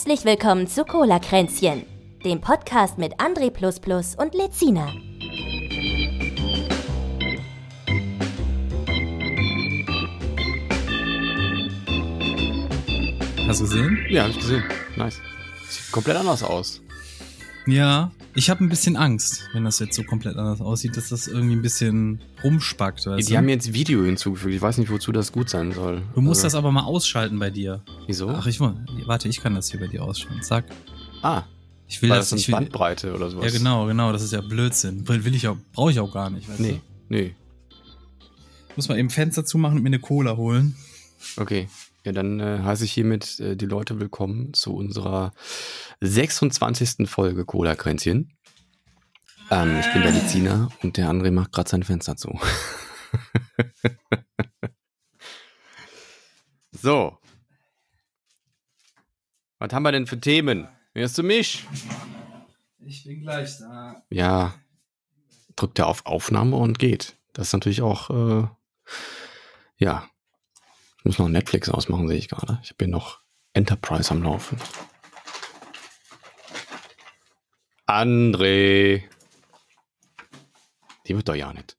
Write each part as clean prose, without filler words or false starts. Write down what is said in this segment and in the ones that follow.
Herzlich willkommen zu Cola-Kränzchen, dem Podcast mit André++ und Lezina. Hast du gesehen? Ja, hab ich gesehen. Nice. Sieht komplett anders aus. Ja, ich habe ein bisschen Angst, wenn das jetzt so komplett anders aussieht, dass das irgendwie ein bisschen rumspackt, weißt Die haben jetzt Video hinzugefügt. Ich weiß nicht, wozu das gut sein soll. Du musst das aber mal ausschalten bei dir. Wieso? Ach, warte, ich kann das hier bei dir ausschalten. Zack. Ich will weil das nicht. Bandbreite oder sowas. Ja, genau, das ist ja Blödsinn. Brauche ich auch gar nicht, weißt du? Nee. Ich muss mal eben Fenster zumachen und mir eine Cola holen. Okay. Ja, dann heiße ich hiermit die Leute willkommen zu unserer 26. Folge Cola-Kränzchen. Ich bin der Lezina und der André macht gerade sein Fenster zu. So. Was haben wir denn für Themen? Hörst du mich? Ich bin gleich da. Ja. Drückt er auf Aufnahme und geht. Das ist natürlich auch, ja. Ich muss noch Netflix ausmachen, sehe ich gerade. Ich habe hier noch Enterprise am Laufen. André. Die wird doch ja nicht.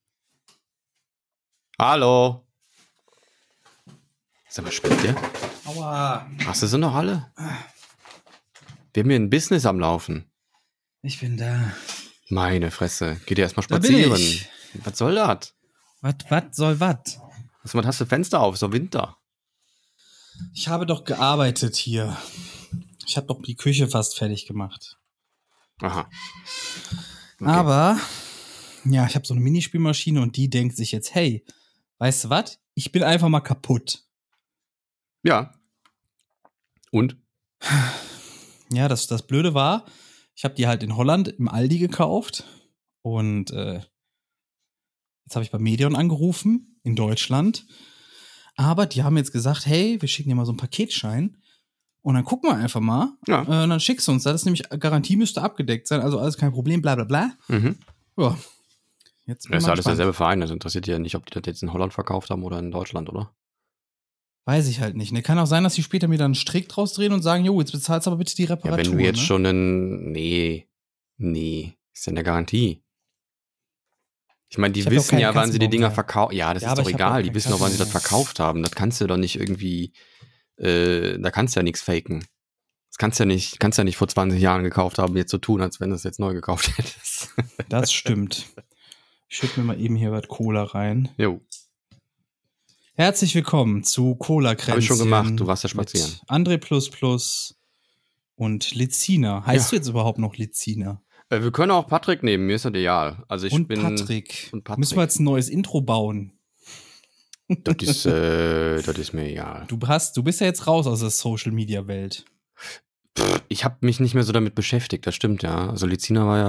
Hallo. Sag mal, spinnt der? Aua. Ach, sie sind doch alle? Wir haben hier ein Business am Laufen. Ich bin da. Meine Fresse. Geht ihr erstmal Da bin spazieren. ich. Was soll das? Was soll was? Was hast du Fenster auf? Ist doch Winter. Ich habe doch gearbeitet hier. Ich habe doch die Küche fast fertig gemacht. Aha. Okay. Aber, ja, ich habe so eine Minispielmaschine und die denkt sich jetzt, hey, weißt du was? Ich bin einfach mal kaputt. Ja. Und? Ja, das Blöde war, ich habe die halt in Holland im Aldi gekauft und jetzt habe ich bei Medion angerufen in Deutschland. Aber die haben jetzt gesagt, hey, wir schicken dir mal so einen Paketschein und dann gucken wir einfach mal. Ja. Und dann schickst du uns. Das ist nämlich, Garantie müsste abgedeckt sein, also alles kein Problem, bla bla bla. Mhm. Ja. Jetzt bin Das ist ich mal alles gespannt. derselbe Verein. Das interessiert ja nicht, ob die das jetzt in Holland verkauft haben oder in Deutschland, oder? Weiß ich halt nicht. Ne? Kann auch sein, dass die später mir dann einen Strick draus drehen und sagen, jo, jetzt bezahlst du aber bitte die Reparatur. Ja, wenn du jetzt ne? schon einen... Nee. Ist ja eine Garantie. Ich meine, die Ich hab doch wissen keinen ja, wann sie die Kassenbon Dinger mehr. verkaufen. Ja, das Ja, ist aber doch ich hab egal. doch Die keinen wissen doch, wann sie das Kassenbon. verkauft haben. Das kannst du doch nicht irgendwie... da kannst du ja nichts faken. Das kannst du ja nicht vor 20 Jahren gekauft haben, jetzt so tun, als wenn du es jetzt neu gekauft hättest. Das stimmt. Ich schütte mir mal eben hier was Cola rein. Jo. Herzlich willkommen zu Cola-Kränzchen. Hab ich schon gemacht, du warst ja spazieren. Mit André++ und Lezina. Heißt du jetzt überhaupt noch Lezina? Wir können auch Patrick nehmen, mir ist das egal. Also Und Patrick. Und Patrick. Müssen wir jetzt ein neues Intro bauen? Das ist mir egal. Du bist ja jetzt raus aus der Social-Media-Welt. Ich habe mich nicht mehr so damit beschäftigt, das stimmt, ja. Also Lezina war ja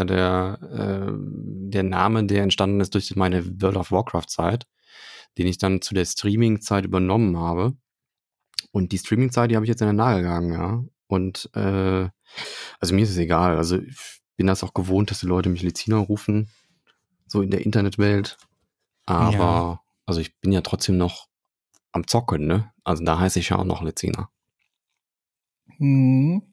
der Name, der entstanden ist durch meine World of Warcraft-Zeit, den ich dann zu der Streaming-Zeit übernommen habe. Und die Streaming-Zeit, die habe ich jetzt in den Nagel gehangen, ja. Und also mir ist es egal. Also ich bin das auch gewohnt, dass die Leute mich Lezina rufen, so in der Internetwelt. Aber Ja. also ich bin ja trotzdem noch am Zocken, ne? Also da heiße ich ja auch noch Lezina. Hm.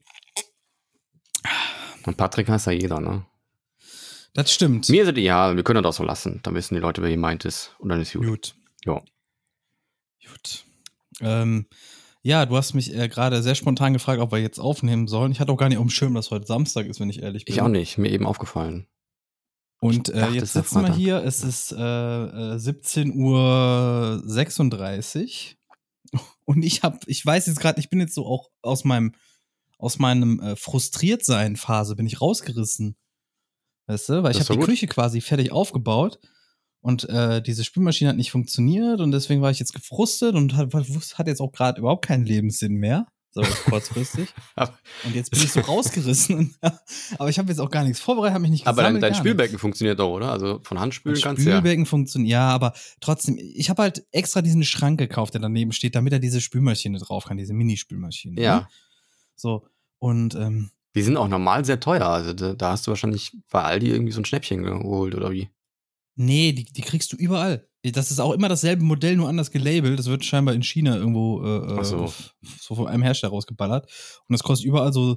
Und Patrick heißt ja jeder, ne? Das stimmt. Mir ist es egal, wir können das auch so lassen. Dann wissen die Leute, wer gemeint ist. Und dann ist gut. Ja. Gut. Ja, du hast mich gerade sehr spontan gefragt, ob wir jetzt aufnehmen sollen. Ich hatte auch gar nicht auf dem Schirm, dass heute Samstag ist, wenn ich ehrlich bin. Ich auch nicht, mir eben aufgefallen. Und Ich dachte, jetzt es wäre sitzen wir Freitag. hier, es ist 17:36 Uhr und ich weiß jetzt gerade, ich bin jetzt so auch aus meinem Frustriertsein-Phase bin ich rausgerissen. Weißt du? Weil ich Das ist habe doch die gut. Küche quasi fertig aufgebaut und diese Spülmaschine hat nicht funktioniert und deswegen war ich jetzt gefrustet und hat jetzt auch gerade überhaupt keinen Lebenssinn mehr. So kurzfristig. Und jetzt bin ich so rausgerissen. Aber ich habe jetzt auch gar nichts vorbereitet, habe mich nicht Aber gesammelt. dein gar Spülbecken nichts. funktioniert doch, oder? Also von Hand spülen Das kannst du ja. Spülbecken funktioniert, ja, aber trotzdem, ich habe halt extra diesen Schrank gekauft, der daneben steht, damit er diese Spülmaschine drauf kann, diese Mini-Spülmaschine. Ja. Ne? So, und Die sind auch normal sehr teuer. Also da hast du wahrscheinlich bei Aldi irgendwie so ein Schnäppchen geholt, oder wie? nee, die kriegst du überall. Das ist auch immer dasselbe Modell, nur anders gelabelt. Das wird scheinbar in China irgendwo Ach so. so von einem Hersteller rausgeballert. Und das kostet überall so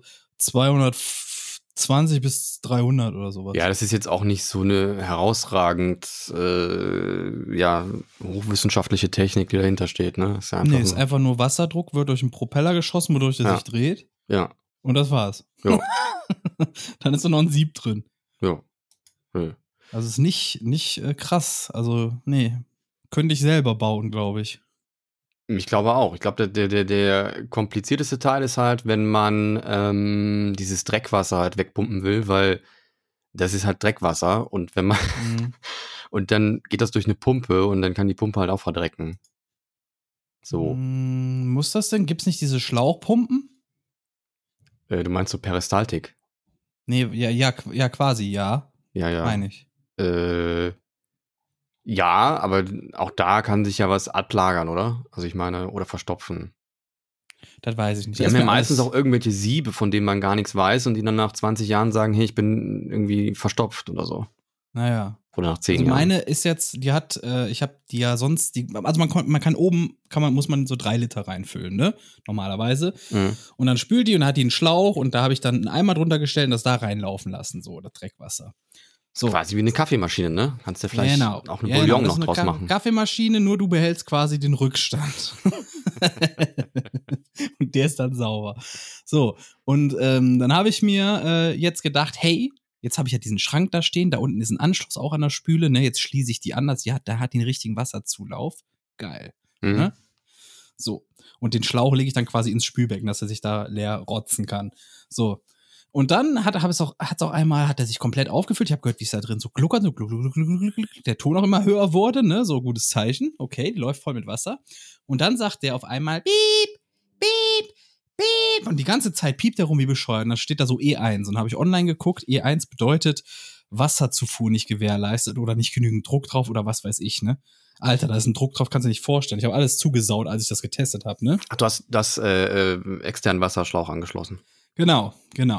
220 bis 300 oder sowas. Ja, das ist jetzt auch nicht so eine herausragend hochwissenschaftliche Technik, die dahinter steht. Ne? Ist ja einfach ist einfach nur Wasserdruck, wird durch einen Propeller geschossen, wodurch der sich dreht. Ja. Und das war's. Ja. Dann ist da noch ein Sieb drin. Ja. Ja. Also ist nicht krass. Also, nee. Könnte ich selber bauen, glaube ich. Ich glaube auch. Ich glaube, der komplizierteste Teil ist halt, wenn man dieses Dreckwasser halt wegpumpen will, weil das ist halt Dreckwasser und wenn man und dann geht das durch eine Pumpe und dann kann die Pumpe halt auch verdrecken. So. Muss das denn? Gibt's nicht diese Schlauchpumpen? Du meinst so Peristaltik? Nee, ja, quasi, ja. Ja. Meine ich. Ja, aber auch da kann sich ja was ablagern, oder? Also ich meine, oder verstopfen. Das weiß ich nicht. Die haben ja meistens auch irgendwelche Siebe, von denen man gar nichts weiß und die dann nach 20 Jahren sagen, hey, ich bin irgendwie verstopft oder so. Naja. Oder nach 10 also Jahren. Meine ist jetzt, ich habe die ja sonst, also man kann oben, muss man so 3 Liter reinfüllen, ne? Normalerweise. Mhm. Und dann spült die und hat die einen Schlauch und da habe ich dann einen Eimer drunter gestellt und das da reinlaufen lassen, so, das Dreckwasser. So. Quasi wie eine Kaffeemaschine, ne? Kannst du vielleicht auch eine Bouillon noch draus machen. Kaffeemaschine, nur du behältst quasi den Rückstand. Und der ist dann sauber. So, und dann habe ich mir jetzt gedacht, hey, jetzt habe ich ja diesen Schrank da stehen, da unten ist ein Anschluss auch an der Spüle, ne? Jetzt schließe ich die an, da hat den richtigen Wasserzulauf. Geil. Mhm. Ne? So, und den Schlauch lege ich dann quasi ins Spülbecken, dass er sich da leer rotzen kann. So. Und dann hat er sich komplett aufgefüllt. Ich habe gehört, wie es da drin so gluckert, so gluck, der Ton auch immer höher wurde, ne? So gutes Zeichen. Okay, die läuft voll mit Wasser. Und dann sagt der auf einmal piep, piep, piep. Und die ganze Zeit piept er rum wie bescheuert. Und dann steht da so E1. Und dann habe ich online geguckt. E1 bedeutet Wasserzufuhr nicht gewährleistet oder nicht genügend Druck drauf oder was weiß ich, ne? Alter, da ist ein Druck drauf, kannst du nicht vorstellen. Ich habe alles zugesaut, als ich das getestet habe, ne? Ach, du hast das externen Wasserschlauch angeschlossen. Genau.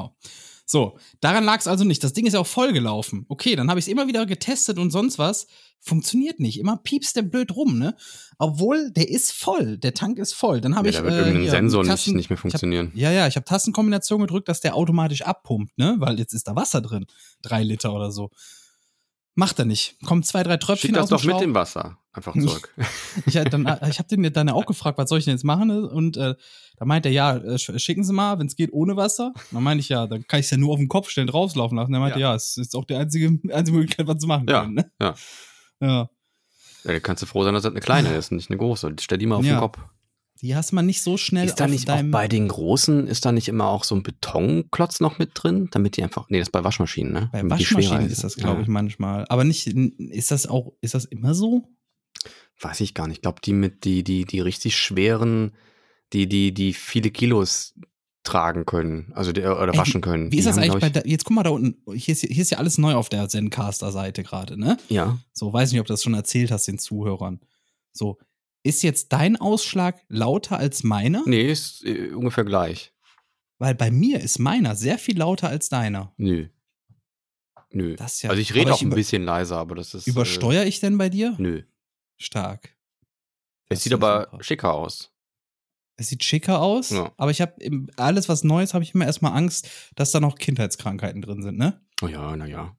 So, daran lag es also nicht. Das Ding ist ja auch voll gelaufen. Okay, dann habe ich es immer wieder getestet und sonst was. Funktioniert nicht. Immer piepst der blöd rum, ne? Obwohl, der ist voll. Der Tank ist voll. Dann habe Da wird irgendein Sensor nicht mehr funktionieren. Ich habe Tastenkombination gedrückt, dass der automatisch abpumpt, ne? Weil jetzt ist da Wasser drin. 3 Liter oder so. Macht er nicht. Kommen 2, 3 Tröpfchen Schick das aus dem doch mit Schlauch. dem Wasser einfach zurück. Ich habe den dann auch gefragt, was soll ich denn jetzt machen? Und da meint er, ja, schicken Sie mal, wenn es geht, ohne Wasser. Dann meinte ich, ja, dann kann ich es ja nur auf den Kopf stellen, rauslaufen lassen. Er meinte, ja, es ist auch die einzige Möglichkeit, was zu machen können. Ne? Ja. Ja. Ja, kannst du froh sein, dass das eine kleine ist und nicht eine große. Stell die mal auf den Kopf. Die hast man nicht so schnell ist da nicht auch bei den großen, ist da nicht immer auch so ein Betonklotz noch mit drin, damit die einfach, nee, das ist bei Waschmaschinen, ne? Bei damit Waschmaschinen ist das, glaube ich, manchmal. Aber nicht, ist das immer so? Weiß ich gar nicht. Ich glaube, die richtig schweren, die viele Kilos tragen können, also oder waschen können. Wie ist das haben, eigentlich jetzt guck mal da unten, hier ist ja alles neu auf der Zencaster-Seite gerade, ne? Ja. So, weiß nicht, ob du das schon erzählt hast den Zuhörern. So, ist jetzt dein Ausschlag lauter als meiner? Nee, ist ungefähr gleich. Weil bei mir ist meiner sehr viel lauter als deiner. Nö. Das ist ja, also ich rede auch ein bisschen leiser, aber das ist... Übersteuere ich denn bei dir? Nö. Stark. Es sieht aber schicker aus. Es sieht schicker aus, ja. Aber ich habe alles, was Neues, habe ich immer erstmal Angst, dass da noch Kindheitskrankheiten drin sind, ne? Oh ja, naja.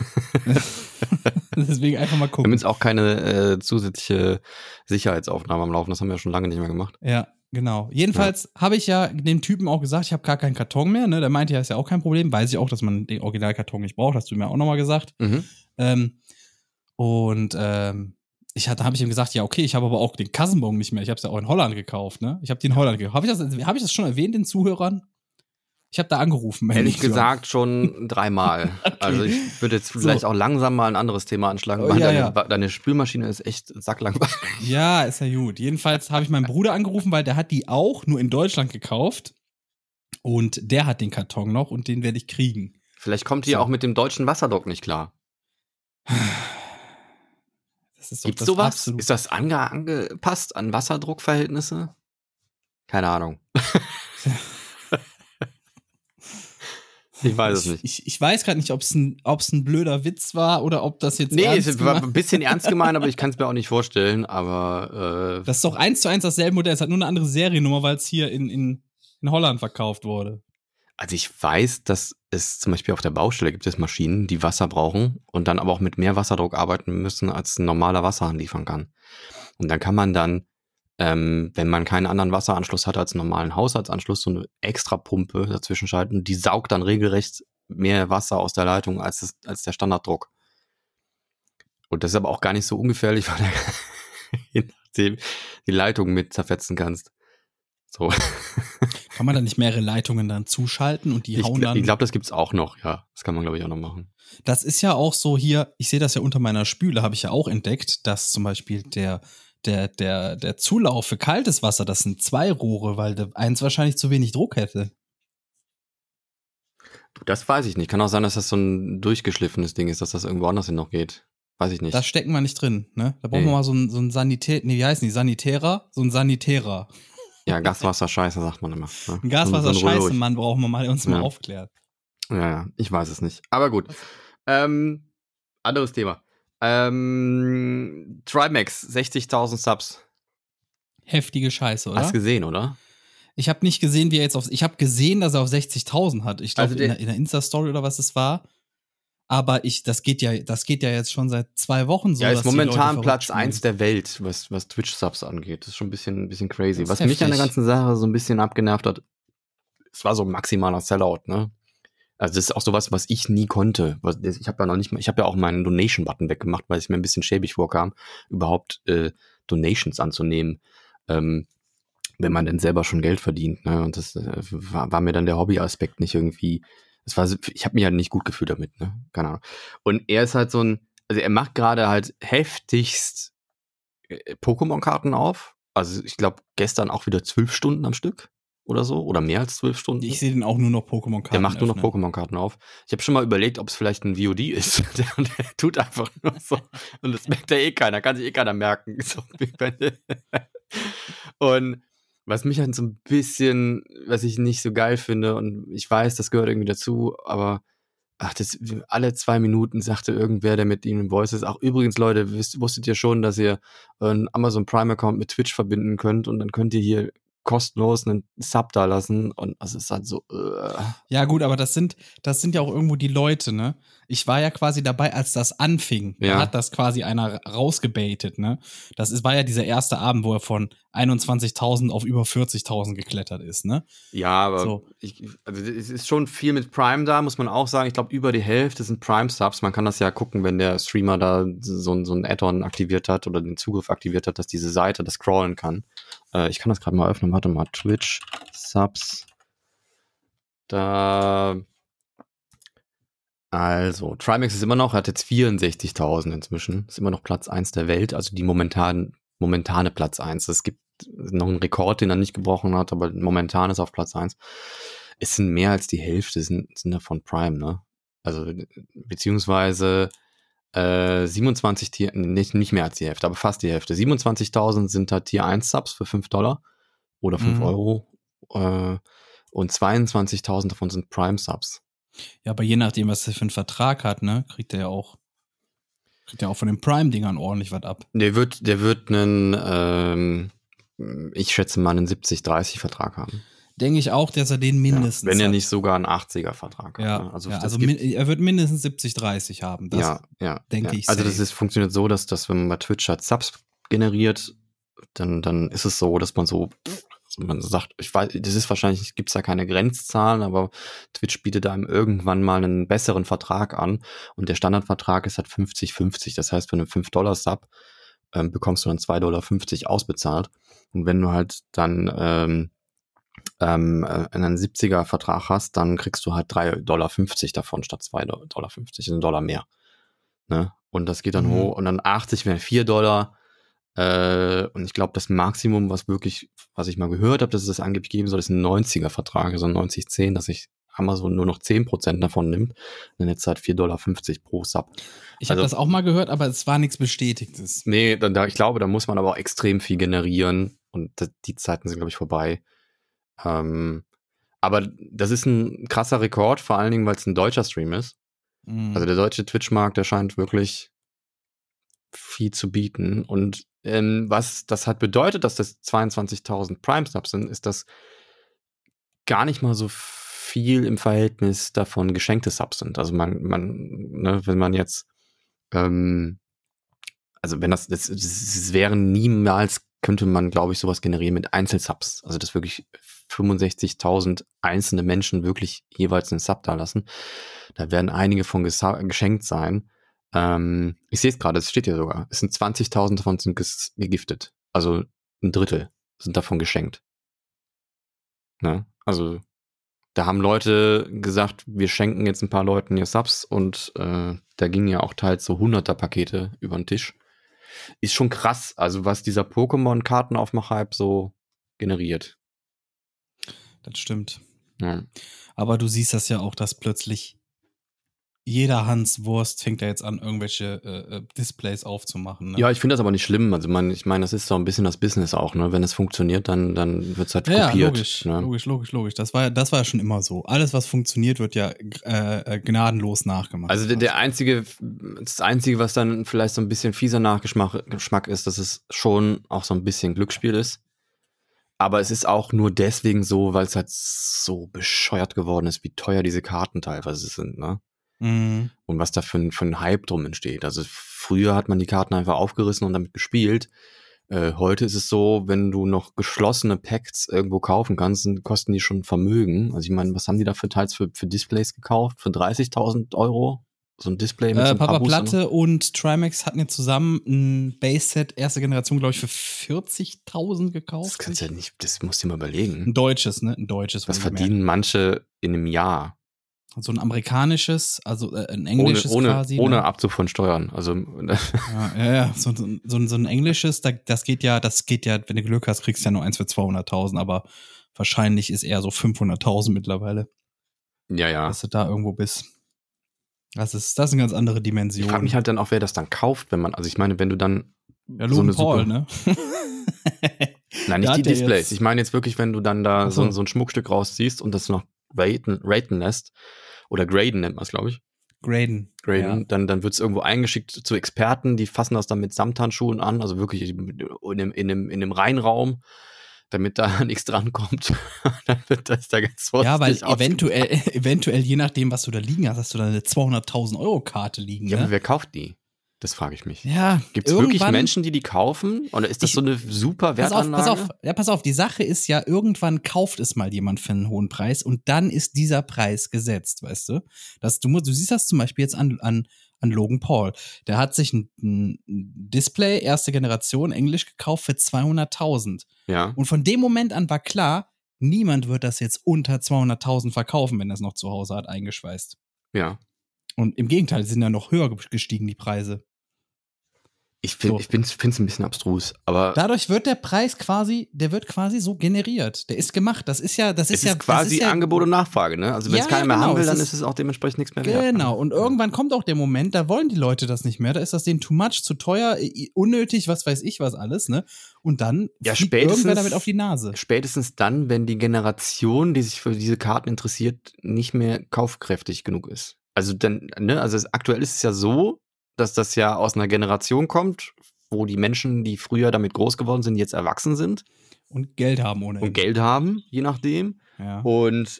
Deswegen einfach mal gucken. Wir haben jetzt auch keine zusätzliche Sicherheitsaufnahme am Laufen, das haben wir schon lange nicht mehr gemacht. Ja, genau. Jedenfalls habe ich ja dem Typen auch gesagt, ich habe gar keinen Karton mehr, ne? Der meinte ja, ist ja auch kein Problem. Weiß ich auch, dass man den Originalkarton nicht braucht, hast du mir auch nochmal gesagt. Mhm. Habe ich ihm gesagt, ja, okay, ich habe aber auch den Kassenbon nicht mehr. Ich habe es ja auch in Holland gekauft, ne? Ich habe die in Holland gekauft. Habe ich das schon erwähnt den Zuhörern? Ich habe da angerufen. Ehrlich gesagt schon 3-mal. Okay. Also ich würde jetzt vielleicht auch langsam mal ein anderes Thema anschlagen, weil deine Spülmaschine ist echt sacklangweilig. Ja, ist ja gut. Jedenfalls habe ich meinen Bruder angerufen, weil der hat die auch nur in Deutschland gekauft. Und der hat den Karton noch und den werde ich kriegen. Vielleicht kommt die auch mit dem deutschen Wasserdruck nicht klar. Gibt's sowas? Absolut. Ist das angepasst an Wasserdruckverhältnisse? Keine Ahnung. Ich weiß es nicht. Ich weiß gerade nicht, ob es ein blöder Witz war oder ob das jetzt Nee, es war ein bisschen ernst gemeint, aber ich kann es mir auch nicht vorstellen. Aber das ist doch 1:1 dasselbe Modell. Es hat nur eine andere Seriennummer, weil es hier in Holland verkauft wurde. also ich weiß, dass es zum Beispiel auf der Baustelle gibt es Maschinen, die Wasser brauchen und dann aber auch mit mehr Wasserdruck arbeiten müssen, als ein normaler Wasserhahn liefern kann. Und dann kann man dann, wenn man keinen anderen Wasseranschluss hat als einen normalen Haushaltsanschluss, so eine extra Pumpe dazwischen schalten. Die saugt dann regelrecht mehr Wasser aus der Leitung als der Standarddruck. Und das ist aber auch gar nicht so ungefährlich, weil du je nachdem die Leitung mit zerfetzen kannst. So. Kann man da nicht mehrere Leitungen dann zuschalten und die hauen dann? Ich glaube, das gibt's auch noch, ja. Das kann man, glaube ich, auch noch machen. Das ist ja auch so hier, ich sehe das ja unter meiner Spüle, habe ich ja auch entdeckt, dass zum Beispiel der Zulauf für kaltes Wasser, das sind 2 Rohre, weil der eins wahrscheinlich zu wenig Druck hätte. Du, das weiß ich nicht. Kann auch sein, dass das so ein durchgeschliffenes Ding ist, dass das irgendwo anders hin noch geht. Weiß ich nicht. Das stecken wir nicht drin, ne? Da brauchen wir mal so ein Sanitär, nee, wie heißen die? Sanitärer? So ein Sanitärer. Ja, Gaswasser Scheiße, sagt man immer. Ne? Ein Gaswasser So Scheiße, Mann, brauchen wir mal, der uns mal aufklärt. Ja, ich weiß es nicht. Aber gut. Anderes Thema. Trimax, 60.000 Subs. Heftige Scheiße, oder? Hast du gesehen, oder? Ich habe nicht gesehen, wie er jetzt ich habe gesehen, dass er auf 60.000 hat. Ich glaube, Also in der Insta-Story oder was es war. Aber das geht ja jetzt schon seit 2 Wochen so. Ja, ist dass die momentan Leute Platz verrückt 1 spielen. der Welt, was Twitch-Subs angeht. Das ist schon ein bisschen crazy. Das Was ist mich an der heftig. ganzen Sache so ein bisschen abgenervt hat, es war so ein maximaler Sellout, ne? Also das ist auch sowas, was ich nie konnte. Ich habe ja auch meinen Donation-Button weggemacht, weil es mir ein bisschen schäbig vorkam, überhaupt Donations anzunehmen, wenn man denn selber schon Geld verdient. Ne? Und das war mir dann der Hobby-Aspekt nicht irgendwie. Ich habe mich halt nicht gut gefühlt damit, ne? Keine Ahnung. Und er ist halt also er macht gerade halt heftigst Pokémon-Karten auf. Also ich glaube, gestern auch wieder 12 Stunden am Stück oder so. Oder mehr als 12 Stunden. Ich sehe den auch nur noch Pokémon-Karten. Der macht nur noch öffnen. Pokémon-Karten auf. Ich habe schon mal überlegt, ob es vielleicht ein VOD ist. Der tut einfach nur so. Und das merkt ja eh keiner. Kann sich eh keiner merken. So. Und was mich halt so ein bisschen, was ich nicht so geil finde, und ich weiß, das gehört irgendwie dazu, aber alle 2 Minuten sagte irgendwer, der mit ihm im Voice ist, ach übrigens Leute, wusstet ihr schon, dass ihr einen Amazon Prime-Account mit Twitch verbinden könnt und dann könnt ihr hier kostenlos einen Sub da lassen und es ist halt so. Ja gut, aber das sind ja auch irgendwo die Leute, ne? Ich war ja quasi dabei, als das anfing. Ja. Da hat das quasi einer rausgebaitet, ne? War ja dieser erste Abend, wo er von 21.000 auf über 40.000 geklettert ist, ne? Ja, aber So. also es ist schon viel mit Prime da, muss man auch sagen. Ich glaube, über die Hälfte sind Prime-Subs. Man kann das ja gucken, wenn der Streamer da so ein Add-on aktiviert hat oder den Zugriff aktiviert hat, dass diese Seite das scrollen kann. Ich kann das gerade mal öffnen. Warte mal. Twitch-Subs. Also, Trimax ist immer noch, hat jetzt 64.000 inzwischen. Ist immer noch Platz 1 der Welt. Also die momentane Platz 1. Es gibt noch einen Rekord, den er nicht gebrochen hat, aber momentan ist er auf Platz 1. Es sind mehr als die Hälfte sind davon Prime, ne? Also, beziehungsweise 27 Tier, nicht mehr als die Hälfte, aber fast die Hälfte. 27.000 sind da Tier 1 Subs für $5 oder 5 Euro. Und 22.000 davon sind Prime Subs. Ja, aber je nachdem, was er für einen Vertrag hat, ne, kriegt er ja auch von den Prime-Dingern ordentlich was ab. Der wird einen, ich schätze mal, einen 70-30-Vertrag haben. Denke ich auch, dass er den mindestens wenn er hat. nicht sogar einen 80er-Vertrag hat. Ja, Ne? Also, er wird mindestens 70-30 haben. Das denke ich. Also safe. das funktioniert so, dass wenn man bei Twitch halt Subs generiert, dann ist es so, dass man man sagt, ich weiß, das ist wahrscheinlich, gibt's da keine Grenzzahlen, aber Twitch bietet einem irgendwann mal einen besseren Vertrag an und der Standardvertrag ist halt 50-50. Das heißt, für einen $5-Sub bekommst du dann $2,50 ausbezahlt. Und wenn du halt dann einen 70er-Vertrag hast, dann kriegst du halt $3,50 davon statt $2,50, also $1 mehr. Ne? Und das geht dann hoch und dann 80 wären $4. Und ich glaube, das Maximum, was ich mal gehört habe, dass es das angeblich geben soll, ist ein 90er-Vertrag, also ein 90-10, dass sich Amazon nur noch 10% davon nimmt. Dann jetzt halt $4,50 pro Sub. Ich habe das auch mal gehört, aber es war nichts Bestätigtes. Nee, ich glaube, da muss man aber auch extrem viel generieren und die Zeiten sind, glaube ich, vorbei. Aber das ist ein krasser Rekord, vor allen Dingen, weil es ein deutscher Stream ist. Also der deutsche Twitch-Markt, der scheint wirklich viel zu bieten. Und was das hat bedeutet, dass das 22.000 Prime-Subs sind, ist das gar nicht mal so viel im Verhältnis davon geschenkte Subs sind. Also wenn man jetzt also wenn das wäre niemals, könnte man, glaube ich, sowas generieren mit Einzelsubs. Also dass wirklich 65.000 einzelne Menschen wirklich jeweils einen Sub da lassen. Da werden einige von geschenkt sein. Ich sehe es gerade, es steht hier sogar. Es sind 20.000 davon sind gegiftet. Also ein Drittel sind davon geschenkt. Ne? Also da haben Leute gesagt, wir schenken jetzt ein paar Leuten hier Subs und da gingen ja auch teils so 100er-Pakete über den Tisch. Ist schon krass, also was dieser Pokémon-Kartenaufmach-Hype so generiert. Das stimmt. Ja. Aber du siehst das ja auch, dass plötzlich jeder Hans Wurst fängt ja jetzt an, irgendwelche Displays aufzumachen. Ne? Ja, ich finde das aber nicht schlimm. Also ich meine, das ist so ein bisschen das Business auch, ne? Wenn es funktioniert, dann wird es halt kopiert. Ja, logisch. Das war ja schon immer so. Alles, was funktioniert, wird ja gnadenlos nachgemacht. Also das Einzige, was dann vielleicht so ein bisschen fieser Nachgeschmack ist, dass es schon auch so ein bisschen Glücksspiel ist. Aber es ist auch nur deswegen so, weil es halt so bescheuert geworden ist, wie teuer diese Karten teilweise sind, ne? Und was da für ein Hype drum entsteht. Also früher hat man die Karten einfach aufgerissen und damit gespielt. Heute ist es so, wenn du noch geschlossene Packs irgendwo kaufen kannst, dann kosten die schon Vermögen. Also ich meine, was haben die da für teils für Displays gekauft? Für 30.000 €? So ein Display mit so ein Papa paar Platte und Trimax hatten jetzt zusammen ein Base-Set erste Generation, glaube ich, für 40.000 gekauft. Das kannst du ja nicht, das musst du dir mal überlegen. Ein deutsches, ne? Ein deutsches. Was verdienen manche in einem Jahr? So ein amerikanisches, also ein englisches quasi. Ohne Abzug von Steuern. Also ja. So ein englisches, das geht ja, wenn du Glück hast, kriegst du ja nur eins für 200.000, aber wahrscheinlich ist eher so 500.000 mittlerweile. Ja. Dass du da irgendwo bist. Das sind ganz andere Dimensionen. Ich frage mich halt dann auch, wer das dann kauft, wenn man, also ich meine, wenn du dann ja, so eine Paul, ne? Nein, nicht die Displays. Ich meine jetzt wirklich, wenn du dann da so ein Schmuckstück rausziehst und das noch raten lässt, oder graden nennt man es, glaube ich. Graden. Ja. Dann wird es irgendwo eingeschickt zu Experten, die fassen das dann mit Samthandschuhen an, also wirklich in einem Reinraum, damit da nichts drankommt. Dann wird das da ganz vorsichtig. Ja, weil eventuell, je nachdem, was du da liegen hast, hast du da eine 200.000 € Karte liegen. Ja, ne? aber wer kauft die? Das frage ich mich. Ja, gibt es wirklich Menschen, die kaufen? Oder ist das so eine super Wertanlage? Pass auf, die Sache ist ja, irgendwann kauft es mal jemand für einen hohen Preis und dann ist dieser Preis gesetzt, weißt du? Du siehst das zum Beispiel jetzt an Logan Paul. Der hat sich ein Display, erste Generation, Englisch gekauft für 200.000. Ja. Und von dem Moment an war klar, niemand wird das jetzt unter 200.000 verkaufen, wenn er es noch zu Hause hat, eingeschweißt. Ja. Und im Gegenteil, sind ja noch höher gestiegen, die Preise. Ich finde es ein bisschen abstrus, aber dadurch wird der Preis quasi so generiert. Der ist gemacht. Das ist quasi Angebot und Nachfrage, ne? Also wenn es keiner mehr haben will, dann ist es auch dementsprechend nichts mehr wert. Genau. Und irgendwann kommt auch der Moment, da wollen die Leute das nicht mehr. Da ist das denen too much, zu teuer, unnötig, was weiß ich was alles, ne? Und dann fliegt irgendwer damit auf die Nase. Spätestens dann, wenn die Generation, die sich für diese Karten interessiert, nicht mehr kaufkräftig genug ist. Also dann, ne? Also aktuell ist es ja so, dass das ja aus einer Generation kommt, wo die Menschen, die früher damit groß geworden sind, jetzt erwachsen sind. Und Geld haben ohnehin. Und Geld haben, je nachdem. Ja. Und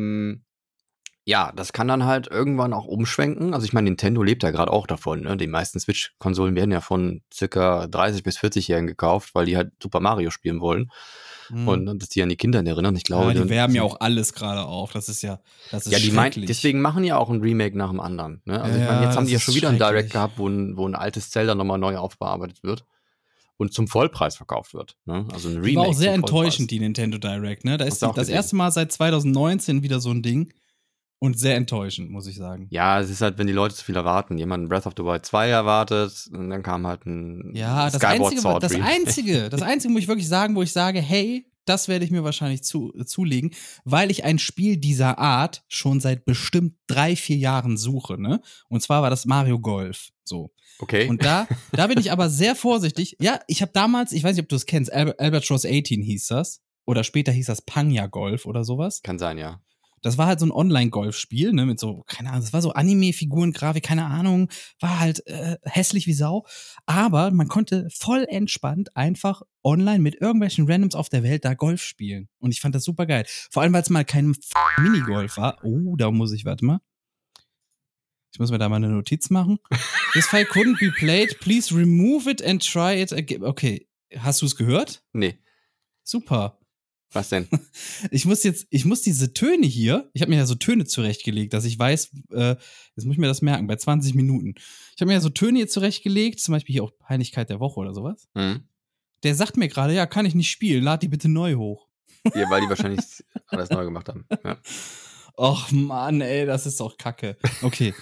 das kann dann halt irgendwann auch umschwenken. Also ich meine, Nintendo lebt ja gerade auch davon. Ne? Die meisten Switch-Konsolen werden ja von circa 30- bis 40-Jährigen gekauft, weil die halt Super Mario spielen wollen. Und dass die an die Kinder erinnern. Ich glaube, die werben ja auch alles gerade auf. Das ist schrecklich. Deswegen machen ja auch ein Remake nach dem anderen. Ne? Also ich meine, jetzt haben die ja schon wieder ein Direct gehabt, wo ein altes Zelda nochmal neu aufbearbeitet wird und zum Vollpreis verkauft wird. Ne? Also ein Remake. War auch sehr enttäuschend, die Nintendo Direct. Ne? Da ist das erste Mal seit 2019 wieder so ein Ding. Und sehr enttäuschend, muss ich sagen. Ja, es ist halt, wenn die Leute zu viel erwarten. Jemand Breath of the Wild 2 erwartet und dann kam halt ein Skyward Sword. Das Einzige, wo ich wirklich wo ich sage, hey, das werde ich mir wahrscheinlich zulegen, weil ich ein Spiel dieser Art schon seit bestimmt 3-4 Jahren suche, ne? Und zwar war das Mario Golf. So. Okay. Und da bin ich aber sehr vorsichtig. Ja, ich habe damals, ich weiß nicht, ob du es kennst, Albatross 18 hieß das. oder später hieß das Pangea Golf oder sowas. Kann sein, ja. Das war halt so ein Online-Golfspiel, ne, mit so, keine Ahnung, das war so Anime-Figuren-Grafik, keine Ahnung, war halt hässlich wie Sau. Aber man konnte voll entspannt einfach online mit irgendwelchen Randoms auf der Welt da Golf spielen. Und ich fand das super geil. Vor allem, weil es mal kein Minigolf war. Oh, da muss ich, warte mal. Ich muss mir da mal eine Notiz machen. This file couldn't be played. Please remove it and try it again. Okay, hast du es gehört? Nee. Super. Was denn? Ich muss diese Töne hier, ich habe mir ja so Töne zurechtgelegt, dass ich weiß, jetzt muss ich mir das merken, bei 20 Minuten. Ich habe mir ja so Töne hier zurechtgelegt, zum Beispiel hier auch Peinlichkeit der Woche oder sowas. Mhm. Der sagt mir gerade, ja, kann ich nicht spielen, lad die bitte neu hoch. Ja, weil die wahrscheinlich alles neu gemacht haben. Ja. Och Mann, ey, das ist doch Kacke. Okay.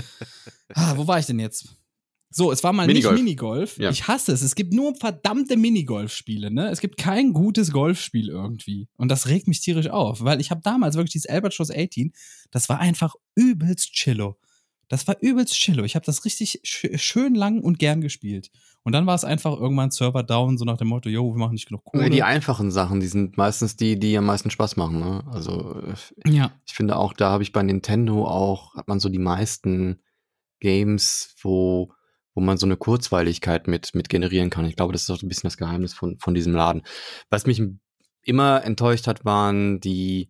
Wo war ich denn jetzt? So, es war mal Minigolf. nicht Minigolf. Ja. Ich hasse es. Es gibt nur verdammte Minigolf-Spiele, ne? Es gibt kein gutes Golfspiel irgendwie. Und das regt mich tierisch auf, weil ich habe damals wirklich dieses Albatross 18, das war einfach übelst chillo. Das war übelst chillo. Ich habe das richtig schön lang und gern gespielt. Und dann war es einfach irgendwann Server down, so nach dem Motto, yo, wir machen nicht genug Kohle. Die einfachen Sachen, die sind meistens die am meisten Spaß machen, ne? Also ja. Ich finde auch, da habe ich bei Nintendo auch, hat man so die meisten Games, wo man so eine Kurzweiligkeit mit generieren kann. Ich glaube, das ist auch ein bisschen das Geheimnis von diesem Laden. Was mich immer enttäuscht hat, waren die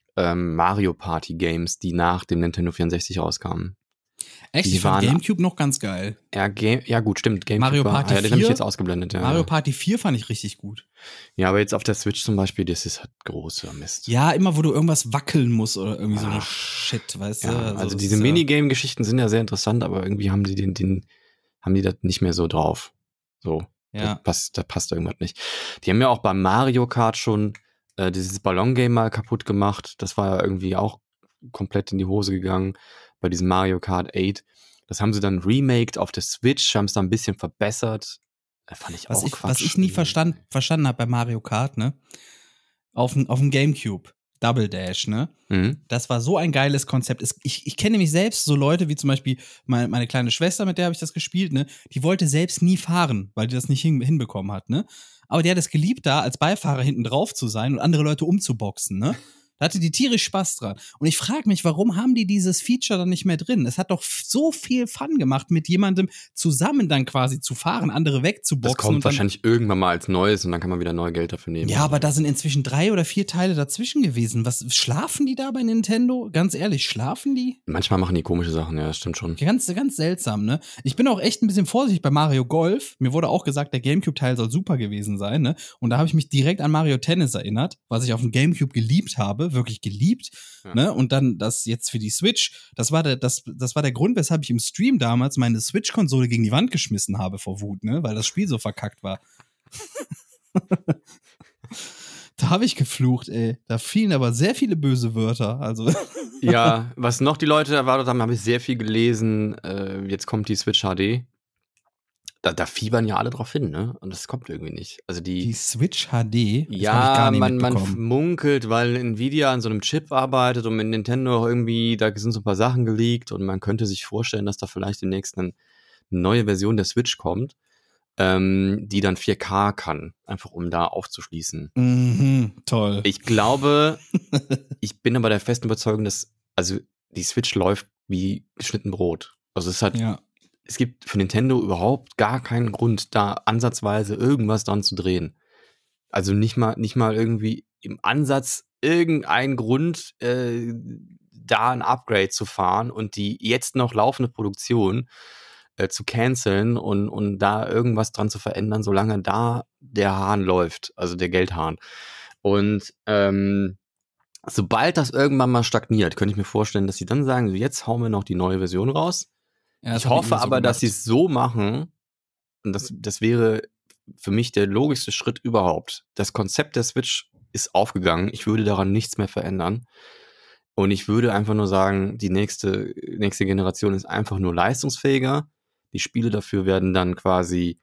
Mario Party Games, die nach dem Nintendo 64 rauskamen. Echt? Ich fand GameCube noch ganz geil. Ja gut, stimmt. GameCube Mario Party 4, den habe ich jetzt ausgeblendet. Ja. Mario Party 4 fand ich richtig gut. Ja, aber jetzt auf der Switch zum Beispiel, das ist halt großer Mist. Ja, immer wo du irgendwas wackeln musst oder irgendwie so eine Shit, weißt du? Ja, also diese Minigame-Geschichten sind ja sehr interessant, aber irgendwie haben die haben die das nicht mehr so drauf. So, ja. Da passt irgendwas nicht. Die haben ja auch beim Mario Kart schon dieses Ballon-Game mal kaputt gemacht. Das war ja irgendwie auch komplett in die Hose gegangen bei diesem Mario Kart 8. Das haben sie dann remaked auf der Switch, haben es dann ein bisschen verbessert. Fand ich auch Quatsch. Was ich nie verstanden habe bei Mario Kart, ne? Auf dem GameCube. Double Dash, ne? Mhm. Das war so ein geiles Konzept. Ich kenne nämlich selbst so Leute wie zum Beispiel meine kleine Schwester, mit der habe ich das gespielt, ne? Die wollte selbst nie fahren, weil die das nicht hinbekommen hat, ne? Aber die hat es geliebt, da als Beifahrer hinten drauf zu sein und andere Leute umzuboxen, ne? Da hatte die tierisch Spaß dran. Und ich frage mich, warum haben die dieses Feature dann nicht mehr drin? Es hat doch so viel Fun gemacht, mit jemandem zusammen dann quasi zu fahren, andere wegzuboxen. Das kommt wahrscheinlich irgendwann mal als Neues und dann kann man wieder neu Geld dafür nehmen. Ja, aber da sind inzwischen 3 oder 4 Teile dazwischen gewesen. Was, schlafen die da bei Nintendo? Ganz ehrlich, schlafen die? Manchmal machen die komische Sachen, ja, das stimmt schon. Ganz, ganz seltsam, ne? Ich bin auch echt ein bisschen vorsichtig bei Mario Golf. Mir wurde auch gesagt, der Gamecube-Teil soll super gewesen sein, ne? Und da habe ich mich direkt an Mario Tennis erinnert, was ich auf dem Gamecube geliebt habe, wirklich geliebt, ja. Ne? Und dann das jetzt für die Switch, das war der Grund, weshalb ich im Stream damals meine Switch-Konsole gegen die Wand geschmissen habe vor Wut, ne? Weil das Spiel so verkackt war. Da habe ich geflucht, ey. Da fielen aber sehr viele böse Wörter. Also. Ja, was noch die Leute erwartet haben, habe ich sehr viel gelesen. Jetzt kommt die Switch HD. Da fiebern ja alle drauf hin, ne? Und das kommt irgendwie nicht. Also die Switch HD? Das ja, man munkelt, weil Nvidia an so einem Chip arbeitet und mit Nintendo irgendwie, da sind so ein paar Sachen geleakt und man könnte sich vorstellen, dass da vielleicht demnächst eine neue Version der Switch kommt, die dann 4K kann, einfach um da aufzuschließen. Mhm, toll. Ich glaube, ich bin aber der festen Überzeugung, dass also die Switch läuft wie geschnitten Brot. Also es hat Es gibt für Nintendo überhaupt gar keinen Grund, da ansatzweise irgendwas dran zu drehen. Also nicht mal irgendwie im Ansatz irgendein Grund, da ein Upgrade zu fahren und die jetzt noch laufende Produktion zu canceln und da irgendwas dran zu verändern, solange da der Hahn läuft, also der Geldhahn. Und sobald das irgendwann mal stagniert, könnte ich mir vorstellen, dass sie dann sagen, so jetzt hauen wir noch die neue Version raus. Ja, ich hoffe aber, dass sie es so machen, und das wäre für mich der logischste Schritt überhaupt. Das Konzept der Switch ist aufgegangen. Ich würde daran nichts mehr verändern. Und ich würde einfach nur sagen, die nächste Generation ist einfach nur leistungsfähiger. Die Spiele dafür werden dann quasi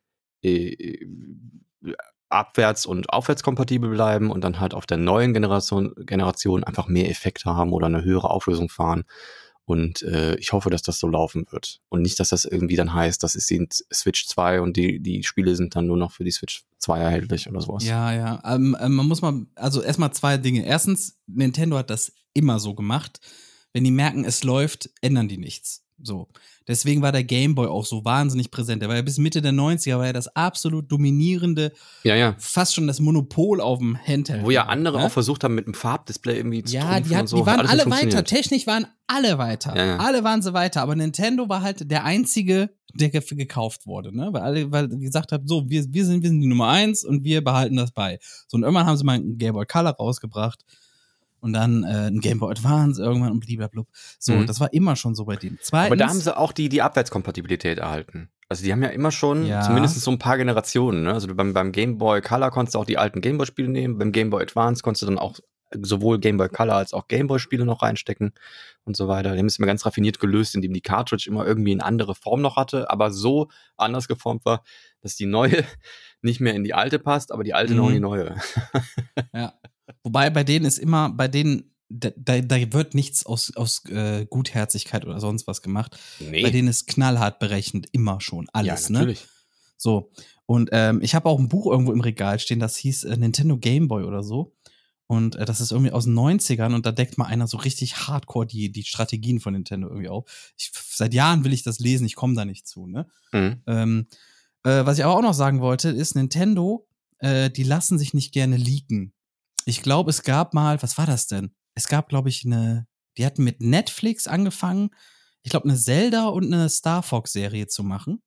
abwärts- und aufwärtskompatibel bleiben und dann halt auf der neuen Generation einfach mehr Effekte haben oder eine höhere Auflösung fahren. Und ich hoffe, dass das so laufen wird. Und nicht, dass das irgendwie dann heißt, das ist die Switch 2 und die Spiele sind dann nur noch für die Switch 2 erhältlich oder sowas. Ja. Man muss mal, also erstmal 2 Dinge. Erstens, Nintendo hat das immer so gemacht. Wenn die merken, es läuft, ändern die nichts. So. Deswegen war der Game Boy auch so wahnsinnig präsent. Der war ja bis Mitte der 90er, war ja das absolut dominierende, fast schon das Monopol auf dem Handheld. Wo ja andere auch versucht haben, mit einem Farbdisplay irgendwie zu trumpfen und so. Die waren alle weiter. Technisch waren alle weiter. Ja. Alle waren sie weiter. Aber Nintendo war halt der einzige, der gekauft wurde, ne? Weil gesagt hat, so, wir sind die Nummer 1 und wir behalten das bei. So, und irgendwann haben sie mal einen Game Boy Color rausgebracht. Und dann ein Game Boy Advance irgendwann und blablabla. So, das war immer schon so bei denen. Zweitens, aber da haben sie auch die Abwärtskompatibilität erhalten. Also die haben ja immer schon zumindest so ein paar Generationen. Ne? Also beim Game Boy Color konntest du auch die alten Game Boy Spiele nehmen. Beim Game Boy Advance konntest du dann auch sowohl Game Boy Color als auch Game Boy Spiele noch reinstecken und so weiter. Die haben es immer ganz raffiniert gelöst, indem die Cartridge immer irgendwie eine andere Form noch hatte, aber so anders geformt war, dass die neue nicht mehr in die alte passt, aber die alte noch in die neue. Ja. Wobei bei denen ist immer, da wird nichts aus Gutherzigkeit oder sonst was gemacht. Nee. Bei denen ist knallhart berechnet, immer schon alles, ja, natürlich. Ne? So, und ich habe auch ein Buch irgendwo im Regal stehen, das hieß Nintendo Game Boy oder so. Und das ist irgendwie aus den 90ern und da deckt mal einer so richtig hardcore die Strategien von Nintendo irgendwie auf. Seit Jahren will ich das lesen, ich komme da nicht zu, ne? Was ich aber auch noch sagen wollte, ist Nintendo, die lassen sich nicht gerne leaken. Ich glaube, es gab mal, was war das denn? Es gab, glaube ich, die hatten mit Netflix angefangen, ich glaube, eine Zelda und eine Star Fox-Serie zu machen.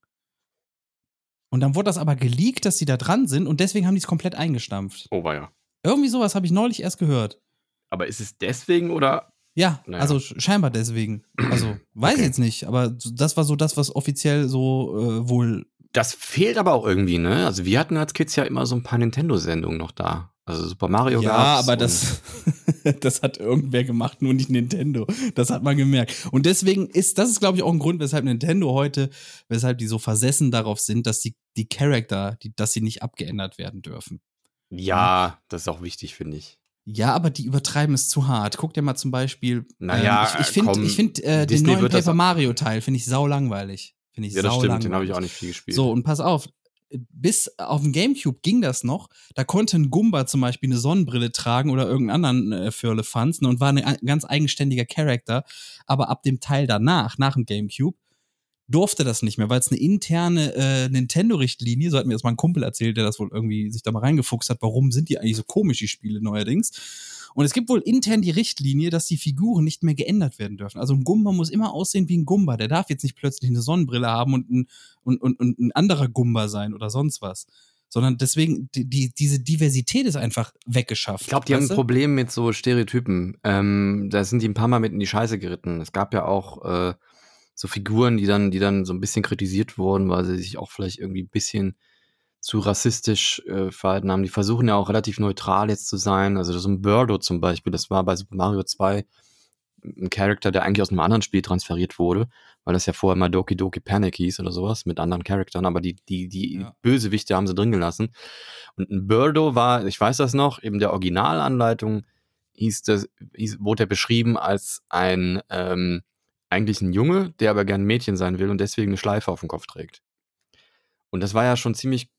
Und dann wurde das aber geleakt, dass die da dran sind und deswegen haben die es komplett eingestampft. Oh, war ja. Irgendwie sowas habe ich neulich erst gehört. Aber ist es deswegen oder? Ja, also scheinbar deswegen. Also, weiß ich jetzt nicht, aber das war so das, was offiziell so wohl. Das fehlt aber auch irgendwie, ne? Also, wir hatten als Kids ja immer so ein paar Nintendo-Sendungen noch da. Also Super Mario gab's. Ja, aber das hat irgendwer gemacht, nur nicht Nintendo. Das hat man gemerkt. Und deswegen das ist, glaube ich, auch ein Grund, weshalb Nintendo heute, weshalb die so versessen darauf sind, dass die Charakter, dass sie nicht abgeändert werden dürfen. Ja, das ist auch wichtig, finde ich. Ja, aber die übertreiben es zu hart. Guck dir mal zum Beispiel, ich finde den neuen Paper Mario Teil, finde ich sau langweilig. Ja, das stimmt, den habe ich auch nicht viel gespielt. So, und pass auf, bis auf dem Gamecube ging das noch. Da konnte ein Goomba zum Beispiel eine Sonnenbrille tragen oder irgendeinen anderen Firlefanz und war ein ganz eigenständiger Charakter. Aber ab dem Teil danach, nach dem Gamecube, durfte das nicht mehr, weil es eine interne Nintendo-Richtlinie, so hat mir das mal ein Kumpel erzählt, der das wohl irgendwie sich da mal reingefuchst hat, warum sind die eigentlich so komisch, die Spiele neuerdings. Und es gibt wohl intern die Richtlinie, dass die Figuren nicht mehr geändert werden dürfen. Also ein Gumba muss immer aussehen wie ein Gumba. Der darf jetzt nicht plötzlich eine Sonnenbrille haben und ein anderer Gumba sein oder sonst was. Sondern deswegen, diese Diversität ist einfach weggeschafft. Ich glaube, die haben ein Problem mit so Stereotypen. Da sind die ein paar Mal mit in die Scheiße geritten. Es gab ja auch so Figuren, die dann so ein bisschen kritisiert wurden, weil sie sich auch vielleicht irgendwie ein bisschen zu rassistisch verhalten haben. Die versuchen ja auch relativ neutral jetzt zu sein. Also so ein Birdo zum Beispiel, das war bei Super Mario 2 ein Charakter, der eigentlich aus einem anderen Spiel transferiert wurde, weil das ja vorher mal Doki Doki Panic hieß oder sowas mit anderen Charakteren, aber die Bösewichte haben sie drin gelassen. Und ein Birdo war, ich weiß das noch, eben der Originalanleitung wurde er beschrieben als ein eigentlich ein Junge, der aber gern ein Mädchen sein will und deswegen eine Schleife auf dem Kopf trägt. Und das war ja schon ziemlich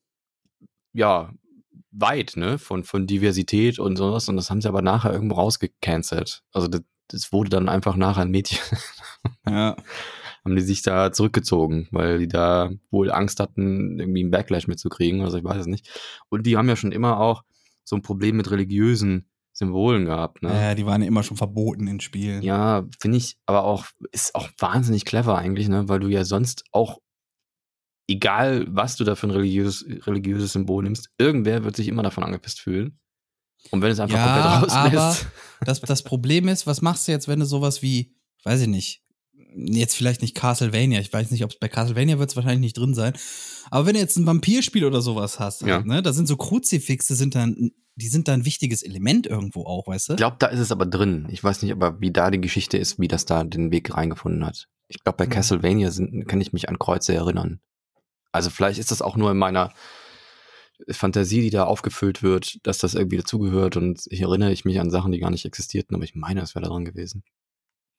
weit, ne, von Diversität und sowas. Und das haben sie aber nachher irgendwo rausgecancelt. Also das wurde dann einfach nachher ein Mädchen. Ja. Haben die sich da zurückgezogen, weil die da wohl Angst hatten, irgendwie einen Backlash mitzukriegen. Also ich weiß es nicht. Und die haben ja schon immer auch so ein Problem mit religiösen Symbolen gehabt, ne? Ja, die waren ja immer schon verboten in Spielen. Ja, finde ich, aber auch, ist auch wahnsinnig clever eigentlich, ne, weil du ja sonst auch egal, was du da für ein religiöses Symbol nimmst, irgendwer wird sich immer davon angepisst fühlen. Und wenn es einfach komplett rauslässt. Aber das Problem ist, was machst du jetzt, wenn du sowas wie, weiß ich nicht, jetzt vielleicht nicht Castlevania, ich weiß nicht, ob es bei Castlevania wird es wahrscheinlich nicht drin sein, aber wenn du jetzt ein Vampirspiel oder sowas hast, halt, ne, da sind so Kruzifixe, die sind da ein wichtiges Element irgendwo auch, weißt du? Ich glaube, da ist es aber drin. Ich weiß nicht, aber wie da die Geschichte ist, wie das da den Weg reingefunden hat. Ich glaube, bei Castlevania kann ich mich an Kreuze erinnern. Also vielleicht ist das auch nur in meiner Fantasie, die da aufgefüllt wird, dass das irgendwie dazugehört und ich erinnere mich an Sachen, die gar nicht existierten, aber ich meine, es wäre da dran gewesen.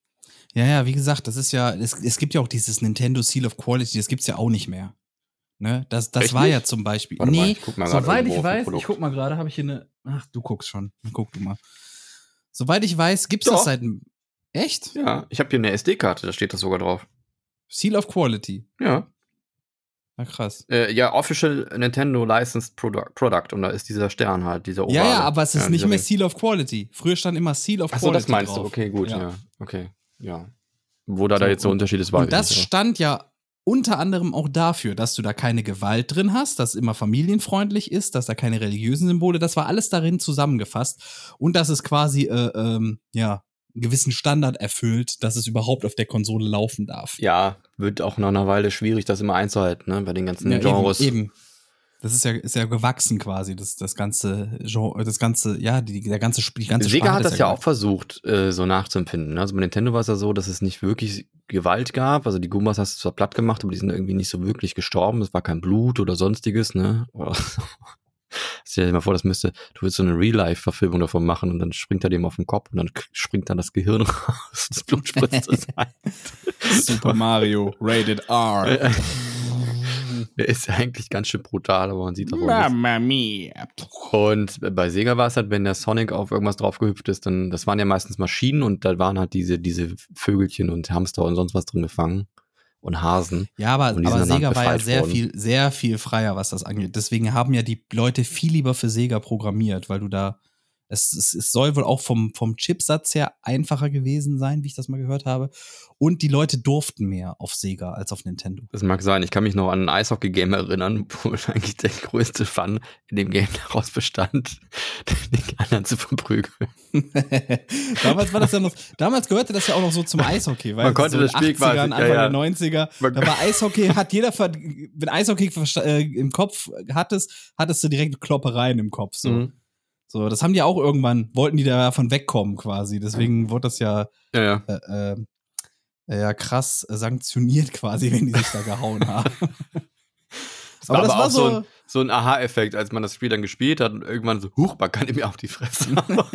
Ja, wie gesagt, das ist ja, es gibt ja auch dieses Nintendo Seal of Quality, das gibt's ja auch nicht mehr. Ne? Das Echt war nicht? ja zum Beispiel. Warte mal, Nee, ich guck mal grad soweit irgendwo ich auf ein weiß, Produkt. ich guck mal gerade, habe ich hier eine. Ach, du guckst schon. Dann guck du mal. Soweit ich weiß, gibt's Doch. das seit. Echt? Ja, ich habe hier eine SD-Karte, da steht das sogar drauf. Seal of Quality. Ja. Na krass. Ja, Official Nintendo Licensed Product. Und da ist dieser Stern halt, dieser ovale. Ja, aber es ist nicht dieser mehr Ring. Seal of Quality. Früher stand immer Seal of Ach so, Quality das meinst drauf. du. Okay, gut, Ja. ja. Okay, ja. Wo da jetzt der Unterschied ist, weiß Und das ich nicht. stand ja unter anderem auch dafür, dass du da keine Gewalt drin hast, dass es immer familienfreundlich ist, dass da keine religiösen Symbole, das war alles darin zusammengefasst und dass es quasi, einen gewissen Standard erfüllt, dass es überhaupt auf der Konsole laufen darf. Ja, wird auch nach einer Weile schwierig, das immer einzuhalten, ne, bei den ganzen Genres. Eben. Das ist ja gewachsen quasi, das ganze Genre, der ganze Spiel, die ganze Sega Sparte hat das ist ja auch gewachsen. versucht, so nachzuempfinden. Also bei Nintendo war es ja so, dass es nicht wirklich Gewalt gab. Also die Goombas hast du zwar platt gemacht, aber die sind irgendwie nicht so wirklich gestorben. Es war kein Blut oder sonstiges, ne? Stell dir mal vor, du willst so eine Real-Life-Verfilmung davon machen und dann springt er dem auf den Kopf und dann springt dann das Gehirn raus. Das Blut spritzt es ein. Super Mario, Rated R. Der ist ja eigentlich ganz schön brutal, aber man sieht auch Mamma mia. Und bei Sega war es halt, wenn der Sonic auf irgendwas draufgehüpft ist, dann, das waren ja meistens Maschinen und da waren halt diese Vögelchen und Hamster und sonst was drin gefangen und Hasen. Ja, aber Und die sind dann Sega war ja befreit worden. sehr viel freier, was das angeht. Deswegen haben ja die Leute viel lieber für Sega programmiert, weil du da, es soll wohl auch vom Chipsatz her einfacher gewesen sein, wie ich das mal gehört habe. Und die Leute durften mehr auf Sega als auf Nintendo. Das mag sein. Ich kann mich noch an ein Eishockey-Game erinnern, wo eigentlich der größte Fun in dem Game daraus bestand, den anderen zu verprügeln. Damals war das ja noch, damals gehörte das ja auch noch so zum Eishockey, weil Man konnte so das Spiel 80ern, quasi, Anfang ja. der 90er, da war Eishockey, hat jeder, wenn Eishockey im Kopf hattest du direkt Kloppereien im Kopf, so. Mhm. So, das haben die auch irgendwann, wollten die davon wegkommen quasi, deswegen wurde das ja, krass sanktioniert quasi, wenn die sich da gehauen haben. Das war aber auch so ein Aha-Effekt, als man das Spiel dann gespielt hat und irgendwann so, huch, man kann ihm ja auf die Fresse.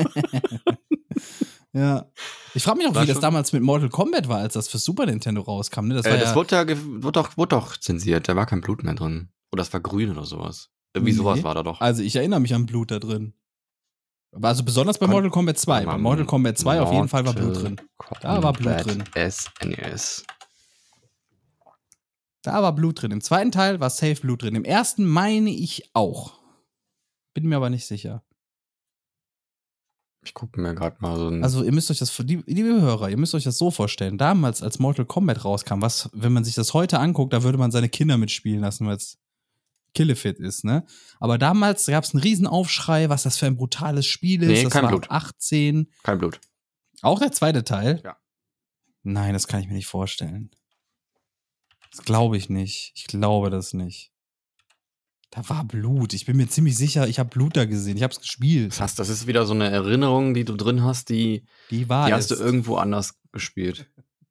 Ja. Ich frage mich auch, War wie das schon- damals mit Mortal Kombat war, als das für Super Nintendo rauskam. Ne? Das war Das wurde doch zensiert, da war kein Blut mehr drin. Oder es war grün oder sowas. Irgendwie Nee. sowas war da doch. Also ich erinnere mich an Blut da drin. Also besonders bei Kon- Mortal Kombat 2. Bei Mortal Kombat 2 auf jeden Fall war Blut drin. Da war Blut drin. SNES. Da war Blut drin. Im zweiten Teil war safe Blut drin. Im ersten meine ich auch. Bin mir aber nicht sicher. Ich gucke mir gerade mal so ein. Also ihr müsst euch das, liebe Hörer, ihr müsst euch das so vorstellen. Damals, als Mortal Kombat rauskam, wenn man sich das heute anguckt, da würde man seine Kinder mitspielen lassen, weil es Killefit ist, ne? Aber damals gab es einen riesen Aufschrei, was das für ein brutales Spiel ist. Nee, das kein war Blut. ab 18. Kein Blut. Auch der zweite Teil? Ja. Nein, das kann ich mir nicht vorstellen. Das glaube ich nicht. Ich glaube das nicht. Da war Blut. Ich bin mir ziemlich sicher, ich habe Blut da gesehen. Ich habe es gespielt. Das ist wieder so eine Erinnerung, die du drin hast, die hast du irgendwo anders gespielt.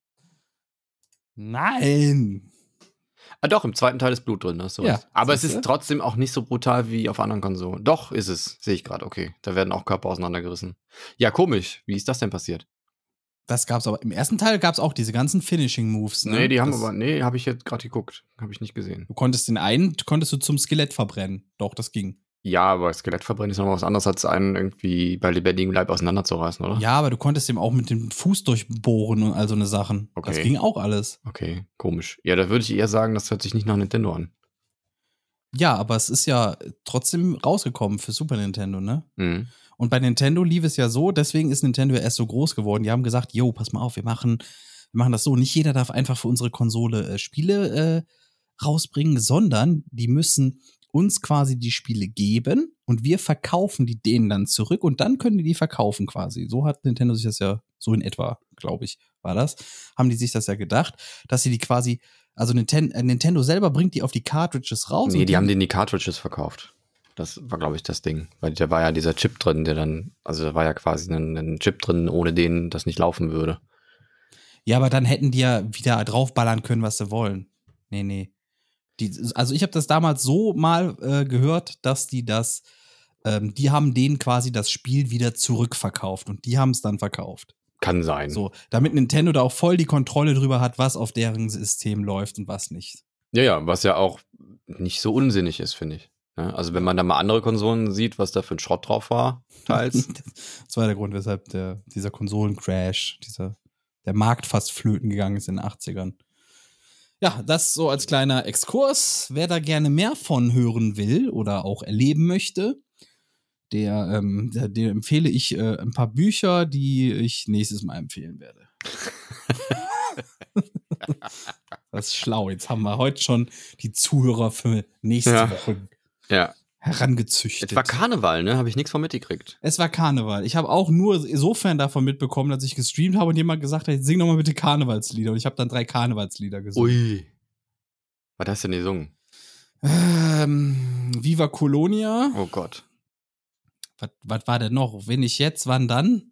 Nein. Ah doch, im zweiten Teil ist Blut drin, hast du Ja, recht. Aber es siehste? ist trotzdem auch nicht so brutal wie auf anderen Konsolen. Doch, ist es. Sehe ich gerade, okay. Da werden auch Körper auseinandergerissen. Ja, komisch. Wie ist das denn passiert? Das gab's aber. Im ersten Teil gab's auch diese ganzen Finishing-Moves, ne? Habe ich jetzt gerade geguckt. Habe ich nicht gesehen. Du konntest den einen, zum Skelett verbrennen. Doch, das ging. Ja, aber Skelettverbrennen ist noch was anderes, als einen irgendwie bei lebendigem Leib auseinanderzureißen, oder? Ja, aber du konntest ihm auch mit dem Fuß durchbohren und all so eine Sachen. Okay. Das ging auch alles. Okay, komisch. Ja, da würde ich eher sagen, das hört sich nicht nach Nintendo an. Ja, aber es ist ja trotzdem rausgekommen für Super Nintendo, ne? Mhm. Und bei Nintendo lief es ja so, deswegen ist Nintendo ja erst so groß geworden. Die haben gesagt, jo, pass mal auf, wir machen das so. Nicht jeder darf einfach für unsere Konsole Spiele rausbringen, sondern die müssen uns quasi die Spiele geben und wir verkaufen die denen dann zurück und dann können die verkaufen quasi. So hat Nintendo sich das ja, so in etwa, glaube ich, war das, haben die sich das ja gedacht, dass sie die quasi, also Nintendo selber bringt die auf die Cartridges raus. Nee, und die haben denen die Cartridges verkauft. Das war, glaube ich, das Ding. Weil da war ja dieser Chip drin, da war ja quasi ein Chip drin, ohne den das nicht laufen würde. Ja, aber dann hätten die ja wieder draufballern können, was sie wollen. Nee. Also ich habe das damals so mal gehört, dass die haben denen quasi das Spiel wieder zurückverkauft und die haben es dann verkauft. Kann sein. So, damit Nintendo da auch voll die Kontrolle drüber hat, was auf deren System läuft und was nicht. Ja, was ja auch nicht so unsinnig ist, finde ich. Ja, also wenn man da mal andere Konsolen sieht, was da für ein Schrott drauf war, teils. Das war der Grund, weshalb dieser Konsolencrash, der Markt fast flöten gegangen ist in den 80ern. Ja, das so als kleiner Exkurs. Wer da gerne mehr von hören will oder auch erleben möchte, dem empfehle ich ein paar Bücher, die ich nächstes Mal empfehlen werde. Das ist schlau. Jetzt haben wir heute schon die Zuhörer für nächste Woche herangezüchtet. Es war Karneval, ne? Habe ich nichts von mitgekriegt. Es war Karneval. Ich habe auch nur insofern davon mitbekommen, dass ich gestreamt habe und jemand gesagt hat, sing doch mal bitte Karnevalslieder. Und ich habe dann 3 Karnevalslieder gesungen. Ui. Was hast du denn gesungen? Viva Colonia. Oh Gott. Was war denn noch? Wenn nicht jetzt, wann dann?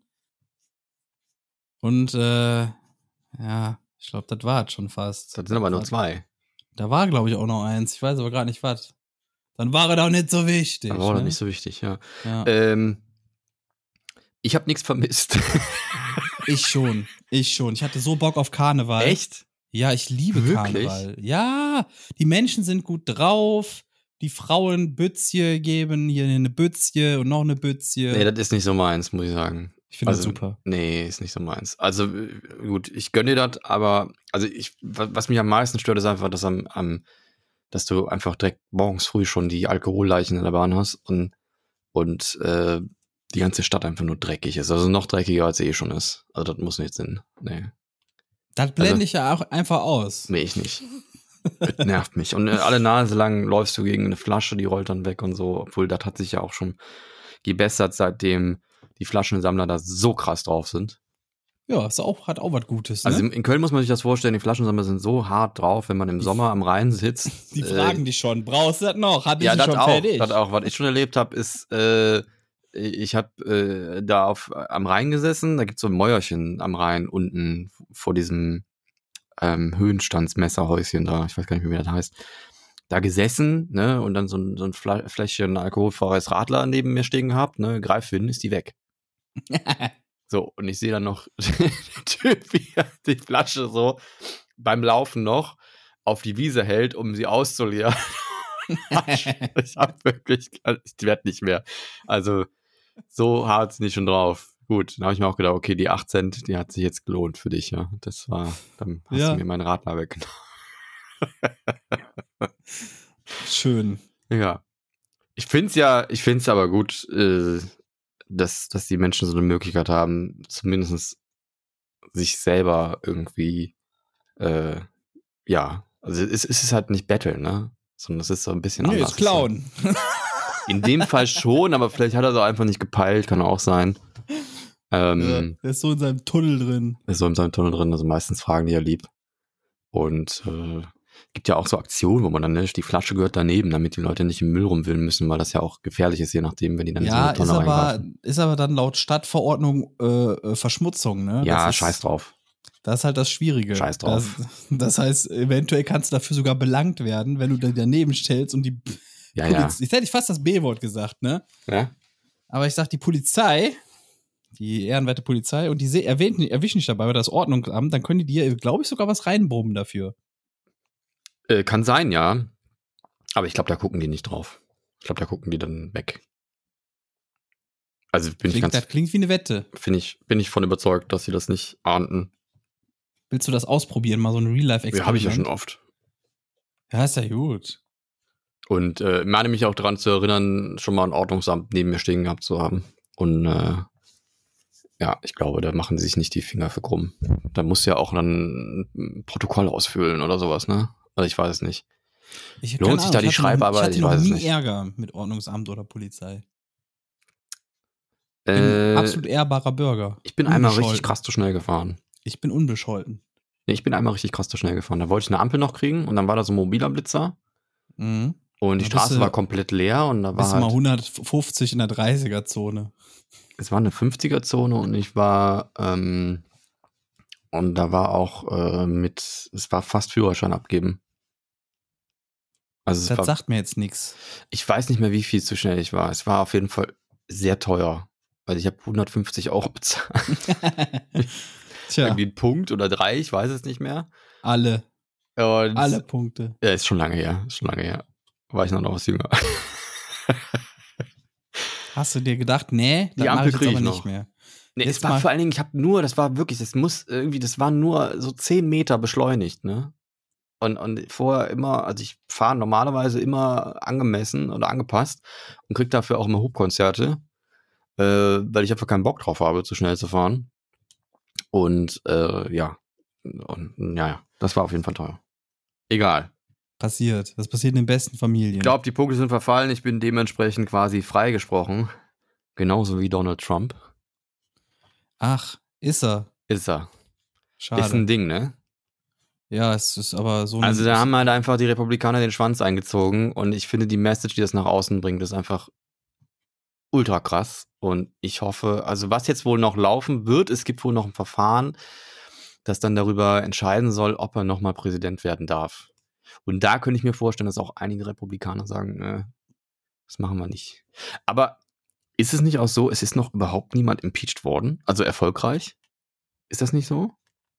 Und ja, ich glaube, das war es schon fast. Das sind aber nur 2. Da war, glaube ich, auch noch eins. Ich weiß aber gerade nicht, was. Dann war er doch nicht so wichtig. Dann war ne? nicht so wichtig, ja. Ja. Ich habe nichts vermisst. Ich schon. Ich hatte so Bock auf Karneval. Echt? Ja, ich liebe Wirklich? Karneval. Ja, die Menschen sind gut drauf. Die Frauen Bützje geben hier eine Bützje und noch eine Bützje. Nee, das ist nicht so meins, muss ich sagen. Ich finde das super. Nee, ist nicht so meins. Also gut, ich gönne dir das, aber also was mich am meisten stört, ist einfach, dass du einfach direkt morgens früh schon die Alkoholleichen in der Bahn hast und die ganze Stadt einfach nur dreckig ist. Also noch dreckiger, als schon ist. Also das muss nicht sein. Nee. Das blende ich ja auch einfach aus. Nee, ich nicht. Das nervt mich. Und alle Nase lang läufst du gegen eine Flasche, die rollt dann weg und so. Obwohl, das hat sich ja auch schon gebessert, seitdem die Flaschensammler da so krass drauf sind. Ja, hat auch was Gutes. Ne? Also in Köln muss man sich das vorstellen, die Flaschensammler sind so hart drauf, wenn man im Sommer am Rhein sitzt. Die fragen dich schon, brauchst du das noch? Hat die ja, schon fertig? Das auch. Was ich schon erlebt habe, ist, ich habe da am Rhein gesessen, da gibt es so ein Mäuerchen am Rhein unten vor diesem Höhenstandsmesserhäuschen da, ich weiß gar nicht mehr, wie das heißt, da gesessen, ne, und dann so ein Fläschchen alkoholfreies Radler neben mir stehen gehabt, ne, greif hin, ist die weg. So, und ich sehe dann noch den Typ, wie er die Flasche so beim Laufen noch auf die Wiese hält, um sie auszuleeren. Ich hab wirklich, ich werde nicht mehr. Also, so hart's nicht schon drauf. Gut, dann habe ich mir auch gedacht, okay, die 8 Cent, die hat sich jetzt gelohnt für dich, ja. Dann hast du mir meinen Radler weggenommen. Schön. Ja. Ich find's aber gut, dass die Menschen so eine Möglichkeit haben, zumindest sich selber irgendwie, ja, also es ist halt nicht Betteln, ne? Sondern es ist so ein bisschen anders. Nee, ist Klauen. In dem Fall schon, aber vielleicht hat er so einfach nicht gepeilt, kann auch sein. Der ist so in seinem Tunnel drin. Also meistens fragen die ja lieb. Und gibt ja auch so Aktionen, wo man dann, die Flasche gehört daneben, damit die Leute nicht im Müll rumwühlen müssen, weil das ja auch gefährlich ist, je nachdem, wenn die dann in so eine Tonne reinwerfen. Ist aber dann laut Stadtverordnung Verschmutzung, ne? Ja, scheiß drauf. Das ist halt das Schwierige. Scheiß drauf. Das heißt, eventuell kannst du dafür sogar belangt werden, wenn du da daneben stellst und die Polizei, jetzt hätte ich fast das B-Wort gesagt, ne? Ja. Aber ich sag, die Polizei, die ehrenwerte Polizei, und die erwischen dich dabei, weil das Ordnungsamt, dann können die dir, glaube ich, sogar was reinbrummen dafür. Kann sein, ja. Aber ich glaube, da gucken die nicht drauf. Ich glaube, da gucken die dann weg. Also Das klingt wie eine Wette. Bin ich von überzeugt, dass sie das nicht ahnten. Willst du das ausprobieren, mal so ein Real-Life-Experiment? Ja, habe ich ja schon oft. Ja, ist ja gut. Und meine mich auch daran zu erinnern, schon mal ein Ordnungsamt neben mir stehen gehabt zu haben. Und ja, ich glaube, da machen sie sich nicht die Finger für krumm. Da musst du ja auch dann ein Protokoll ausfüllen oder sowas, ne? Also ich weiß es nicht. Lohnt sich da die Schreibarbeit? Ich hatte noch nie Ärger mit Ordnungsamt oder Polizei. Ich bin ein absolut ehrbarer Bürger. Ich bin einmal richtig krass zu schnell gefahren. Ich bin unbescholten. Nee, ich bin einmal richtig krass zu schnell gefahren. Da wollte ich eine Ampel noch kriegen und dann war da so ein mobiler Blitzer. Mhm. Und die Straße war komplett leer und da war bist halt mal 150 in der 30er-Zone. Es war eine 50er-Zone und ich war und da war auch es war fast Führerschein abgeben. Also das sagt mir jetzt nichts. Ich weiß nicht mehr, wie viel zu schnell ich war. Es war auf jeden Fall sehr teuer. Also ich habe 150 € bezahlt. Tja, Irgendwie ein Punkt oder 3, ich weiß es nicht mehr. alle Und Punkte. ja, ist schon lange her. War ich noch was jünger. Hast du dir gedacht, nee, Die das mache Ampel ich jetzt krieg aber ich nicht noch. mehr. Nee, Jetzt es war mal- vor allen Dingen, das waren nur so 10 Meter beschleunigt, ne? Und vorher immer, also ich fahre normalerweise immer angemessen oder angepasst und krieg dafür auch immer Hubkonzerte, weil ich einfach keinen Bock drauf habe, zu schnell zu fahren. Und ja, das war auf jeden Fall teuer. Egal. Passiert. Das passiert in den besten Familien. Ich glaube, die Punkte sind verfallen. Ich bin dementsprechend quasi freigesprochen. Genauso wie Donald Trump. Ach, ist er. Ist er. Schade. Ist ein Ding, ne? Ja, es ist aber so Also da haben halt einfach die Republikaner den Schwanz eingezogen und ich finde die Message, die das nach außen bringt, ist einfach ultra krass und ich hoffe, also was jetzt wohl noch laufen wird, es gibt wohl noch ein Verfahren, das dann darüber entscheiden soll, ob er nochmal Präsident werden darf. Und da könnte ich mir vorstellen, dass auch einige Republikaner sagen, das machen wir nicht. Aber ist es nicht auch so, es ist noch überhaupt niemand impeached worden? Also erfolgreich? Ist das nicht so?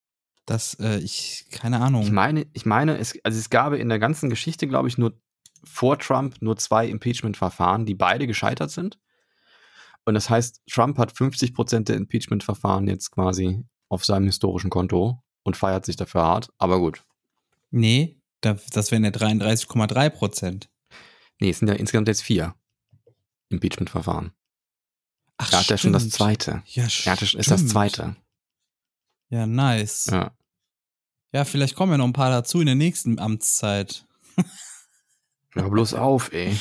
Keine Ahnung. Ich meine, es gab in der ganzen Geschichte, glaube ich, nur vor Trump nur 2 Impeachment-Verfahren, die beide gescheitert sind. Und das heißt, Trump hat 50% der Impeachment-Verfahren jetzt quasi auf seinem historischen Konto und feiert sich dafür hart. Aber gut. Nee, das wären ja 33,3%. Nee, es sind ja insgesamt jetzt 4 Impeachment-Verfahren. Ach, Da hat er schon das stimmt. zweite. Ja, Ist das zweite. Ja, nice. Ja. Ja, vielleicht kommen ja noch ein paar dazu in der nächsten Amtszeit. Hör bloß auf, ey.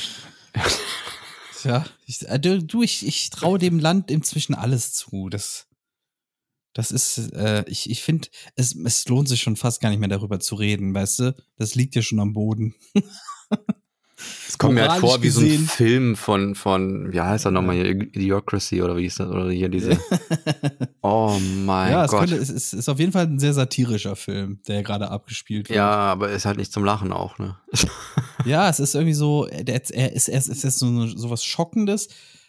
Tja, ich traue dem Land inzwischen alles zu. Das ist, ich finde, es lohnt sich schon fast gar nicht mehr darüber zu reden, weißt du? Das liegt ja schon am Boden. Es kommt mir halt vor wie so ein gesehen. Film von, wie heißt er nochmal hier, Idiocracy oder wie hieß das? Oder hier diese. Oh mein Ja, Gott. es ist auf jeden Fall ein sehr satirischer Film, der gerade abgespielt wird. Ja, aber ist halt nicht zum Lachen auch, ne? Ja, es ist irgendwie so, es ist so was Schockendes.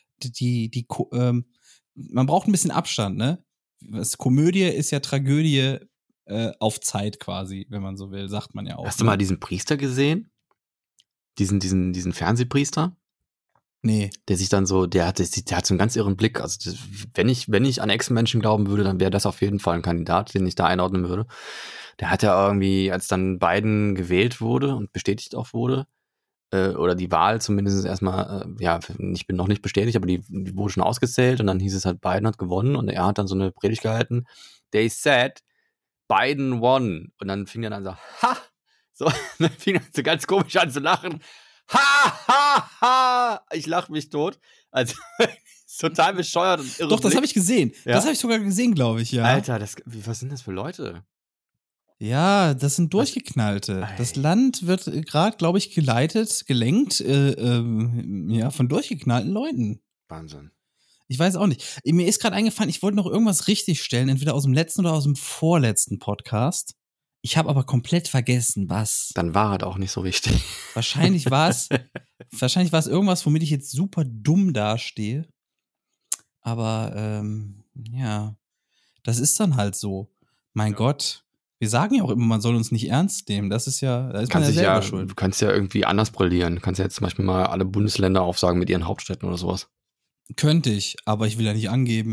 Man braucht ein bisschen Abstand, ne? Komödie ist ja Tragödie auf Zeit quasi, wenn man so will, sagt man ja auch. Hast du mal diesen Priester gesehen? Diesen Fernsehpriester? Nee. Der sich dann so, der hat so einen ganz irren Blick. Also, wenn ich an Echsenmenschen glauben würde, dann wäre das auf jeden Fall ein Kandidat, den ich da einordnen würde. Der hat ja irgendwie, als dann Biden gewählt wurde und bestätigt auch wurde, oder die Wahl zumindest erstmal, ich bin noch nicht bestätigt, aber die wurde schon ausgezählt und dann hieß es halt, Biden hat gewonnen und er hat dann so eine Predigt gehalten. They said, Biden won. Und dann fing er dann so, ha! So, dann fing er so ganz komisch an zu lachen. Ha, ha, ha! Ich lach mich tot. Also, total bescheuert und irre. Doch, das habe ich gesehen. Ja? Das habe ich sogar gesehen, glaube ich, ja. Alter, was sind das für Leute? Ja, das sind Durchgeknallte. Das Land wird gerade, glaube ich, gelenkt, von durchgeknallten Leuten. Wahnsinn. Ich weiß auch nicht. Mir ist gerade eingefallen, ich wollte noch irgendwas richtig stellen, entweder aus dem letzten oder aus dem vorletzten Podcast. Ich habe aber komplett vergessen, was. Dann war es auch nicht so richtig. Wahrscheinlich war es irgendwas, womit ich jetzt super dumm dastehe. Aber ja, das ist dann halt so. Mein Gott. Wir sagen ja auch immer, man soll uns nicht ernst nehmen. Da ist man ja selber schuld. Du kannst ja irgendwie anders brillieren. Du kannst ja jetzt zum Beispiel mal alle Bundesländer aufsagen mit ihren Hauptstädten oder sowas. Könnte ich, aber ich will ja nicht angeben.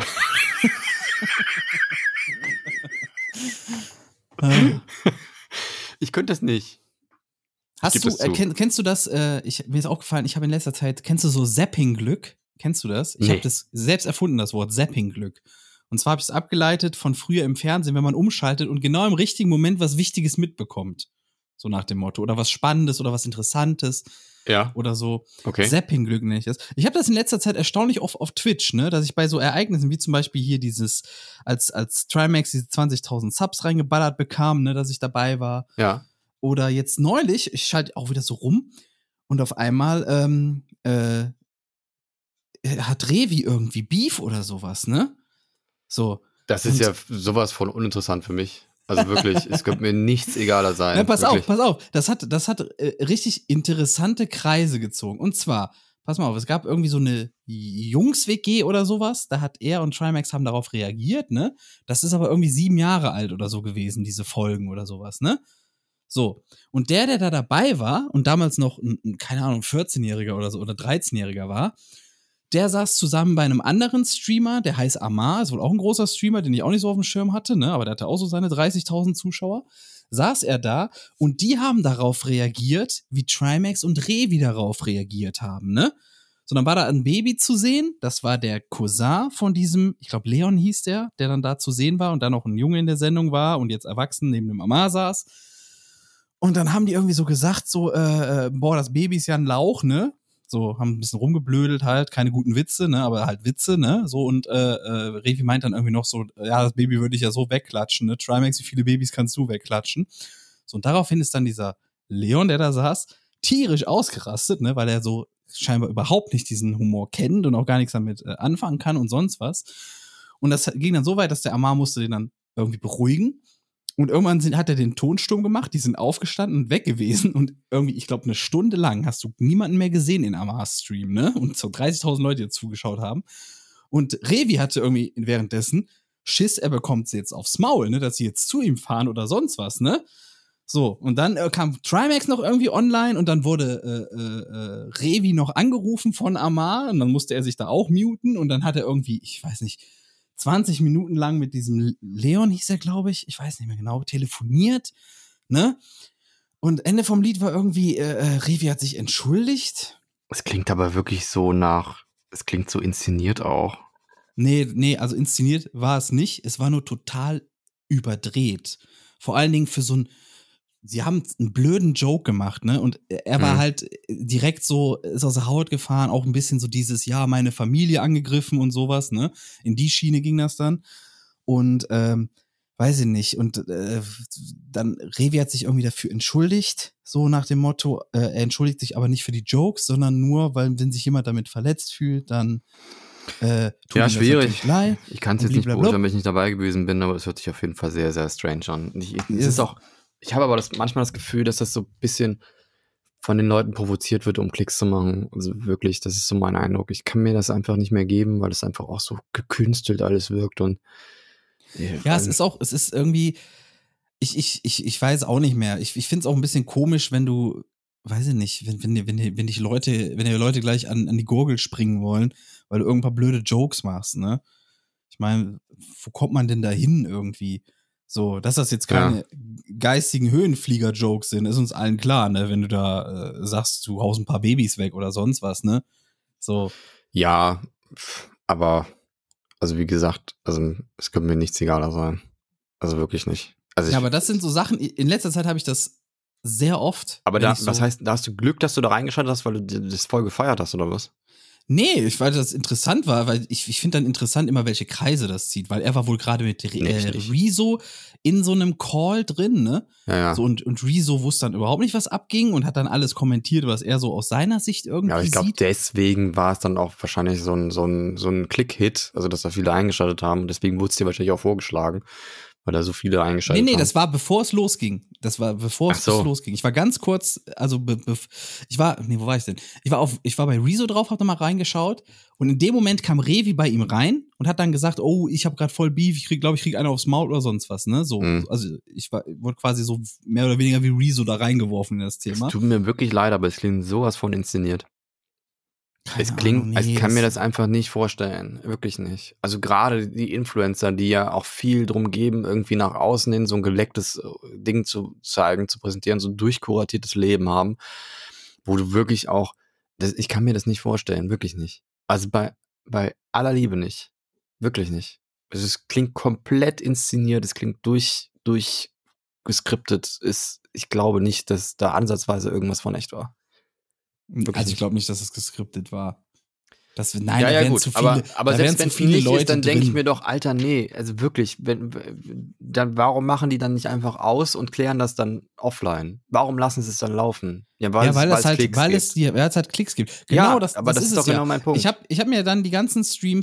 Ich könnte es nicht. Kennst du das? Mir ist aufgefallen, ich habe in letzter Zeit, kennst du so Zapping-Glück? Kennst du das? Ich habe das selbst erfunden, das Wort Zapping-Glück. Und zwar habe ich es abgeleitet von früher im Fernsehen, wenn man umschaltet und genau im richtigen Moment was Wichtiges mitbekommt. So nach dem Motto. Oder was Spannendes oder was Interessantes. Ja. Oder so. Okay. Zapping-Glück nenne ich das. Ich habe das in letzter Zeit erstaunlich oft auf Twitch, ne, dass ich bei so Ereignissen wie zum Beispiel hier dieses, als Trimax diese 20.000 Subs reingeballert bekam, ne, dass ich dabei war. Ja. Oder jetzt neulich, ich schalte auch wieder so rum und auf einmal hat Revi irgendwie Beef oder sowas, ne? So. Das ist ja sowas von uninteressant für mich. Also wirklich, es könnte mir nichts egaler sein. Ja, pass auf. Das hat richtig interessante Kreise gezogen. Und zwar, pass mal auf, es gab irgendwie so eine Jungs-WG oder sowas, da hat er und Trimax haben darauf reagiert, ne? Das ist aber irgendwie 7 Jahre alt oder so gewesen, diese Folgen oder sowas, ne? So. Und der da dabei war und damals noch, keine Ahnung, 14-Jähriger oder so oder 13-Jähriger war, der saß zusammen bei einem anderen Streamer, der heißt Amar, ist wohl auch ein großer Streamer, den ich auch nicht so auf dem Schirm hatte, ne? Aber der hatte auch so seine 30.000 Zuschauer. Saß er da und die haben darauf reagiert, wie Trimax und Revi darauf reagiert haben, ne? So, dann war da ein Baby zu sehen, das war der Cousin von diesem, ich glaube Leon hieß der dann da zu sehen war und dann noch ein Junge in der Sendung war und jetzt erwachsen neben dem Amar saß. Und dann haben die irgendwie so gesagt, so, boah, das Baby ist ja ein Lauch, ne? So, haben ein bisschen rumgeblödelt halt, keine guten Witze, ne, aber halt Witze, ne, so und Revi meint dann irgendwie noch so, ja, das Baby würde ich ja so wegklatschen, ne, Trimax, wie viele Babys kannst du wegklatschen? So, und daraufhin ist dann dieser Leon, der da saß, tierisch ausgerastet, ne, weil er so scheinbar überhaupt nicht diesen Humor kennt und auch gar nichts damit anfangen kann und sonst was. Und das ging dann so weit, dass der Amar musste den dann irgendwie beruhigen. Und irgendwann hat er den Ton stumm gemacht, die sind aufgestanden und weg gewesen und irgendwie, ich glaube, eine Stunde lang hast du niemanden mehr gesehen in Amars Stream, ne? Und so 30.000 Leute, die jetzt zugeschaut haben. Und Revi hatte irgendwie währenddessen Schiss, er bekommt sie jetzt aufs Maul, ne? Dass sie jetzt zu ihm fahren oder sonst was, ne? So, und dann kam Trimax noch irgendwie online und dann wurde Revi noch angerufen von Amar und dann musste er sich da auch muten und dann hat er irgendwie, ich weiß nicht, 20 Minuten lang mit diesem Leon, hieß er, glaube ich weiß nicht mehr genau, telefoniert, ne? Und Ende vom Lied war irgendwie, Revi hat sich entschuldigt. Es klingt aber wirklich so es klingt so inszeniert auch. Nee, also inszeniert war es nicht, es war nur total überdreht. Vor allen Dingen für so sie haben einen blöden Joke gemacht, ne? Und er war halt direkt so, ist aus der Haut gefahren, auch ein bisschen so dieses, ja, meine Familie angegriffen und sowas, ne? In die Schiene ging das dann. Und, weiß ich nicht. Und dann, Revi hat sich irgendwie dafür entschuldigt, so nach dem Motto, er entschuldigt sich aber nicht für die Jokes, sondern nur, weil, wenn sich jemand damit verletzt fühlt, dann tut ja, ihm schwierig. Das leid. Ich kann es jetzt nicht beurteilen, wenn ich nicht dabei gewesen bin, aber es hört sich auf jeden Fall sehr, sehr strange an. Ich habe aber manchmal das Gefühl, dass das so ein bisschen von den Leuten provoziert wird, um Klicks zu machen. Also wirklich, das ist so mein Eindruck. Ich kann mir das einfach nicht mehr geben, weil es einfach auch so gekünstelt alles wirkt und ja, es ist irgendwie, ich weiß auch nicht mehr. Ich finde es auch ein bisschen komisch, wenn du, weiß ich nicht, wenn dich Leute gleich an die Gurgel springen wollen, weil du irgend paar blöde Jokes machst, ne? Ich meine, wo kommt man denn da hin irgendwie? So, dass das jetzt keine geistigen Höhenflieger-Jokes sind, ist uns allen klar, ne? Wenn du da sagst, du haust ein paar Babys weg oder sonst was, ne? So. Ja, aber, also wie gesagt, also es könnte mir nichts egaler sein. Also wirklich nicht. Also ja, aber das sind so Sachen, in letzter Zeit habe ich das sehr oft. Aber was heißt, da hast du Glück, dass du da reingeschaltet hast, weil du das voll gefeiert hast, oder was? Nee, weil das interessant war, weil ich finde dann interessant immer, welche Kreise das zieht, weil er war wohl gerade mit Rezo in so einem Call drin, ne? Ja. So, und Rezo wusste dann überhaupt nicht, was abging und hat dann alles kommentiert, was er so aus seiner Sicht irgendwie sieht. Ja, ich glaube, deswegen war es dann auch wahrscheinlich so ein Klick-Hit, also dass da viele eingeschaltet haben und deswegen wurde es dir wahrscheinlich auch vorgeschlagen, weil da so viele eingeschaltet haben. Nee, das war bevor es losging. Das war bevor es losging. Ich war ganz kurz, also wo war ich denn? Ich war bei Rezo drauf, hab da mal reingeschaut und in dem Moment kam Revi bei ihm rein und hat dann gesagt, oh, ich habe gerade voll Beef, ich krieg einer aufs Maul oder sonst was, ne? So, also ich wurde quasi so mehr oder weniger wie Rezo da reingeworfen in das Thema. Es tut mir wirklich leid, aber es klingt sowas von inszeniert. Ich kann mir das einfach nicht vorstellen. Wirklich nicht. Also gerade die Influencer, die ja auch viel drum geben, irgendwie nach außen hin so ein gelecktes Ding zu zeigen, zu präsentieren, so ein durchkuratiertes Leben haben, wo du wirklich auch, ich kann mir das nicht vorstellen, wirklich nicht. Also bei aller Liebe nicht. Wirklich nicht. Also es klingt komplett inszeniert, es klingt durchgeskriptet. Ich glaube nicht, dass da ansatzweise irgendwas von echt war. Wirklich also ich glaube nicht, dass es geskriptet war. Da wären zu viele, aber selbst wenn es nicht Leute ist, dann denke ich mir doch, Alter, nee, also wirklich, dann warum machen die dann nicht einfach aus und klären das dann offline? Warum lassen sie es dann laufen? Ja, weil es halt Klicks gibt. Genau, das ist doch genau mein Punkt. Ich hab mir dann die ganzen Streams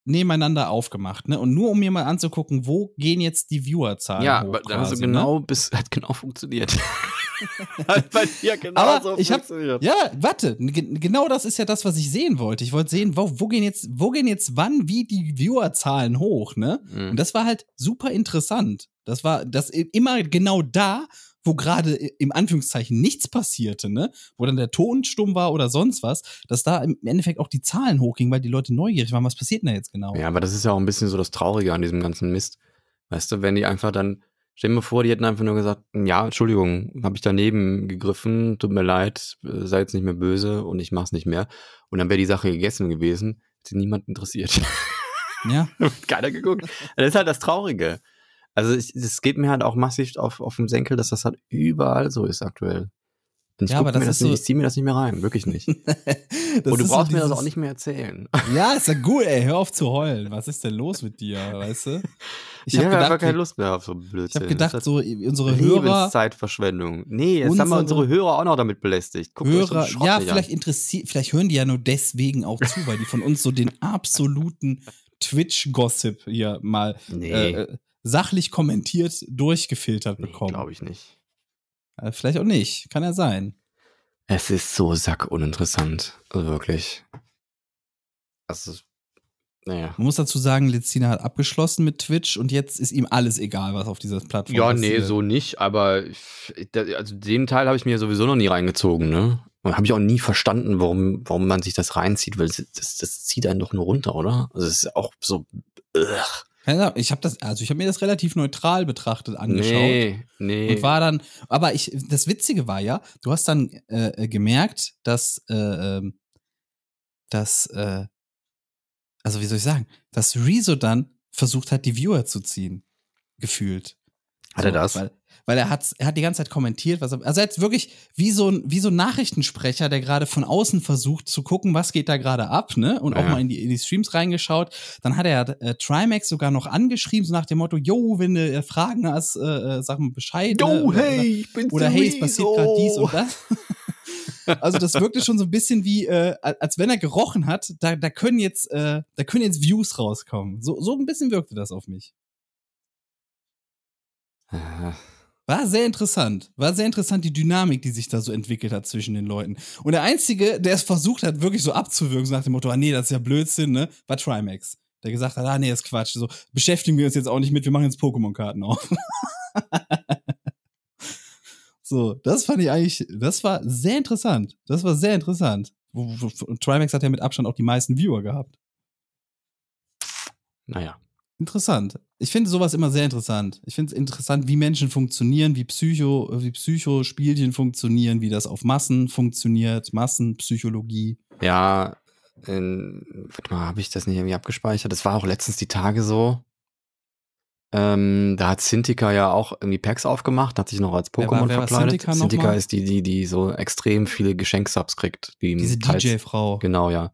nebeneinander aufgemacht, ne? Und nur um mir mal anzugucken, wo gehen jetzt die Viewerzahlen Ja, hoch aber quasi, hat genau funktioniert. Hat bei dir genau Aber so ich hab, funktioniert. ja, warte, genau das ist ja das, was ich sehen wollte. Ich wollte sehen, wo gehen jetzt wann wie die Viewerzahlen hoch, ne? Und das war halt super interessant. Das war das immer genau da, wo gerade im Anführungszeichen nichts passierte, ne? Wo dann der Ton stumm war oder sonst was, dass da im Endeffekt auch die Zahlen hochgingen, weil die Leute neugierig waren. Was passiert denn da jetzt genau? Ja, aber das ist ja auch ein bisschen so das Traurige an diesem ganzen Mist. Weißt du, wenn die einfach dann, stell dir mal vor, die hätten einfach nur gesagt, ja, Entschuldigung, habe ich daneben gegriffen, tut mir leid, sei jetzt nicht mehr böse und ich mach's nicht mehr. Und dann wäre die Sache gegessen gewesen, hätte niemand interessiert. Ja. Keiner geguckt. Das ist halt das Traurige. Also es geht mir halt auch massiv auf den Senkel, dass das halt überall so ist aktuell. Und Ja, aber das ist so. Ich zieh mir das nicht mehr rein, wirklich nicht. Und du brauchst mir das auch nicht mehr erzählen. Ja, ist ja gut, ey, hör auf zu heulen. Was ist denn los mit dir, weißt du? Ich habe einfach keine Lust mehr auf so Blödsinn. Ich habe gedacht, so unsere Hörer. Lebenszeitverschwendung. Nee, jetzt haben wir unsere Hörer auch noch damit belästigt. Guckt euch so einen Schrott nicht an. Vielleicht hören die ja nur deswegen auch zu, weil die von uns so den absoluten Twitch-Gossip hier mal sachlich kommentiert durchgefiltert bekommen. Glaube ich nicht. Vielleicht auch nicht, kann ja sein. Es ist so sackuninteressant, also wirklich. Also, naja. Man muss dazu sagen, Lezina hat abgeschlossen mit Twitch und jetzt ist ihm alles egal, was auf dieser Plattform passiert. Ja, nee, so nicht, aber also den Teil habe ich mir sowieso noch nie reingezogen, ne? Und habe ich auch nie verstanden, warum man sich das reinzieht, weil das zieht einen doch nur runter, oder? Also es ist auch so. Ja, ich habe mir das relativ neutral betrachtet angeschaut. Nee. Und war dann, aber das Witzige war ja, du hast dann gemerkt, dass also wie soll ich sagen, dass Rezo dann versucht hat, die Viewer zu ziehen. Gefühlt. Hat er das? Weil er hat die ganze Zeit kommentiert, also er hat wirklich wie so ein Nachrichtensprecher, der gerade von außen versucht zu gucken, was geht da gerade ab, ne? Und auch mal in die Streams reingeschaut. Dann hat er Trimax sogar noch angeschrieben, so nach dem Motto, yo, wenn du Fragen hast, sag mal Bescheid. Yo, ne? hey, ich bin's Oder der hey, es passiert gerade dies und das. Also das wirkte schon so ein bisschen wie, als wenn er gerochen hat, da können jetzt Views rauskommen. So ein bisschen wirkte das auf mich. War sehr interessant, die Dynamik, die sich da so entwickelt hat zwischen den Leuten. Und der Einzige, der es versucht hat, wirklich so abzuwürgen, so nach dem Motto, nee, das ist ja Blödsinn, ne, war Trimax. Der gesagt hat, nee, das ist Quatsch, so beschäftigen wir uns jetzt auch nicht mit, wir machen jetzt Pokémon-Karten auf. So, das war sehr interessant. Trimax hat ja mit Abstand auch die meisten Viewer gehabt. Naja. Interessant. Ich finde sowas immer sehr interessant. Ich finde es interessant, wie Menschen funktionieren, wie Psychospielchen funktionieren, wie das auf Massen funktioniert, Massenpsychologie. Ja, warte mal, habe ich das nicht irgendwie abgespeichert? Das war auch letztens die Tage so. Da hat Cintiqa ja auch irgendwie Packs aufgemacht, hat sich noch als Pokémon verkleidet. Cintiqa ist die so extrem viele Geschenksubs kriegt. Diese DJ-Frau. Genau, ja.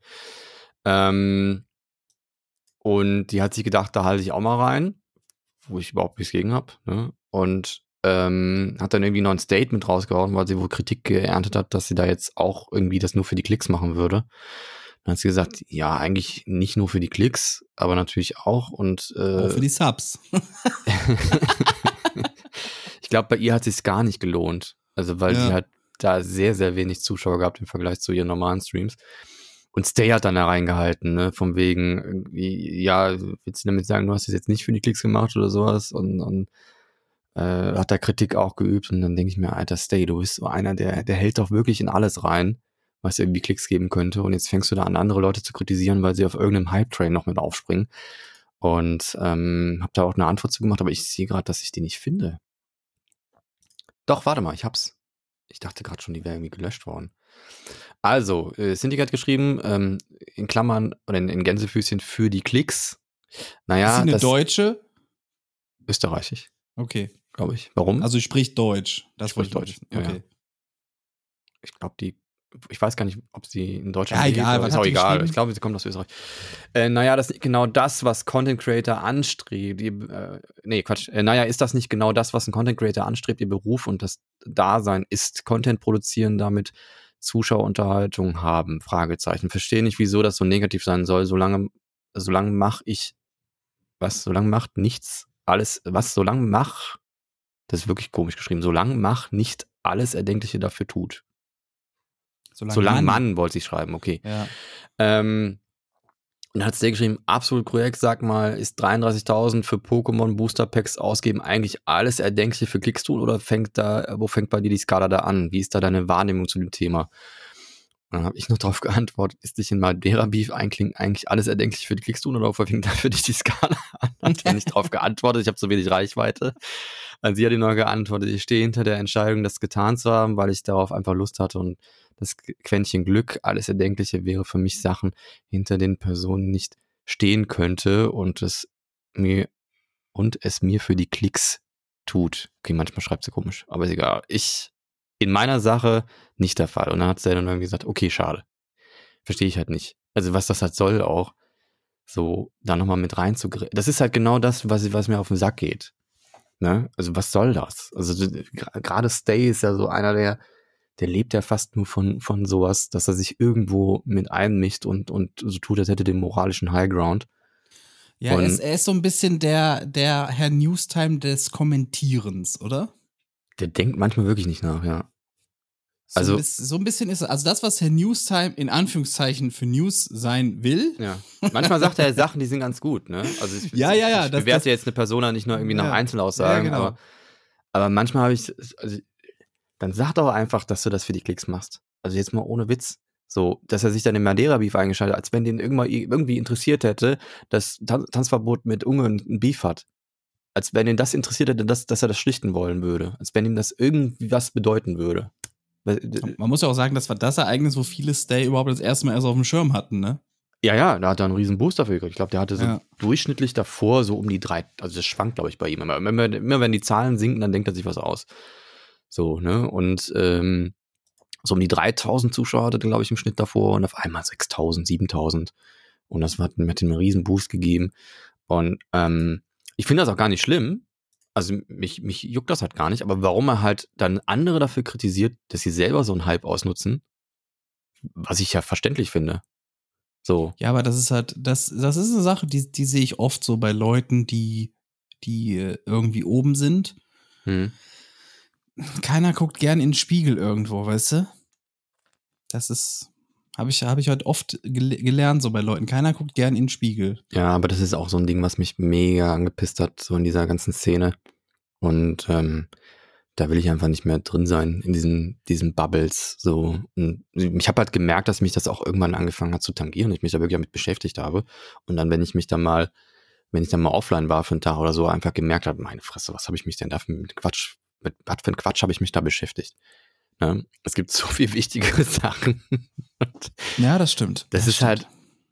Und die hat sich gedacht, da halte ich auch mal rein, wo ich überhaupt nichts gegen habe. Ne? Und hat dann irgendwie noch ein Statement rausgehauen, weil sie wohl Kritik geerntet hat, dass sie da jetzt auch irgendwie das nur für die Klicks machen würde. Dann hat sie gesagt, ja, eigentlich nicht nur für die Klicks, aber natürlich auch. Und auch für die Subs. Ich glaube, bei ihr hat es sich gar nicht gelohnt. Also, weil sie halt da sehr, sehr wenig Zuschauer gehabt im Vergleich zu ihren normalen Streams. Und Stay hat dann da reingehalten, ne, von wegen, irgendwie, ja, willst du damit sagen, du hast es jetzt nicht für die Klicks gemacht oder sowas und hat da Kritik auch geübt und dann denke ich mir, Alter, Stay, du bist so einer, der hält doch wirklich in alles rein, was irgendwie Klicks geben könnte und jetzt fängst du da an, andere Leute zu kritisieren, weil sie auf irgendeinem Hype-Train noch mit aufspringen und hab da auch eine Antwort zu gemacht, aber ich sehe gerade, dass ich die nicht finde. Doch, warte mal, ich hab's. Ich dachte gerade schon, die wäre irgendwie gelöscht worden. Also, Cintiqa hat geschrieben, in Klammern oder in Gänsefüßchen für die Klicks. Naja, ist sie eine Deutsche? Österreichisch. Okay. Glaube ich. Warum? Also, spricht Deutsch. Das spricht Deutsch. Okay. Ja. Ich glaube, ich weiß gar nicht, ob sie in Deutschland lebt. Ja, egal. Ist auch egal. Ich glaube, sie kommt aus Österreich. Naja, das ist nicht genau das, was Content Creator anstrebt. Naja, ist das nicht genau das, was ein Content Creator anstrebt? Ihr Beruf und das Dasein ist Content produzieren, damit Zuschauerunterhaltung haben? Fragezeichen. Verstehe nicht, wieso das so negativ sein soll, solange solange macht nichts, alles, das ist wirklich komisch geschrieben, solange Mach nicht alles Erdenkliche dafür tut. Solange man wollte ich schreiben, okay. Ja. Und dann hat es der geschrieben, absolut korrekt, sag mal, ist 33.000 für Pokémon Booster Packs ausgeben eigentlich alles Erdenkliche für Klicks tun oder wo fängt bei dir die Skala da an? Wie ist da deine Wahrnehmung zu dem Thema? Und dann habe ich noch darauf geantwortet, ist dich in Madeira Beef eigentlich alles Erdenkliche für die Klicks tun oder wo fängt da für dich die Skala an? Hat er nicht darauf geantwortet, ich habe so wenig Reichweite. Also sie hat ihm noch geantwortet, ich stehe hinter der Entscheidung, das getan zu haben, weil ich darauf einfach Lust hatte und das Quäntchen Glück, alles Erdenkliche wäre für mich Sachen, hinter den Personen nicht stehen könnte und es mir für die Klicks tut. Okay, manchmal schreibt sie komisch, aber ist egal. In meiner Sache nicht der Fall. Und dann hat sie dann irgendwie gesagt, okay, schade. Verstehe ich halt nicht. Also was das halt soll auch, so da nochmal mit reinzugreifen. Das ist halt genau das, was mir auf den Sack geht. Ne? Also was soll das? Also gerade Stay ist ja so einer, der lebt ja fast nur von sowas, dass er sich irgendwo mit einmischt und so tut, als hätte den moralischen Highground. Ja, er ist so ein bisschen der Herr Newstime des Kommentierens, oder? Der denkt manchmal wirklich nicht nach, ja. So ein bisschen ist es, also das, was Herr Newstime in Anführungszeichen für News sein will. Ja. Manchmal sagt er Sachen, die sind ganz gut, ne? Also ich bewerte jetzt eine Persona nicht nur irgendwie nach Einzelaussagen, ja, genau. aber manchmal habe ich, also dann sag doch einfach, dass du das für die Klicks machst. Also jetzt mal ohne Witz. So, dass er sich dann im Madeira-Beef eingeschaltet hat, als wenn den irgendwie interessiert hätte, dass Tanzverbot mit Ungarn ein Beef hat. Als wenn ihn das interessiert hätte, dass er das schlichten wollen würde. Als wenn ihm das irgendwie was bedeuten würde. Man muss ja auch sagen, das war das Ereignis, wo viele Stay überhaupt das erste Mal erst auf dem Schirm hatten, ne? Ja, da hat er einen riesen Boost dafür gekriegt. Ich glaube, der hatte so durchschnittlich davor so um die 3, also das schwankt, glaube ich, bei ihm. Aber immer wenn die Zahlen sinken, dann denkt er sich was aus. So, ne? Und so um die 3.000 Zuschauer hatte der, glaube ich, im Schnitt davor und auf einmal 6.000, 7.000. Und das hat ihm einen riesen Boost gegeben. Und ich finde das auch gar nicht schlimm. Also mich juckt das halt gar nicht. Aber warum er halt dann andere dafür kritisiert, dass sie selber so einen Hype ausnutzen, was ich ja verständlich finde. So. Ja, aber das ist halt, das ist eine Sache, die sehe ich oft so bei Leuten, die irgendwie oben sind. Keiner guckt gern in den Spiegel irgendwo, weißt du? Das ist, habe ich halt oft gelernt, so bei Leuten. Keiner guckt gern in den Spiegel. Ja, aber das ist auch so ein Ding, was mich mega angepisst hat, so in dieser ganzen Szene. Und da will ich einfach nicht mehr drin sein, in diesen Bubbles. So. Und ich habe halt gemerkt, dass mich das auch irgendwann angefangen hat zu tangieren. Ich mich da wirklich damit beschäftigt habe. Und dann, wenn ich dann mal offline war für einen Tag oder so, einfach gemerkt habe, meine Fresse, was habe ich mich denn da mit was für ein Quatsch habe ich mich da beschäftigt? Ne? Es gibt so viel wichtigere Sachen. Ja, das stimmt. Das ist halt,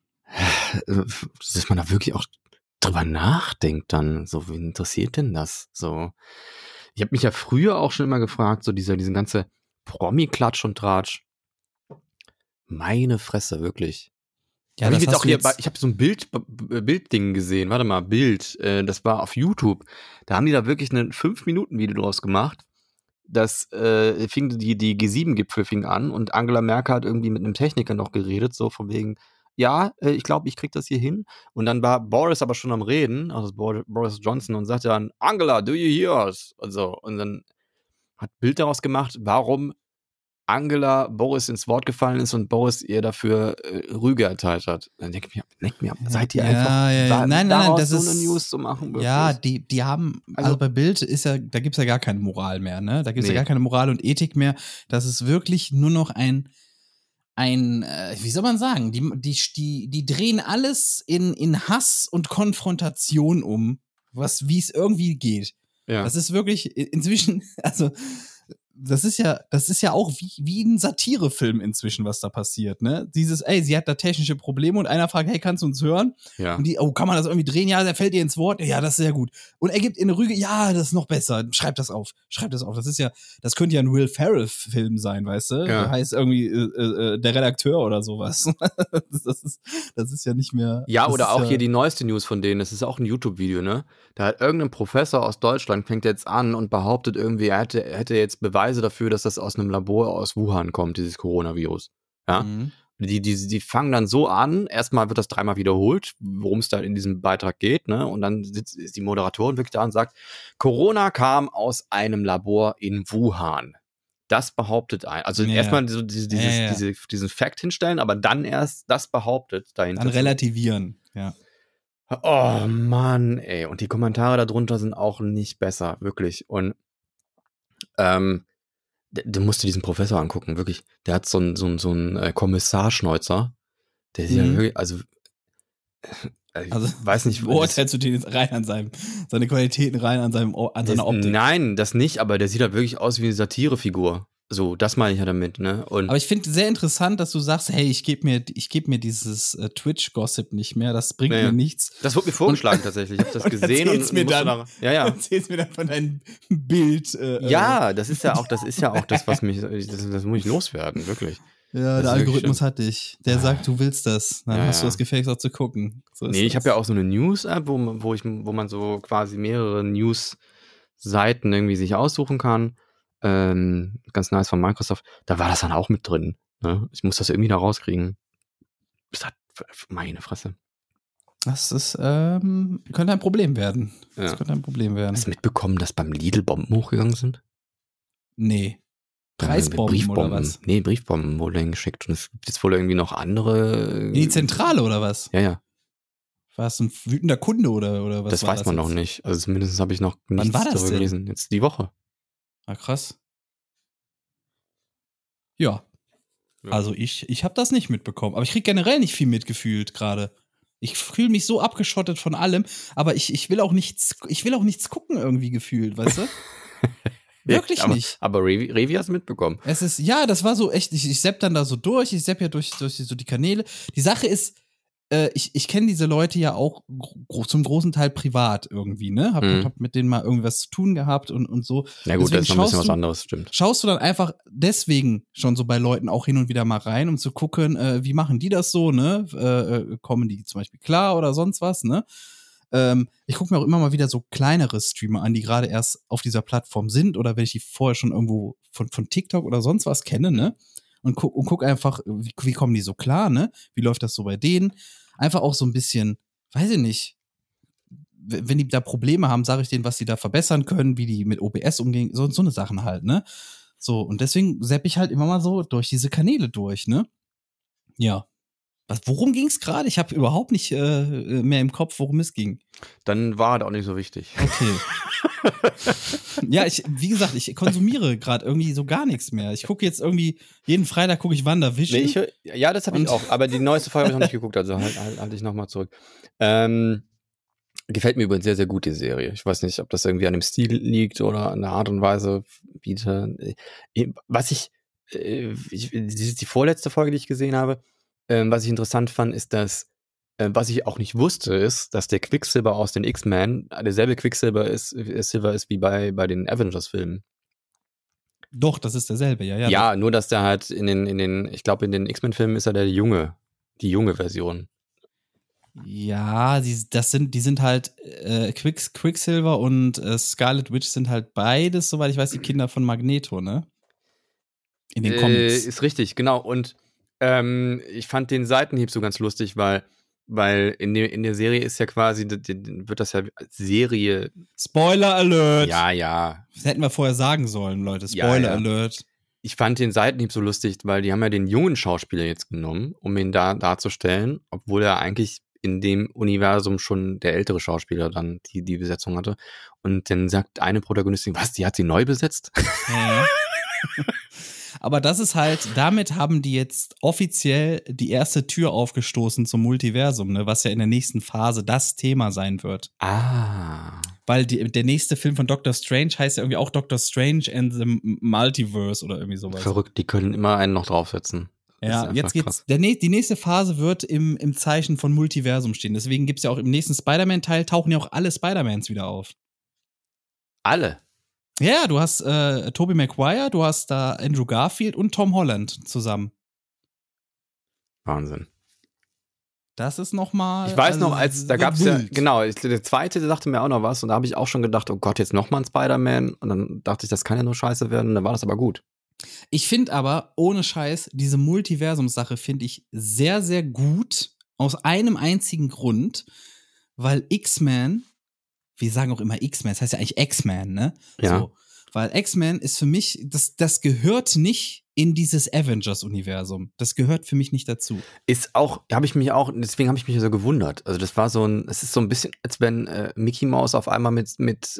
dass man da wirklich auch drüber nachdenkt dann, so, wen interessiert denn das? So, ich habe mich ja früher auch schon immer gefragt, so diesen ganze Promi-Klatsch und Tratsch. Meine Fresse, wirklich. Ja, ich habe so ein Bildding gesehen, warte mal, das war auf YouTube. Da haben die da wirklich ein 5-Minuten-Video draus gemacht. Das die G7-Gipfel fing an und Angela Merkel hat irgendwie mit einem Techniker noch geredet, so von wegen, ja, ich glaube, ich krieg das hier hin. Und dann war Boris aber schon am Reden, also Boris Johnson, und sagte dann, Angela, do you hear us? Und dann hat Bild daraus gemacht, warum Angela Boris ins Wort gefallen ist und Boris ihr dafür Rüge erteilt hat. Dann denke ich mir, seid ihr einfach nein, das ist so eine News zu machen? Wirklich? Ja, die haben, also bei Bild da gibt's ja gar keine Moral mehr, ne? Da gibt's ja gar keine Moral und Ethik mehr. Das ist wirklich nur noch ein wie soll man sagen, die drehen alles in Hass und Konfrontation um, wie es irgendwie geht. Ja. Das ist wirklich inzwischen, also das ist ja auch wie ein Satirefilm inzwischen, was da passiert, ne? Sie hat da technische Probleme und einer fragt, hey, kannst du uns hören? Ja. Und kann man das irgendwie drehen? Ja, der fällt ihr ins Wort. Ja, das ist sehr gut. Und er gibt in eine Rüge, ja, das ist noch besser. Schreib das auf. Das könnte ja ein Will Ferrell-Film sein, weißt du? Ja. Heißt irgendwie der Redakteur oder sowas. das ist ja nicht mehr. Ja, oder auch hier die neueste News von denen. Das ist auch ein YouTube-Video, ne? Da hat irgendein Professor aus Deutschland fängt jetzt an und behauptet irgendwie, er hätte jetzt Beweise dafür, dass das aus einem Labor aus Wuhan kommt, dieses Coronavirus. Ja. Die fangen dann so an, erstmal wird das 3-mal wiederholt, worum es da in diesem Beitrag geht, ne? Und dann ist die Moderatorin wirklich da und sagt, Corona kam aus einem Labor in Wuhan. Das behauptet also erstmal so diesen Fact hinstellen, aber dann erst das behauptet dahinter. Dann relativieren, ja. Oh Mann, ey. Und die Kommentare darunter sind auch nicht besser, wirklich. Und du musst dir diesen Professor angucken, wirklich. Der hat so einen Kommissarschneuzer. Der sieht ja wirklich, also weiß nicht, wo urteilst du den jetzt rein an seine Qualitäten rein an seiner Optik? Nein, das nicht, aber der sieht halt wirklich aus wie eine Satirefigur. So, das meine ich ja damit, ne? Aber ich finde sehr interessant, dass du sagst, hey, ich geb mir dieses Twitch-Gossip nicht mehr, das bringt mir nichts. Das wurde mir vorgeschlagen tatsächlich, ich habe das gesehen und erzählst mir dann von deinem Bild. Ja, das ist ja auch das, was mich, das muss ich loswerden, wirklich. Ja, der Algorithmus hat dich. Der sagt, du willst das. Dann hast du das gefälligst auch zu gucken. So ich habe ja auch so eine News-App, wo man so quasi mehrere News-Seiten irgendwie sich aussuchen kann. Ganz nice von Microsoft. Da war das dann auch mit drin. Ne? Ich muss das irgendwie da rauskriegen. Das hat meine Fresse. Das ist, könnte ein Problem werden. Das könnte ein Problem werden. Hast du mitbekommen, dass beim Lidl Bomben hochgegangen sind? Nee. Preisbomben oder was? Nee, Briefbomben wurden hingeschickt. Und es gibt jetzt wohl irgendwie noch andere. In die Zentrale oder was? Ja. War es ein wütender Kunde oder was? Das weiß man noch nicht. Also zumindest habe ich noch nichts darüber gelesen. Jetzt die Woche. Ah, krass. Ja. Also ich habe das nicht mitbekommen. Aber ich krieg generell nicht viel mitgefühlt gerade. Ich fühle mich so abgeschottet von allem, aber ich will auch nichts gucken irgendwie gefühlt, weißt du? Wirklich nicht. Aber Revi hast du mitbekommen. Das war so echt, ich sepp dann da so durch, ich sepp ja durch so die Kanäle. Die Sache ist, ich kenne diese Leute ja auch zum großen Teil privat irgendwie, ne? Hab mit denen mal irgendwas zu tun gehabt und so. Ja gut, deswegen das ist noch ein bisschen was anderes, stimmt. Schaust du dann einfach deswegen schon so bei Leuten auch hin und wieder mal rein, um zu gucken, wie machen die das so, ne? Kommen die zum Beispiel klar oder sonst was, ne? Ich gucke mir auch immer mal wieder so kleinere Streamer an, die gerade erst auf dieser Plattform sind oder wenn ich die vorher schon irgendwo von TikTok oder sonst was kenne, ne? Und guck einfach, wie kommen die so klar, ne? Wie läuft das so bei denen? Einfach auch so ein bisschen, weiß ich nicht, wenn die da Probleme haben, sage ich denen, was die da verbessern können, wie die mit OBS umgehen, so eine Sachen halt, ne? So, und deswegen zapp ich halt immer mal so durch diese Kanäle durch, ne? Ja. Worum ging's gerade? Ich habe überhaupt nicht mehr im Kopf, worum es ging. Dann war das auch nicht so wichtig. Okay. Ja, wie gesagt, ich konsumiere gerade irgendwie so gar nichts mehr. Ich gucke jetzt irgendwie, jeden Freitag gucke ich WandaVision. Nee, ja, das habe ich auch, aber die neueste Folge habe ich noch nicht geguckt, also halt ich nochmal zurück. Gefällt mir übrigens sehr, sehr gut, die Serie. Ich weiß nicht, ob das irgendwie an dem Stil liegt oder an der Art und Weise, wie was die vorletzte Folge, die ich gesehen habe, was ich interessant fand, ist, dass was ich auch nicht wusste, ist, dass der Quicksilver aus den X-Men derselbe Quicksilver ist wie bei den Avengers-Filmen. Doch, das ist derselbe, ja. Ja, nur dass der halt in den ich glaube, in den X-Men-Filmen ist er die junge Version. Ja, die sind halt Quicksilver und Scarlet Witch sind halt beides, soweit ich weiß, die Kinder von Magneto, ne? In den Comics. Ist richtig, genau. Und ich fand den Seitenhieb so ganz lustig, weil in der Serie ist ja quasi, wird das ja als Serie. Spoiler Alert! Ja. Das hätten wir vorher sagen sollen, Leute. Spoiler Alert. Ich fand den Seitenhieb so lustig, weil die haben ja den jungen Schauspieler jetzt genommen, um ihn da darzustellen, obwohl er eigentlich in dem Universum schon der ältere Schauspieler dann die Besetzung hatte. Und dann sagt eine Protagonistin, was, die hat sie neu besetzt? Ja. Aber das ist halt, damit haben die jetzt offiziell die erste Tür aufgestoßen zum Multiversum, ne, was ja in der nächsten Phase das Thema sein wird. Ah. Weil der nächste Film von Doctor Strange heißt ja irgendwie auch Doctor Strange and the Multiverse oder irgendwie sowas. Verrückt, die können immer einen noch draufsetzen. Ja, jetzt geht's. Die nächste Phase wird im Zeichen von Multiversum stehen. Deswegen gibt's ja auch im nächsten Spider-Man-Teil tauchen ja auch alle Spider-Mans wieder auf. Alle? Ja, du hast Tobey Maguire, du hast da Andrew Garfield und Tom Holland zusammen. Wahnsinn. Das ist nochmal. Ich weiß noch, da gab's ja, genau, der zweite, der sagte mir auch noch was und da habe ich auch schon gedacht, oh Gott, jetzt nochmal ein Spider-Man und dann dachte ich, das kann ja nur scheiße werden und dann war das aber gut. Ich finde aber, ohne Scheiß, diese Multiversum-Sache finde ich sehr, sehr gut. Aus einem einzigen Grund, weil X-Men, wir sagen auch immer X-Men, das heißt ja eigentlich X-Men, ne? Ja. So, weil X-Men ist für mich, das gehört nicht in dieses Avengers-Universum. Das gehört für mich nicht dazu. Deswegen habe ich mich so gewundert. Also das war es ist so ein bisschen, als wenn Mickey Mouse auf einmal was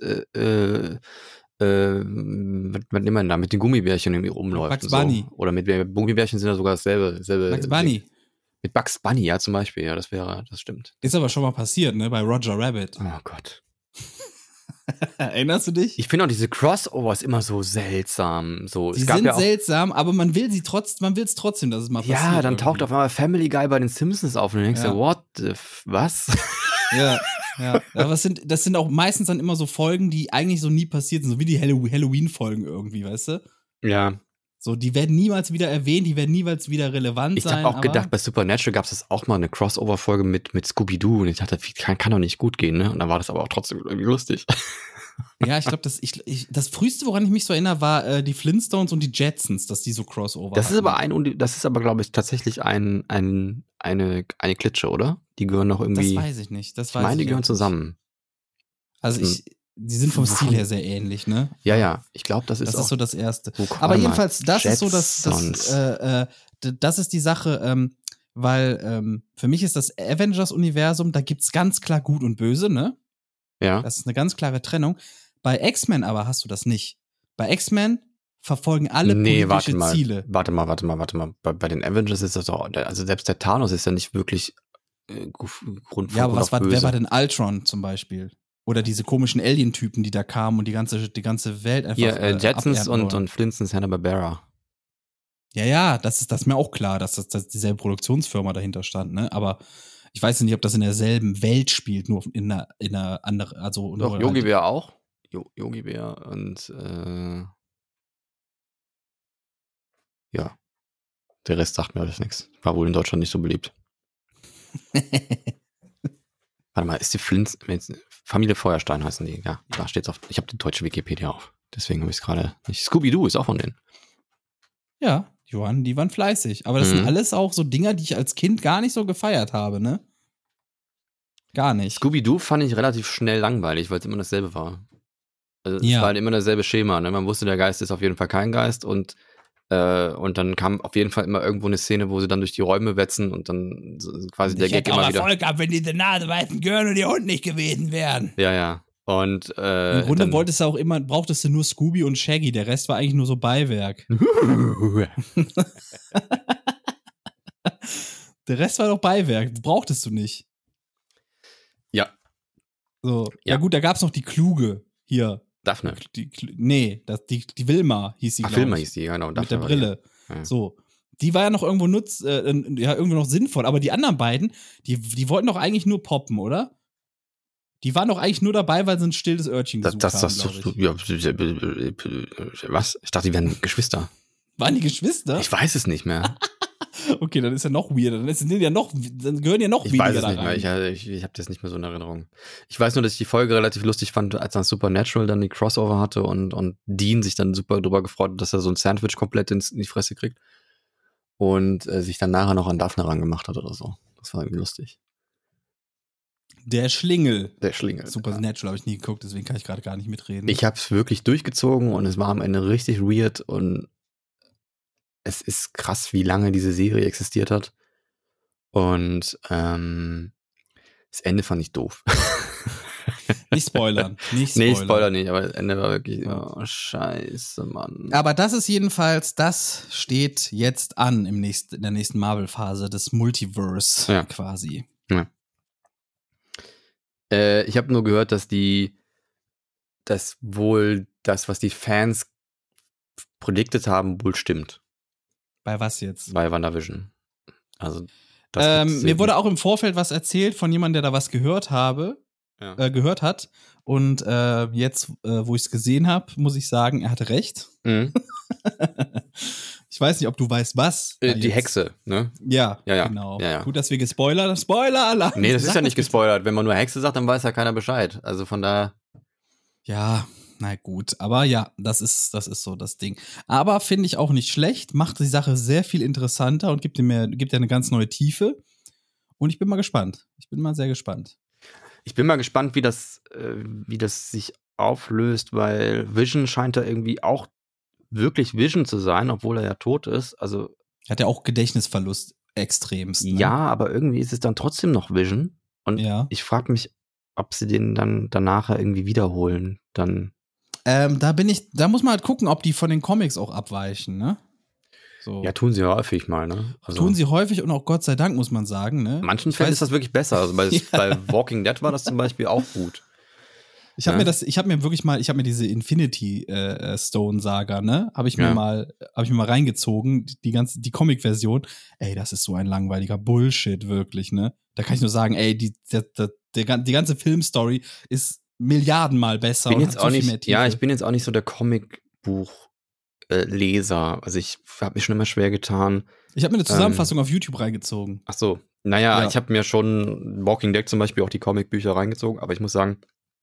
nimmt man da, mit den Gummibärchen irgendwie rumläuft. Bugs und so. Bunny. Oder mit Gummibärchen sind ja sogar dasselbe. Bugs Bunny. Mit Bugs Bunny, ja, zum Beispiel, ja, das stimmt. Ist aber schon mal passiert, ne, bei Roger Rabbit. Oh Gott. Erinnerst du dich? Ich finde auch diese Crossovers immer so seltsam. So, Die sind seltsam, aber man will es trotzdem, dass es mal passiert. Ja, dann taucht auf einmal Family Guy bei den Simpsons auf und du denkst dir, was? Ja. Aber das sind auch meistens dann immer so Folgen, die eigentlich so nie passiert sind, so wie die Halloween-Folgen irgendwie, weißt du? Ja. So, die werden niemals wieder erwähnt, die werden niemals wieder relevant sein. Ich habe auch gedacht, bei Supernatural gab es auch mal eine Crossover-Folge mit Scooby-Doo und ich dachte, kann doch nicht gut gehen, ne? Und dann war das aber auch trotzdem irgendwie lustig. Ja, ich glaube, das Früheste, woran ich mich so erinnere, war die Flintstones und die Jetsons, dass die so Crossover Das hatten. ist aber, glaube ich, tatsächlich eine Klitsche, oder? Die gehören noch irgendwie. Das weiß ich nicht. Ich meine, die gehören zusammen. Also die sind vom Stil her sehr ähnlich, ne? Ja, ich glaube, das ist so das Erste. Oh, Aber jedenfalls, das Jetsons. ist so, das ist die Sache, weil für mich ist das Avengers-Universum, da gibt's ganz klar Gut und Böse, ne? Ja. Das ist eine ganz klare Trennung. Bei X-Men aber hast du das nicht. Bei X-Men verfolgen alle politische Ziele. Warte mal. Bei den Avengers ist das doch, also selbst der Thanos ist ja nicht wirklich Grund Ja, aber wer war denn Ultron zum Beispiel? Oder diese komischen Alien-Typen, die da kamen und die ganze Welt einfach Jetsons und Flintstones Hanna-Barbera. Ja, das ist mir auch klar, dass dieselbe Produktionsfirma dahinter stand, ne? Aber ich weiß nicht, ob das in derselben Welt spielt, nur in einer anderen, also Doch, Yogi Bär auch. Yogi Bär und ja. Der Rest sagt mir alles nichts. War wohl in Deutschland nicht so beliebt. Warte mal, ist die Familie Feuerstein heißen die? Ja, da steht's auf. Ich habe die deutsche Wikipedia auf. Deswegen habe ich es gerade nicht. Scooby-Doo ist auch von denen. Ja, die waren fleißig. Aber das sind alles auch so Dinger, die ich als Kind gar nicht so gefeiert habe, ne? Gar nicht. Scooby-Doo fand ich relativ schnell langweilig, weil es immer dasselbe war. Also es war halt immer dasselbe Schema. Ne? Man wusste, der Geist ist auf jeden Fall kein Geist und dann kam auf jeden Fall immer irgendwo eine Szene, wo sie dann durch die Räume wetzen und dann quasi der Gag immer wieder. Erfolg gehabt, wenn diese Naseweißen Gören und die Hund nicht gewesen wären. Ja. Und im Grunde brauchtest du nur Scooby und Shaggy, der Rest war eigentlich nur so Beiwerk. Der Rest war doch Beiwerk, brauchtest du nicht. Ja. So. Ja gut, da gab's noch die Kluge hier. Daphne. Die Wilma hieß sie, glaube ich. Wilma hieß die, genau. Mit der Brille. Ja. So. Die war ja noch irgendwo irgendwo noch sinnvoll. Aber die anderen beiden, die wollten doch eigentlich nur poppen, oder? Die waren doch eigentlich nur dabei, weil sie ein stilles Örtchen gesucht haben, was? Ich dachte, die wären Geschwister. Waren die Geschwister? Ich weiß es nicht mehr. Okay, dann ist ja noch weirder. Dann gehören ja noch weniger da rein. Ich weiß es nicht mehr. Ich habe das nicht mehr so in Erinnerung. Ich weiß nur, dass ich die Folge relativ lustig fand, als dann Supernatural dann die Crossover hatte und Dean sich dann super drüber gefreut hat, dass er so ein Sandwich komplett in die Fresse kriegt. Und sich dann nachher noch an Daphne rangemacht hat oder so. Das war irgendwie lustig. Der Schlingel. Supernatural habe ich nie geguckt, deswegen kann ich gerade gar nicht mitreden. Ich habe es wirklich durchgezogen und es war am Ende richtig weird und es ist krass, wie lange diese Serie existiert hat. Und das Ende fand ich doof. Nicht spoilern. Nee, ich spoiler nicht, aber das Ende war wirklich, oh, scheiße, Mann. Aber das steht jetzt an in der nächsten Marvel-Phase des Multiverse quasi. Ja. Ich habe nur gehört, dass wohl das, was die Fans predicted haben, wohl stimmt. Bei was jetzt? Bei WandaVision. Also mir wurde auch im Vorfeld was erzählt von jemandem, der da was gehört hat. Und jetzt, wo ich es gesehen habe, muss ich sagen, er hatte recht. Mhm. Ich weiß nicht, ob du weißt, was. Die Hexe, ne? Ja, genau. Ja. Gut, dass wir gespoilert. Spoiler-Alarm. Nee, das ist ja nicht gespoilert. Wenn man nur Hexe sagt, dann weiß ja keiner Bescheid. Also von daher. Ja, Na gut, aber ja, das ist so das Ding. Aber finde ich auch nicht schlecht, macht die Sache sehr viel interessanter und gibt ja eine ganz neue Tiefe. Und ich bin mal gespannt. Ich bin mal sehr gespannt. Ich bin mal gespannt, wie das sich auflöst, weil Vision scheint da irgendwie auch wirklich Vision zu sein, obwohl er ja tot ist. Also Hat ja auch Gedächtnisverlust extremst. Ne? ja, aber irgendwie ist es dann trotzdem noch Vision. Und ja. Ich frage mich, ob sie den dann danach irgendwie wiederholen. Dann. Da muss man halt gucken, ob die von den Comics auch abweichen, ne? So. Ja, tun sie häufig mal, ne? Also tun sie häufig und auch Gott sei Dank, muss man sagen, ne? In manchen Fällen ist das wirklich besser. Also bei Walking Dead war das zum Beispiel auch gut. Ich habe mir diese Infinity Stone Saga, ne, habe ich mir mal reingezogen, die Comic-Version. Ey, das ist so ein langweiliger Bullshit, wirklich, ne? Da kann ich nur sagen, ey, die ganze Filmstory ist Milliardenmal besser und hat so viel mehr Tiefe. Ja, ich bin jetzt auch nicht so der Comicbuch-Leser. Also ich habe mich schon immer schwer getan. Ich habe mir eine Zusammenfassung auf YouTube reingezogen. Ach so. Naja, ich habe mir schon Walking Dead zum Beispiel auch die Comicbücher reingezogen, aber ich muss sagen,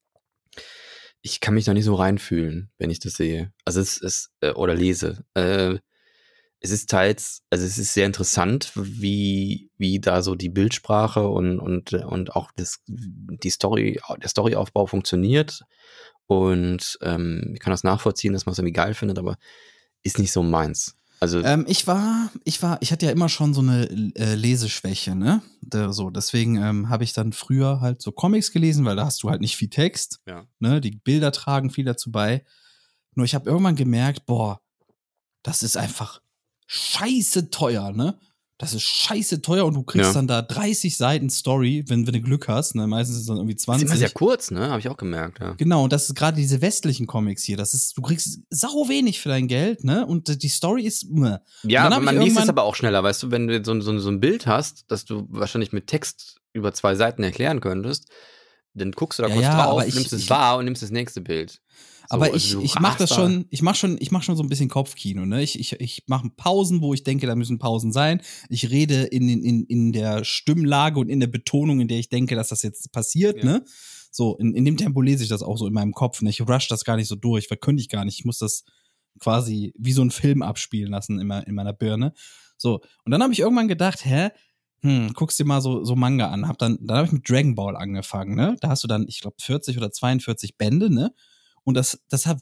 ich kann mich da nicht so reinfühlen, wenn ich das sehe. Also es ist, oder lese. Es ist teils, also es ist sehr interessant, wie da so die Bildsprache und auch der Storyaufbau funktioniert. Und ich kann das nachvollziehen, dass man es irgendwie geil findet, aber ist nicht so meins. Also ich hatte ja immer schon so eine Leseschwäche, ne? Deswegen habe ich dann früher halt so Comics gelesen, weil da hast du halt nicht viel Text. Ja. Ne? Die Bilder tragen viel dazu bei. Nur ich habe irgendwann gemerkt, boah, das ist einfach scheiße teuer, ne? Das ist scheiße teuer und du kriegst dann da 30 Seiten Story, wenn du Glück hast, ne? Meistens ist es dann irgendwie 20. Das ist immer sehr kurz, ne? Habe ich auch gemerkt, ja. Genau, und das ist gerade diese westlichen Comics hier. Du kriegst sau wenig für dein Geld, ne? Und die Story ist. Ja, aber man liest es aber auch schneller, weißt du, wenn du so ein Bild hast, das du wahrscheinlich mit Text über 2 Seiten erklären könntest, dann guckst du da kurz drauf, nimmst es wahr und nimmst das nächste Bild. So, aber ich mache das schon, ich mach schon so ein bisschen Kopfkino, ne? Ich mache Pausen, wo ich denke, da müssen Pausen sein. Ich rede in der Stimmlage und in der Betonung, in der ich denke, dass das jetzt passiert, ne? So, in dem Tempo lese ich das auch so in meinem Kopf, ne? Ich rush das gar nicht so durch, weil könnte ich gar nicht. Ich muss das quasi wie so ein Film abspielen lassen in meiner Birne. So, und dann habe ich irgendwann gedacht, guckst dir mal so Manga an. Dann habe ich mit Dragon Ball angefangen, ne? Da hast du dann, ich glaube, 40 oder 42 Bände, ne? Und das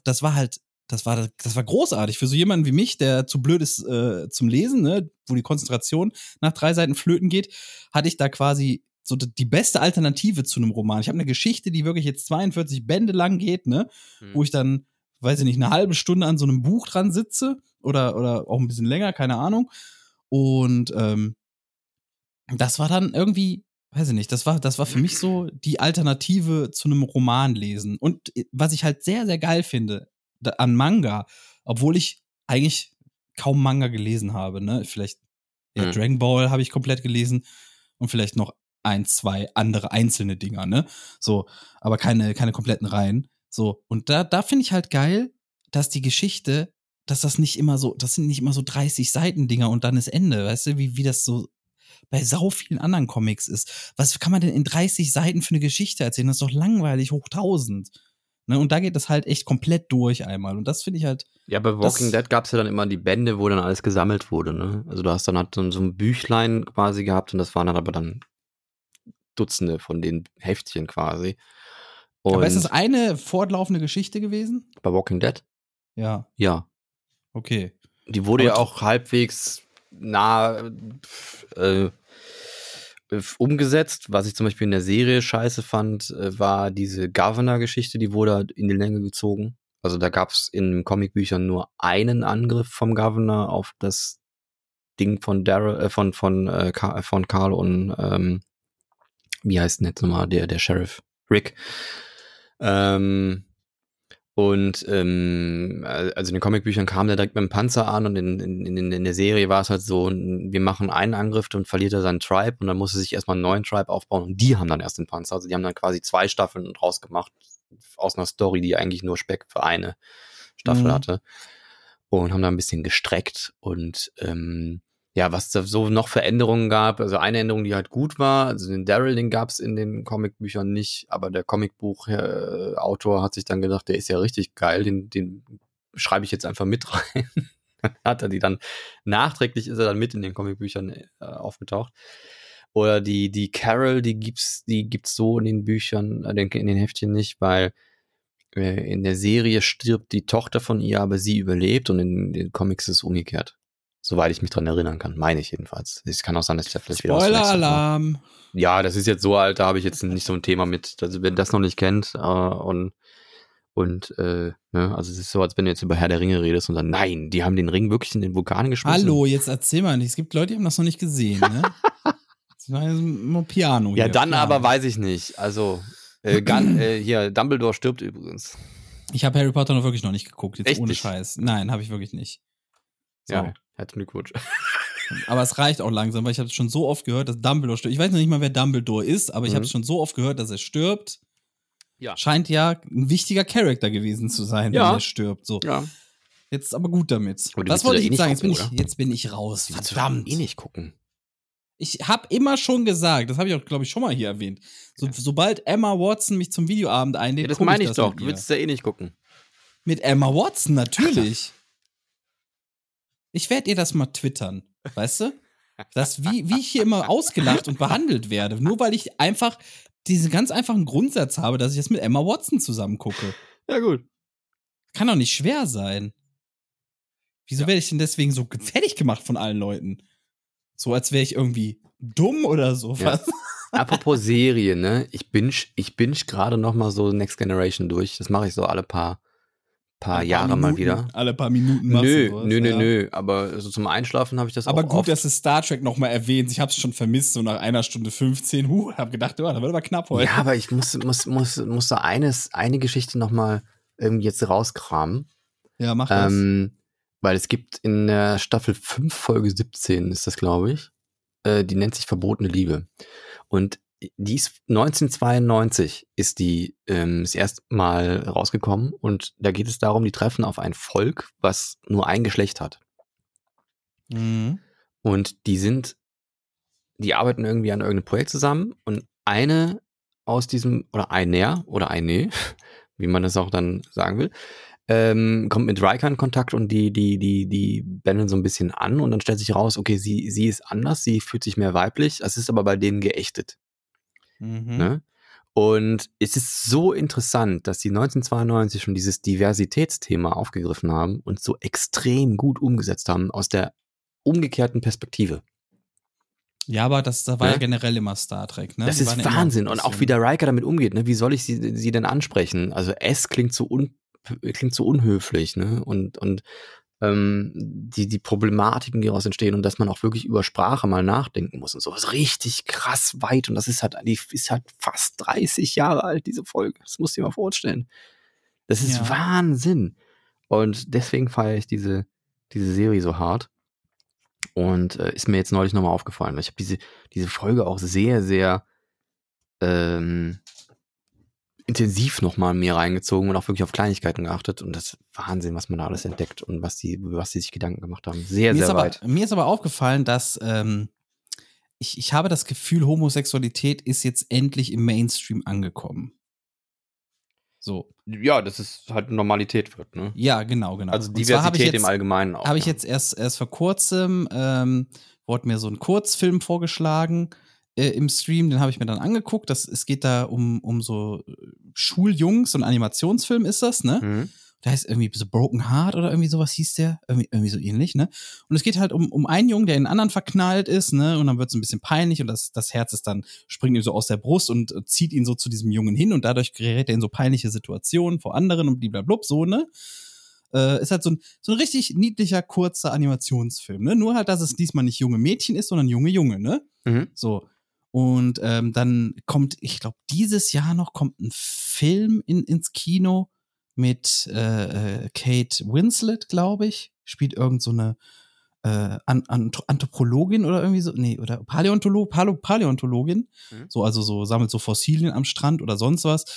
war großartig für so jemanden wie mich, der zu blöd ist zum Lesen, ne, wo die Konzentration nach 3 Seiten flöten geht, hatte ich da quasi so die beste Alternative zu einem Roman. Ich habe eine Geschichte, die wirklich jetzt 42 Bände lang geht, ne, wo ich dann, weiß ich nicht, eine halbe Stunde an so einem Buch dran sitze oder auch ein bisschen länger, keine Ahnung. Und das war dann irgendwie, weiß ich nicht, das war für mich so die Alternative zu einem Roman lesen. Und was ich halt sehr, sehr geil finde an Manga, obwohl ich eigentlich kaum Manga gelesen habe, ne, vielleicht Dragon Ball habe ich komplett gelesen und vielleicht noch 1, 2 andere einzelne Dinger, ne, so, aber keine kompletten Reihen, so. Und da finde ich halt geil, dass die Geschichte, das sind nicht immer so 30 Seiten Dinger und dann ist Ende, weißt du, wie das so bei sau vielen anderen Comics ist. Was kann man denn in 30 Seiten für eine Geschichte erzählen? Das ist doch langweilig hoch 1000. Ne? Und da geht das halt echt komplett durch einmal. Und das finde ich halt. Ja, bei Walking Dead gab es ja dann immer die Bände, wo dann alles gesammelt wurde, ne? Also du hast dann halt so ein Büchlein quasi gehabt und das waren dann aber dann Dutzende von den Heftchen quasi. Und aber ist das eine fortlaufende Geschichte gewesen? Bei Walking Dead? Ja. Ja. Okay. Die wurde ja auch halbwegs nah umgesetzt. Was ich zum Beispiel in der Serie scheiße fand, war diese Governor-Geschichte, die wurde in die Länge gezogen. Also da gab es in Comicbüchern nur einen Angriff vom Governor auf das Ding von von Carl und wie heißt denn jetzt nochmal der Sheriff? Rick. Also in den Comicbüchern kam der direkt mit dem Panzer an und in der Serie war es halt so, wir machen einen Angriff und verliert er seinen Tribe und dann muss er sich erstmal einen neuen Tribe aufbauen und die haben dann erst den Panzer. Also die haben dann quasi 2 Staffeln draus gemacht aus einer Story, die eigentlich nur Speck für eine Staffel hatte und haben da ein bisschen gestreckt und Ja, was da so noch für Änderungen gab, also eine Änderung, die halt gut war, also den Daryl, den gab's in den Comicbüchern nicht, aber der Comicbuch-Autor hat sich dann gedacht, der ist ja richtig geil, den schreibe ich jetzt einfach mit rein. Hat er die dann, nachträglich ist er dann mit in den Comicbüchern aufgetaucht. Oder die Carol, die gibt's so in den Büchern, in den Heftchen nicht, weil in der Serie stirbt die Tochter von ihr, aber sie überlebt und in den Comics ist es umgekehrt. Soweit ich mich dran erinnern kann. Meine ich jedenfalls. Es kann auch sein, dass ich da vielleicht wieder Spoiler-Alarm! Ja, das ist jetzt so alt, da habe ich jetzt nicht so ein Thema mit. Also, wenn das noch nicht kennt ne, also es ist so, als wenn du jetzt über Herr der Ringe redest und dann, nein, die haben den Ring wirklich in den Vulkan geschmissen. Hallo, jetzt erzähl mal nicht. Es gibt Leute, die haben das noch nicht gesehen, ne? Das war nur Piano ja, hier. dann Piano. aber weiß ich nicht. Also, hier, Dumbledore stirbt übrigens. Ich habe Harry Potter wirklich noch nicht geguckt, jetzt Echt ohne nicht? Scheiß. Nein, habe ich wirklich nicht. So. Ja, herzlichen Glückwunsch. Aber es reicht auch langsam, weil ich habe schon so oft gehört, dass Dumbledore stirbt. Ich weiß noch nicht mal, wer Dumbledore ist, aber ich habe schon so oft gehört, dass er stirbt. Ja. Scheint ja ein wichtiger Charakter gewesen zu sein, Ja. wenn er stirbt. So. Ja. Jetzt ist aber gut damit. Aber du Das willst wollte ja ich nicht jetzt sagen. gucken, Jetzt bin ich raus. Verdammt. nicht gucken. Ich habe immer schon gesagt, das habe ich auch, glaube ich, schon mal hier erwähnt. Sobald Emma Watson mich zum Videoabend einlädt, Ja, das guck meine ich das doch. mit Du ihr. willst es ja nicht gucken. Mit Emma Watson, natürlich. Ich werde ihr das mal twittern, weißt du? Wie ich hier immer ausgelacht und behandelt werde. Nur weil ich einfach diesen ganz einfachen Grundsatz habe, dass ich jetzt mit Emma Watson zusammen gucke. Ja, gut. Kann doch nicht schwer sein. Wieso werde ich denn deswegen so fertig gemacht von allen Leuten? So als wäre ich irgendwie dumm oder so. Ja. Apropos Serie, ne? Ich binge gerade noch mal so Next Generation durch. Das mache ich so alle paar Jahre mal wieder. Alle paar Minuten machst du sowas, ja. Nö. Aber so zum Einschlafen habe ich das aber auch gut, oft. dass du Star Trek noch mal erwähnst. Ich hab's schon vermisst, so nach 1 Stunde 15. Hab gedacht, da wird aber knapp heute. Ja, aber ich muss da eine Geschichte noch mal irgendwie jetzt rauskramen. Ja, mach das. Weil es gibt in der Staffel 5, Folge 17 ist das, glaube ich, die nennt sich Verbotene Liebe. Und die ist 1992 ist die das erste Mal rausgekommen und da geht es darum, die treffen auf ein Volk, was nur ein Geschlecht hat. Mhm. Und die arbeiten irgendwie an irgendeinem Projekt zusammen und eine aus diesem, oder eine, wie man das auch dann sagen will, kommt mit Riker in Kontakt und die bändeln so ein bisschen an und dann stellt sich raus, okay, sie ist anders, sie fühlt sich mehr weiblich, das ist aber bei denen geächtet. Mhm. Ne? Und es ist so interessant, dass die 1992 schon dieses Diversitätsthema aufgegriffen haben und so extrem gut umgesetzt haben aus der umgekehrten Perspektive. Ja, aber das war ja generell immer Star Trek, ne? Das Die ist waren ja immer Wahnsinn. ein Und auch bisschen- wie der Riker damit umgeht, ne? Wie soll ich sie denn ansprechen? Also S klingt so unhöflich, ne? Und die Problematiken, die daraus entstehen und dass man auch wirklich über Sprache mal nachdenken muss und sowas richtig krass weit. Und das ist halt, die ist halt fast 30 Jahre alt, diese Folge. Das musst du dir mal vorstellen. Das ist Ja. Wahnsinn. Und deswegen feiere ich diese Serie so hart. Und ist mir jetzt neulich nochmal aufgefallen. Ich habe diese Folge auch sehr, sehr intensiv nochmal mir reingezogen und auch wirklich auf Kleinigkeiten geachtet. Und das ist Wahnsinn, was man da alles entdeckt und was die sich Gedanken gemacht haben. Sehr, sehr weit. Mir ist aber aufgefallen, dass ich habe das Gefühl, Homosexualität ist jetzt endlich im Mainstream angekommen. So. Ja, dass es halt Normalität wird, ne? Ja, genau. Also Und zwar Diversität im Allgemeinen auch. Habe ich jetzt erst vor kurzem, wurde mir so ein Kurzfilm vorgeschlagen im Stream, den habe ich mir dann angeguckt. Es geht da um so Schuljungs, so ein Animationsfilm ist das, ne? Mhm. Der heißt irgendwie so Broken Heart oder irgendwie sowas hieß der. Irgendwie so ähnlich, ne? Und es geht halt um einen Jungen, der in einen anderen verknallt ist, ne? Und dann wird es ein bisschen peinlich und das Herz springt ihm so aus der Brust und zieht ihn so zu diesem Jungen hin und dadurch gerät er in so peinliche Situationen vor anderen und blablabla, so, ne? Ist halt so ein richtig niedlicher, kurzer Animationsfilm, ne? Nur halt, dass es diesmal nicht junge Mädchen ist, sondern Junge, ne? Mhm. So. Und dann kommt, ich glaube, dieses Jahr noch kommt ein Film ins Kino mit Kate Winslet, glaube ich. Spielt irgend so eine Anthropologin oder irgendwie so, nee, oder Paläontologin. Mhm. So, also so sammelt so Fossilien am Strand oder sonst was.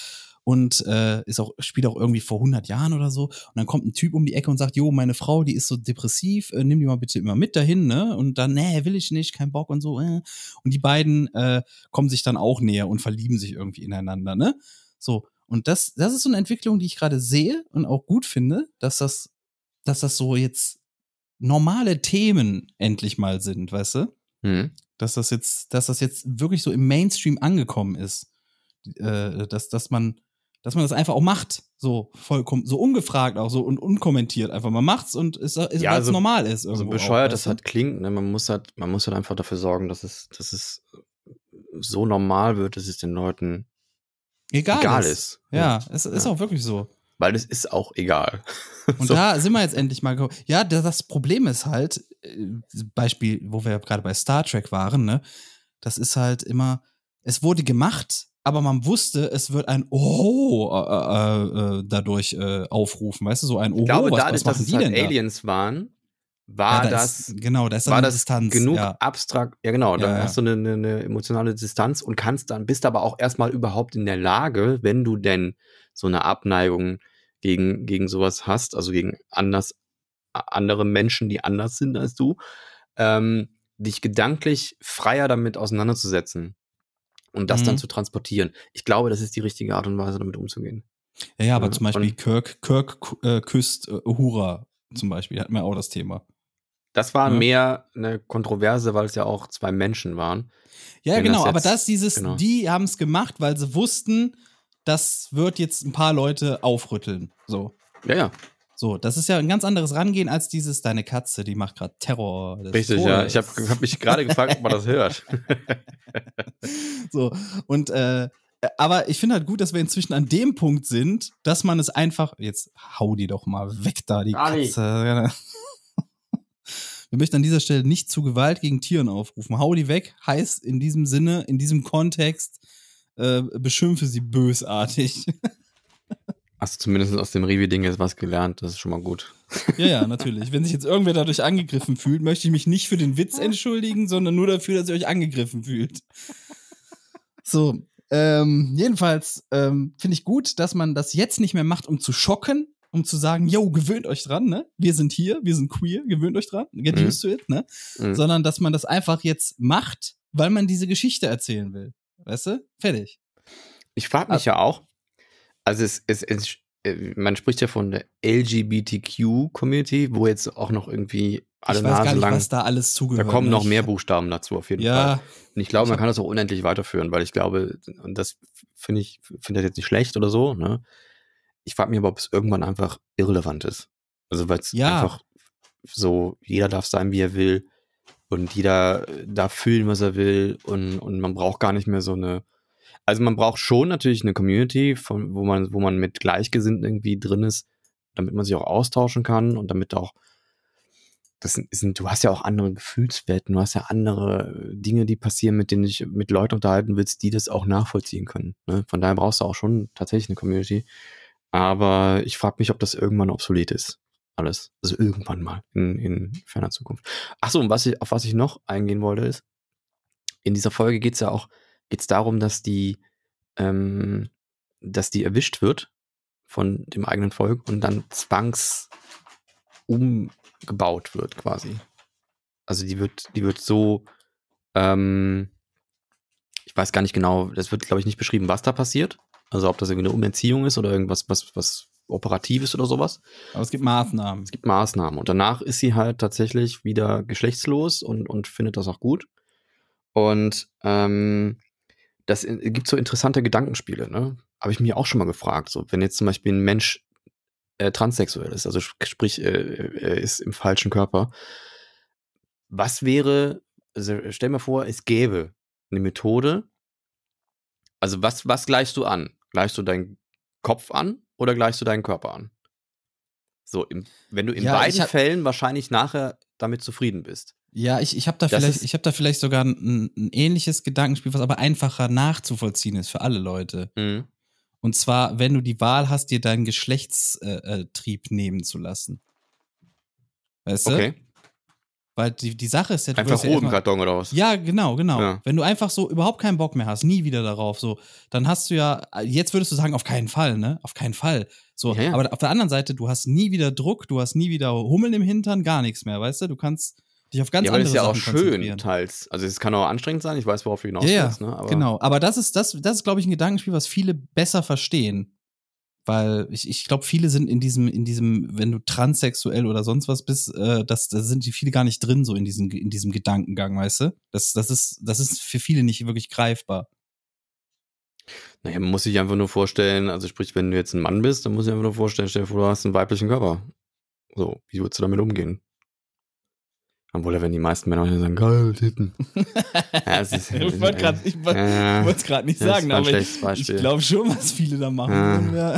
und spielt auch irgendwie vor 100 Jahren oder so. Und dann kommt ein Typ um die Ecke und sagt, jo, meine Frau, die ist so depressiv, nimm die mal bitte immer mit dahin, ne? Und dann, nee, will ich nicht, kein Bock und so. Und die beiden kommen sich dann auch näher und verlieben sich irgendwie ineinander, ne? So, und das ist so eine Entwicklung, die ich gerade sehe und auch gut finde, dass das so jetzt normale Themen endlich mal sind, weißt du? Dass das jetzt wirklich so im Mainstream angekommen ist. Dass man das einfach auch macht, so vollkommen, so ungefragt auch so und unkommentiert einfach. Man macht's und weil es normal ist irgendwo. So bescheuert auch, das halt klingt, ne? Man muss halt einfach dafür sorgen, dass es so normal wird, dass es den Leuten egal ist. Ja, es ist auch wirklich so. Weil es ist auch egal. Und da sind wir jetzt endlich mal gekommen. Ja, das Problem ist halt, Beispiel, wo wir gerade bei Star Trek waren, ne? Das ist halt immer, es wurde gemacht, aber man wusste, es wird ein dadurch aufrufen, weißt du, so ein Ich glaube, was dadurch, dass machen es die halt denn da? Aliens waren, war da ist dann eine Distanz. genug ja. abstrakt. Ja, genau, da hast du eine emotionale Distanz und bist aber auch erstmal überhaupt in der Lage, wenn du denn so eine Abneigung gegen sowas hast, also gegen andere Menschen, die anders sind als du, dich gedanklich freier damit auseinanderzusetzen und das dann zu transportieren. Ich glaube, das ist die richtige Art und Weise, damit umzugehen. Ja, aber zum Beispiel Kirk küsst Uhura zum Beispiel, hatten wir auch das Thema. Das war mehr eine Kontroverse, weil es ja auch 2 Menschen waren. Ja, genau, aber die haben es gemacht, weil sie wussten, das wird jetzt ein paar Leute aufrütteln. So. Ja. So, das ist ja ein ganz anderes Rangehen als deine Katze, die macht gerade Terror. Richtig, ja. Ich hab mich gerade gefragt, ob man das hört. So, und aber ich finde halt gut, dass wir inzwischen an dem Punkt sind, dass man es einfach, jetzt hau die doch mal weg da, die Katze. Wir möchten an dieser Stelle nicht zu Gewalt gegen Tieren aufrufen. Hau die weg heißt in diesem Sinne, in diesem Kontext, beschimpfe sie bösartig. Hast du zumindest aus dem Revi-Ding jetzt was gelernt? Das ist schon mal gut. Ja, natürlich. Wenn sich jetzt irgendwer dadurch angegriffen fühlt, möchte ich mich nicht für den Witz entschuldigen, sondern nur dafür, dass ihr euch angegriffen fühlt. So, jedenfalls finde ich gut, dass man das jetzt nicht mehr macht, um zu schocken, um zu sagen, yo, gewöhnt euch dran, ne? Wir sind hier, wir sind queer, gewöhnt euch dran, get used to it, ne? Sondern, dass man das einfach jetzt macht, weil man diese Geschichte erzählen will. Weißt du? Fertig. Ich frage mich ja auch, also man spricht ja von der LGBTQ-Community, wo jetzt auch noch irgendwie alle Nase lang. Ich weiß gar nicht, was da alles zugehört. Da kommen noch mehr Buchstaben dazu auf jeden Fall. Und ich glaube, man kann das auch unendlich weiterführen, weil ich glaube, und das finde ich jetzt nicht schlecht oder so, ne? Ich frage mich aber, ob es irgendwann einfach irrelevant ist. Also weil es einfach so, jeder darf sein, wie er will und jeder darf fühlen, was er will und man braucht gar nicht mehr so eine. Also man braucht schon natürlich eine Community, wo man mit Gleichgesinnten irgendwie drin ist, damit man sich auch austauschen kann und damit auch du hast ja auch andere Gefühlswelten, du hast ja andere Dinge, die passieren, mit denen du dich mit Leuten unterhalten willst, die das auch nachvollziehen können. Ne? Von daher brauchst du auch schon tatsächlich eine Community. Aber ich frage mich, ob das irgendwann obsolet ist. Alles. Also irgendwann mal in ferner Zukunft. Achso, und auf was ich noch eingehen wollte, ist, in dieser Folge geht es darum, dass die erwischt wird von dem eigenen Volk und dann umgebaut wird quasi. Also die wird so, ich weiß gar nicht genau, das wird, glaube ich, nicht beschrieben, was da passiert. Also ob das irgendwie eine Umerziehung ist oder irgendwas, was Operatives oder sowas. Aber es gibt Maßnahmen. Und danach ist sie halt tatsächlich wieder geschlechtslos und findet das auch gut. Und das gibt so interessante Gedankenspiele, ne? Habe ich mich auch schon mal gefragt. So, wenn jetzt zum Beispiel ein Mensch transsexuell ist, also sprich, ist im falschen Körper. Was wäre, also stell mir vor, es gäbe eine Methode, also was gleichst du an? Gleichst du deinen Kopf an oder gleichst du deinen Körper an? So, wenn du in beiden Fällen wahrscheinlich nachher damit zufrieden bist. Ja, ich habe da vielleicht sogar ein ähnliches Gedankenspiel, was aber einfacher nachzuvollziehen ist für alle Leute. Mhm. Und zwar, wenn du die Wahl hast, dir deinen Geschlechtstrieb nehmen zu lassen. Weißt du? Okay. Weil die Sache ist ja, du Einfach wirst ja roh im erstmal- Karton oder was? Ja, genau. Ja. Wenn du einfach so überhaupt keinen Bock mehr hast, nie wieder darauf, so, dann hast du ja, jetzt würdest du sagen, auf keinen Fall, ne? Auf keinen Fall. So, Ja, ja. aber auf der anderen Seite, du hast nie wieder Druck, du hast nie wieder Hummeln im Hintern, gar nichts mehr, weißt du? Du kannst dich auf ganz Ja, aber andere das ist ja auch Sachen schön konzentrieren. teils. Also es kann auch anstrengend sein, ich weiß, worauf du hinaus Ja, willst, ne? Aber genau. Aber das ist, glaube ich, ein Gedankenspiel, was viele besser verstehen. Weil ich glaube, viele sind in diesem, wenn du transsexuell oder sonst was bist, da sind die viele gar nicht drin, so in diesem Gedankengang, weißt du? Das ist für viele nicht wirklich greifbar. naja, man muss sich einfach nur vorstellen, also sprich, wenn du jetzt ein Mann bist, dann muss ich einfach nur vorstellen, stell dir vor, du hast einen weiblichen Körper. So, wie würdest du damit umgehen? Obwohl, da werden die meisten Männer auch sagen, geil, Titten. Ja, es ist, Ich wollte es gerade nicht das sagen, war ein aber schlechtes ich Beispiel. glaube schon, was viele da machen. Ja. würden, ja.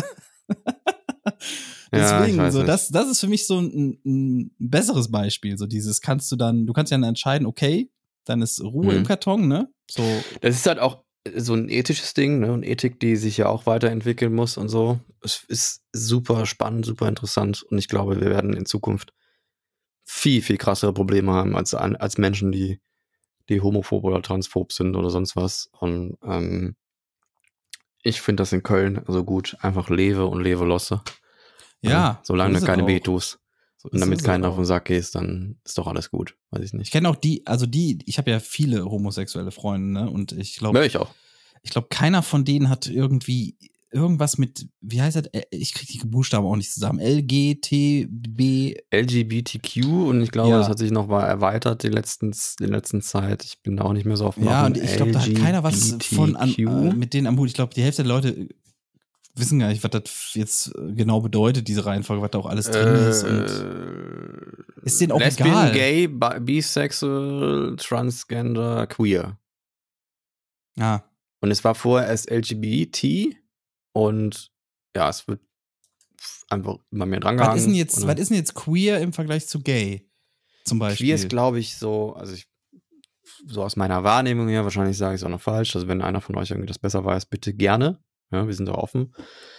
Ja, ich Deswegen, weiß so, nicht. das ist für mich so ein besseres Beispiel. So dieses, du kannst ja dann entscheiden, okay, dann ist Ruhe im Karton, ne? So, Das ist halt auch so ein ethisches Ding, ne? Und Ethik, die sich ja auch weiterentwickeln muss und so. Es ist super spannend, super interessant. Und ich glaube, wir werden in Zukunft viel, viel krassere Probleme haben als Menschen, die homophob oder transphob sind oder sonst was. Und ich finde das in Köln so gut. Einfach lebe und lebe losse. ja. Solange so du ist es keine auch. Wehtust. So Und damit ist es keiner auch. auf den Sack gehst, dann ist doch alles gut. Weiß ich Ich nicht. kenne auch ich habe ja viele homosexuelle Freunde, ne? Und ich Ja, glaube, ich auch. keiner von denen hat irgendwie irgendwas mit, wie heißt das? Ich krieg die Buchstaben auch nicht zusammen. LGTB. LGBTQ und ich glaube, Ja. das hat sich noch mal erweitert in der letzten Zeit. Ich bin da auch nicht mehr so auf dem Ja, und Laufenden. ich glaube, da hat keiner was mit denen am Hut. Ich glaube, die Hälfte der Leute wissen gar nicht, was das jetzt genau bedeutet, diese Reihenfolge, was da auch alles drin ist. Und ist denen auch Lesbian, egal. Gay, Bisexual, Transgender, Queer. Ja. Und es war vorher erst LGBT und ja, es wird einfach immer mehr drangehangen. Was ist denn jetzt queer im Vergleich zu gay? Zum Beispiel. Queer ist, glaube ich, so, so aus meiner Wahrnehmung her, wahrscheinlich sage ich es auch noch falsch, also wenn einer von euch irgendwie das besser weiß, bitte gerne. Ja, wir sind da offen.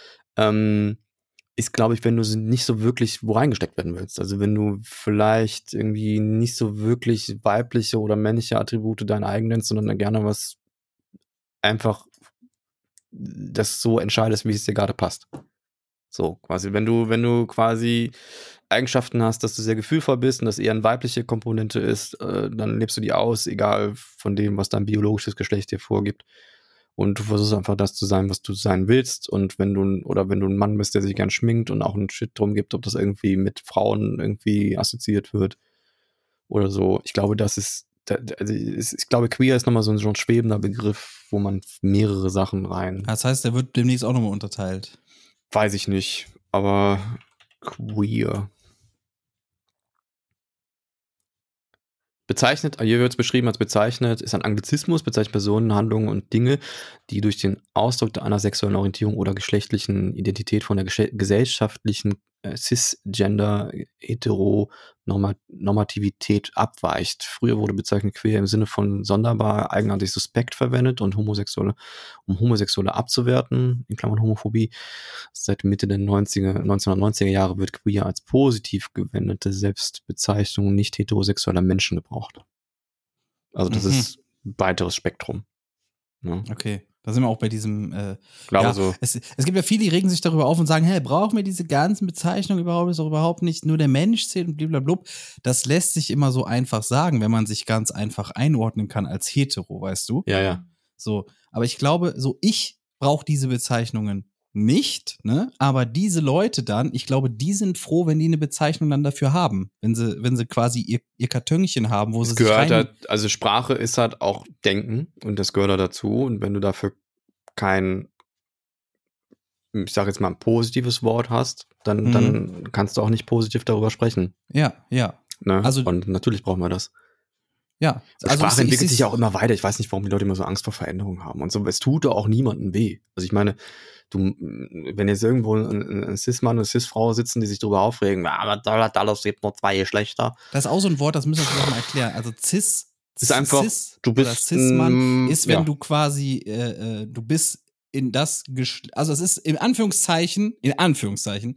Ist, glaube ich, wenn du nicht so wirklich wo reingesteckt werden willst. Also wenn du vielleicht irgendwie nicht so wirklich weibliche oder männliche Attribute dein eigen nennst, sondern dann gerne was einfach das so entscheidest, wie es dir gerade passt. So, quasi, wenn du quasi Eigenschaften hast, dass du sehr gefühlvoll bist und das eher eine weibliche Komponente ist, dann lebst du die aus, egal von dem, was dein biologisches Geschlecht dir vorgibt. Und du versuchst einfach das zu sein, was du sein willst. Und wenn du ein Mann bist, der sich gern schminkt und auch einen Shit drum gibt, ob das irgendwie mit Frauen irgendwie assoziiert wird oder so. Ich glaube, ich glaube, queer ist nochmal so ein schwebender Begriff, wo man mehrere Sachen rein. Das heißt, der wird demnächst auch nochmal unterteilt. Weiß ich nicht, aber queer. Bezeichnet, hier wird es beschrieben als bezeichnet, ist ein Anglizismus, bezeichnet Personen, Handlungen und Dinge, die durch den Ausdruck einer sexuellen Orientierung oder geschlechtlichen Identität von der gesellschaftlichen cisgender Heteronormativität abweicht. Früher wurde bezeichnet queer im Sinne von sonderbar, eigenartig, suspekt verwendet und um Homosexuelle abzuwerten, in Klammern Homophobie. Seit Mitte der 1990er Jahre wird queer als positiv gewendete Selbstbezeichnung nicht heterosexueller Menschen gebraucht. Also das ist ein weiteres Spektrum. Ja. Okay. Da sind wir auch bei diesem, Glaube so. Es gibt ja viele, die regen sich darüber auf und sagen, hey, brauchen wir diese ganzen Bezeichnungen überhaupt? Ist doch überhaupt nicht nur der Mensch zählt und blablabla. Das lässt sich immer so einfach sagen, wenn man sich ganz einfach einordnen kann als hetero, weißt du? Ja, ja. So, aber ich glaube, ich brauche diese Bezeichnungen nicht, ne? Aber diese Leute dann, ich glaube, die sind froh, wenn die eine Bezeichnung dann dafür haben. Wenn sie quasi ihr Kartönchen haben, wo sie sich rein... halt, also Sprache ist halt auch Denken und das gehört da dazu. Und wenn du dafür kein, ich sag jetzt mal, ein positives Wort hast, dann kannst du auch nicht positiv darüber sprechen. Ja. Ne? Also- und natürlich brauchen wir das. Ja. Sprache entwickelt sich ja auch immer weiter. Ich weiß nicht, warum die Leute immer so Angst vor Veränderungen haben. Und so, es tut doch auch niemandem weh. Also ich meine, wenn jetzt irgendwo ein Cis-Mann und eine Cis-Frau sitzen, die sich darüber aufregen, aber da gibt nur 2 Geschlechter. Das ist auch so ein Wort, das müssen wir vielleicht mal erklären. Also Cis Ist einfach, du bist oder Cis-Mann ist, wenn ja. du quasi, du bist in das, also es ist in Anführungszeichen,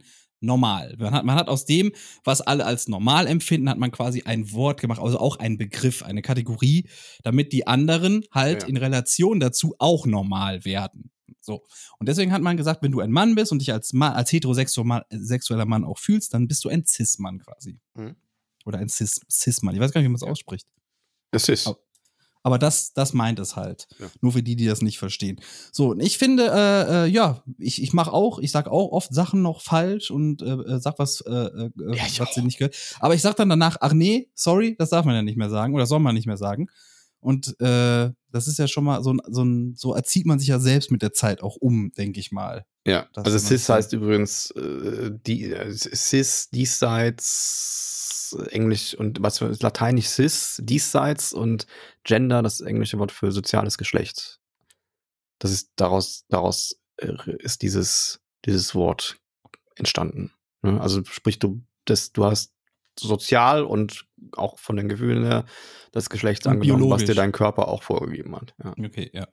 normal. Man hat aus dem, was alle als normal empfinden, hat man quasi ein Wort gemacht, also auch einen Begriff, eine Kategorie, damit die anderen halt in Relation dazu auch werden. So. Und deswegen hat man gesagt, wenn du ein Mann bist und dich als heterosexueller Mann auch fühlst, dann bist du ein Cis-Mann quasi. Oder ein Cis-Mann. Ich weiß gar nicht, wie man es ausspricht. Das ist. Aber das meint es halt. Ja. Nur für die das nicht verstehen. So, und ich finde, ich sag auch oft Sachen noch falsch und sag was sie nicht gehört. Aber ich sag dann danach, ach nee, sorry, das darf man ja nicht mehr sagen oder soll man nicht mehr sagen. Und das ist ja schon mal so erzieht man sich ja selbst mit der Zeit auch denke ich mal. Ja, also Cis heißt übrigens Cis, diesseits, Englisch und was für Lateinisch Cis, diesseits und Gender, das englische Wort für soziales Geschlecht. Das ist daraus ist dieses Wort entstanden. Ne? Also sprich, du hast sozial und auch von den Gefühlen her das Geschlecht angenommen, was dir dein Körper auch vorgegeben hat. Ja. Okay, ja.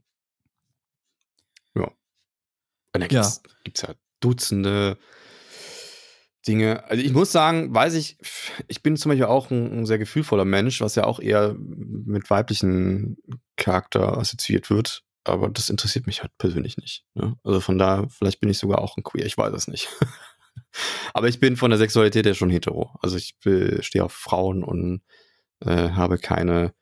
Ja. Und da gibt's ja Dutzende Dinge. Also ich muss sagen, ich bin zum Beispiel auch ein sehr gefühlvoller Mensch, was ja auch eher mit weiblichen Charakter assoziiert wird. Aber das interessiert mich halt persönlich nicht. Ne? Also von daher, vielleicht bin ich sogar auch ein Queer, ich weiß es nicht. Aber ich bin von der Sexualität her schon hetero. Also ich stehe auf Frauen und habe keine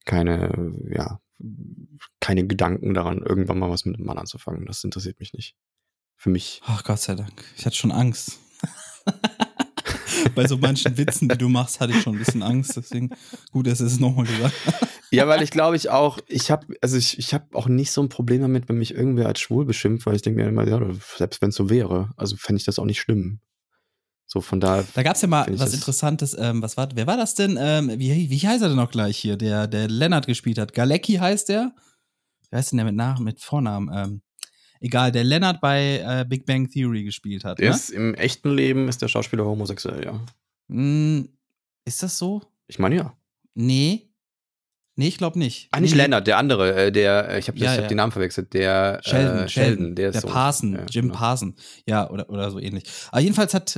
Gedanken daran, irgendwann mal was mit einem Mann anzufangen. Das interessiert mich nicht. Für mich. Ach Gott sei Dank. Ich hatte schon Angst. Bei so manchen Witzen, die du machst, hatte ich schon ein bisschen Angst. Deswegen gut, dass du es nochmal gesagt hast. Ja, weil ich glaube, ich habe auch nicht so ein Problem damit, wenn mich irgendwer als schwul beschimpft, weil ich denke mir immer, ja, selbst wenn es so wäre, also fände ich das auch nicht schlimm. So von daher. Da gab es ja mal was Interessantes. Wer war das denn? Wie heißt er denn noch gleich hier? Der Lennart gespielt hat. Galecki heißt der. Wie heißt denn der mit Vornamen? Egal, der Lennart bei Big Bang Theory gespielt hat. Im echten Leben ist der Schauspieler homosexuell, ja. Ist das so? Ich meine ja. Nee, ich glaube nicht. Nicht Lennart, der andere, ich habe den Namen verwechselt, der Sheldon, der ist so. Parson, ja, Jim genau. Parson. Ja, oder so ähnlich. Aber jedenfalls hat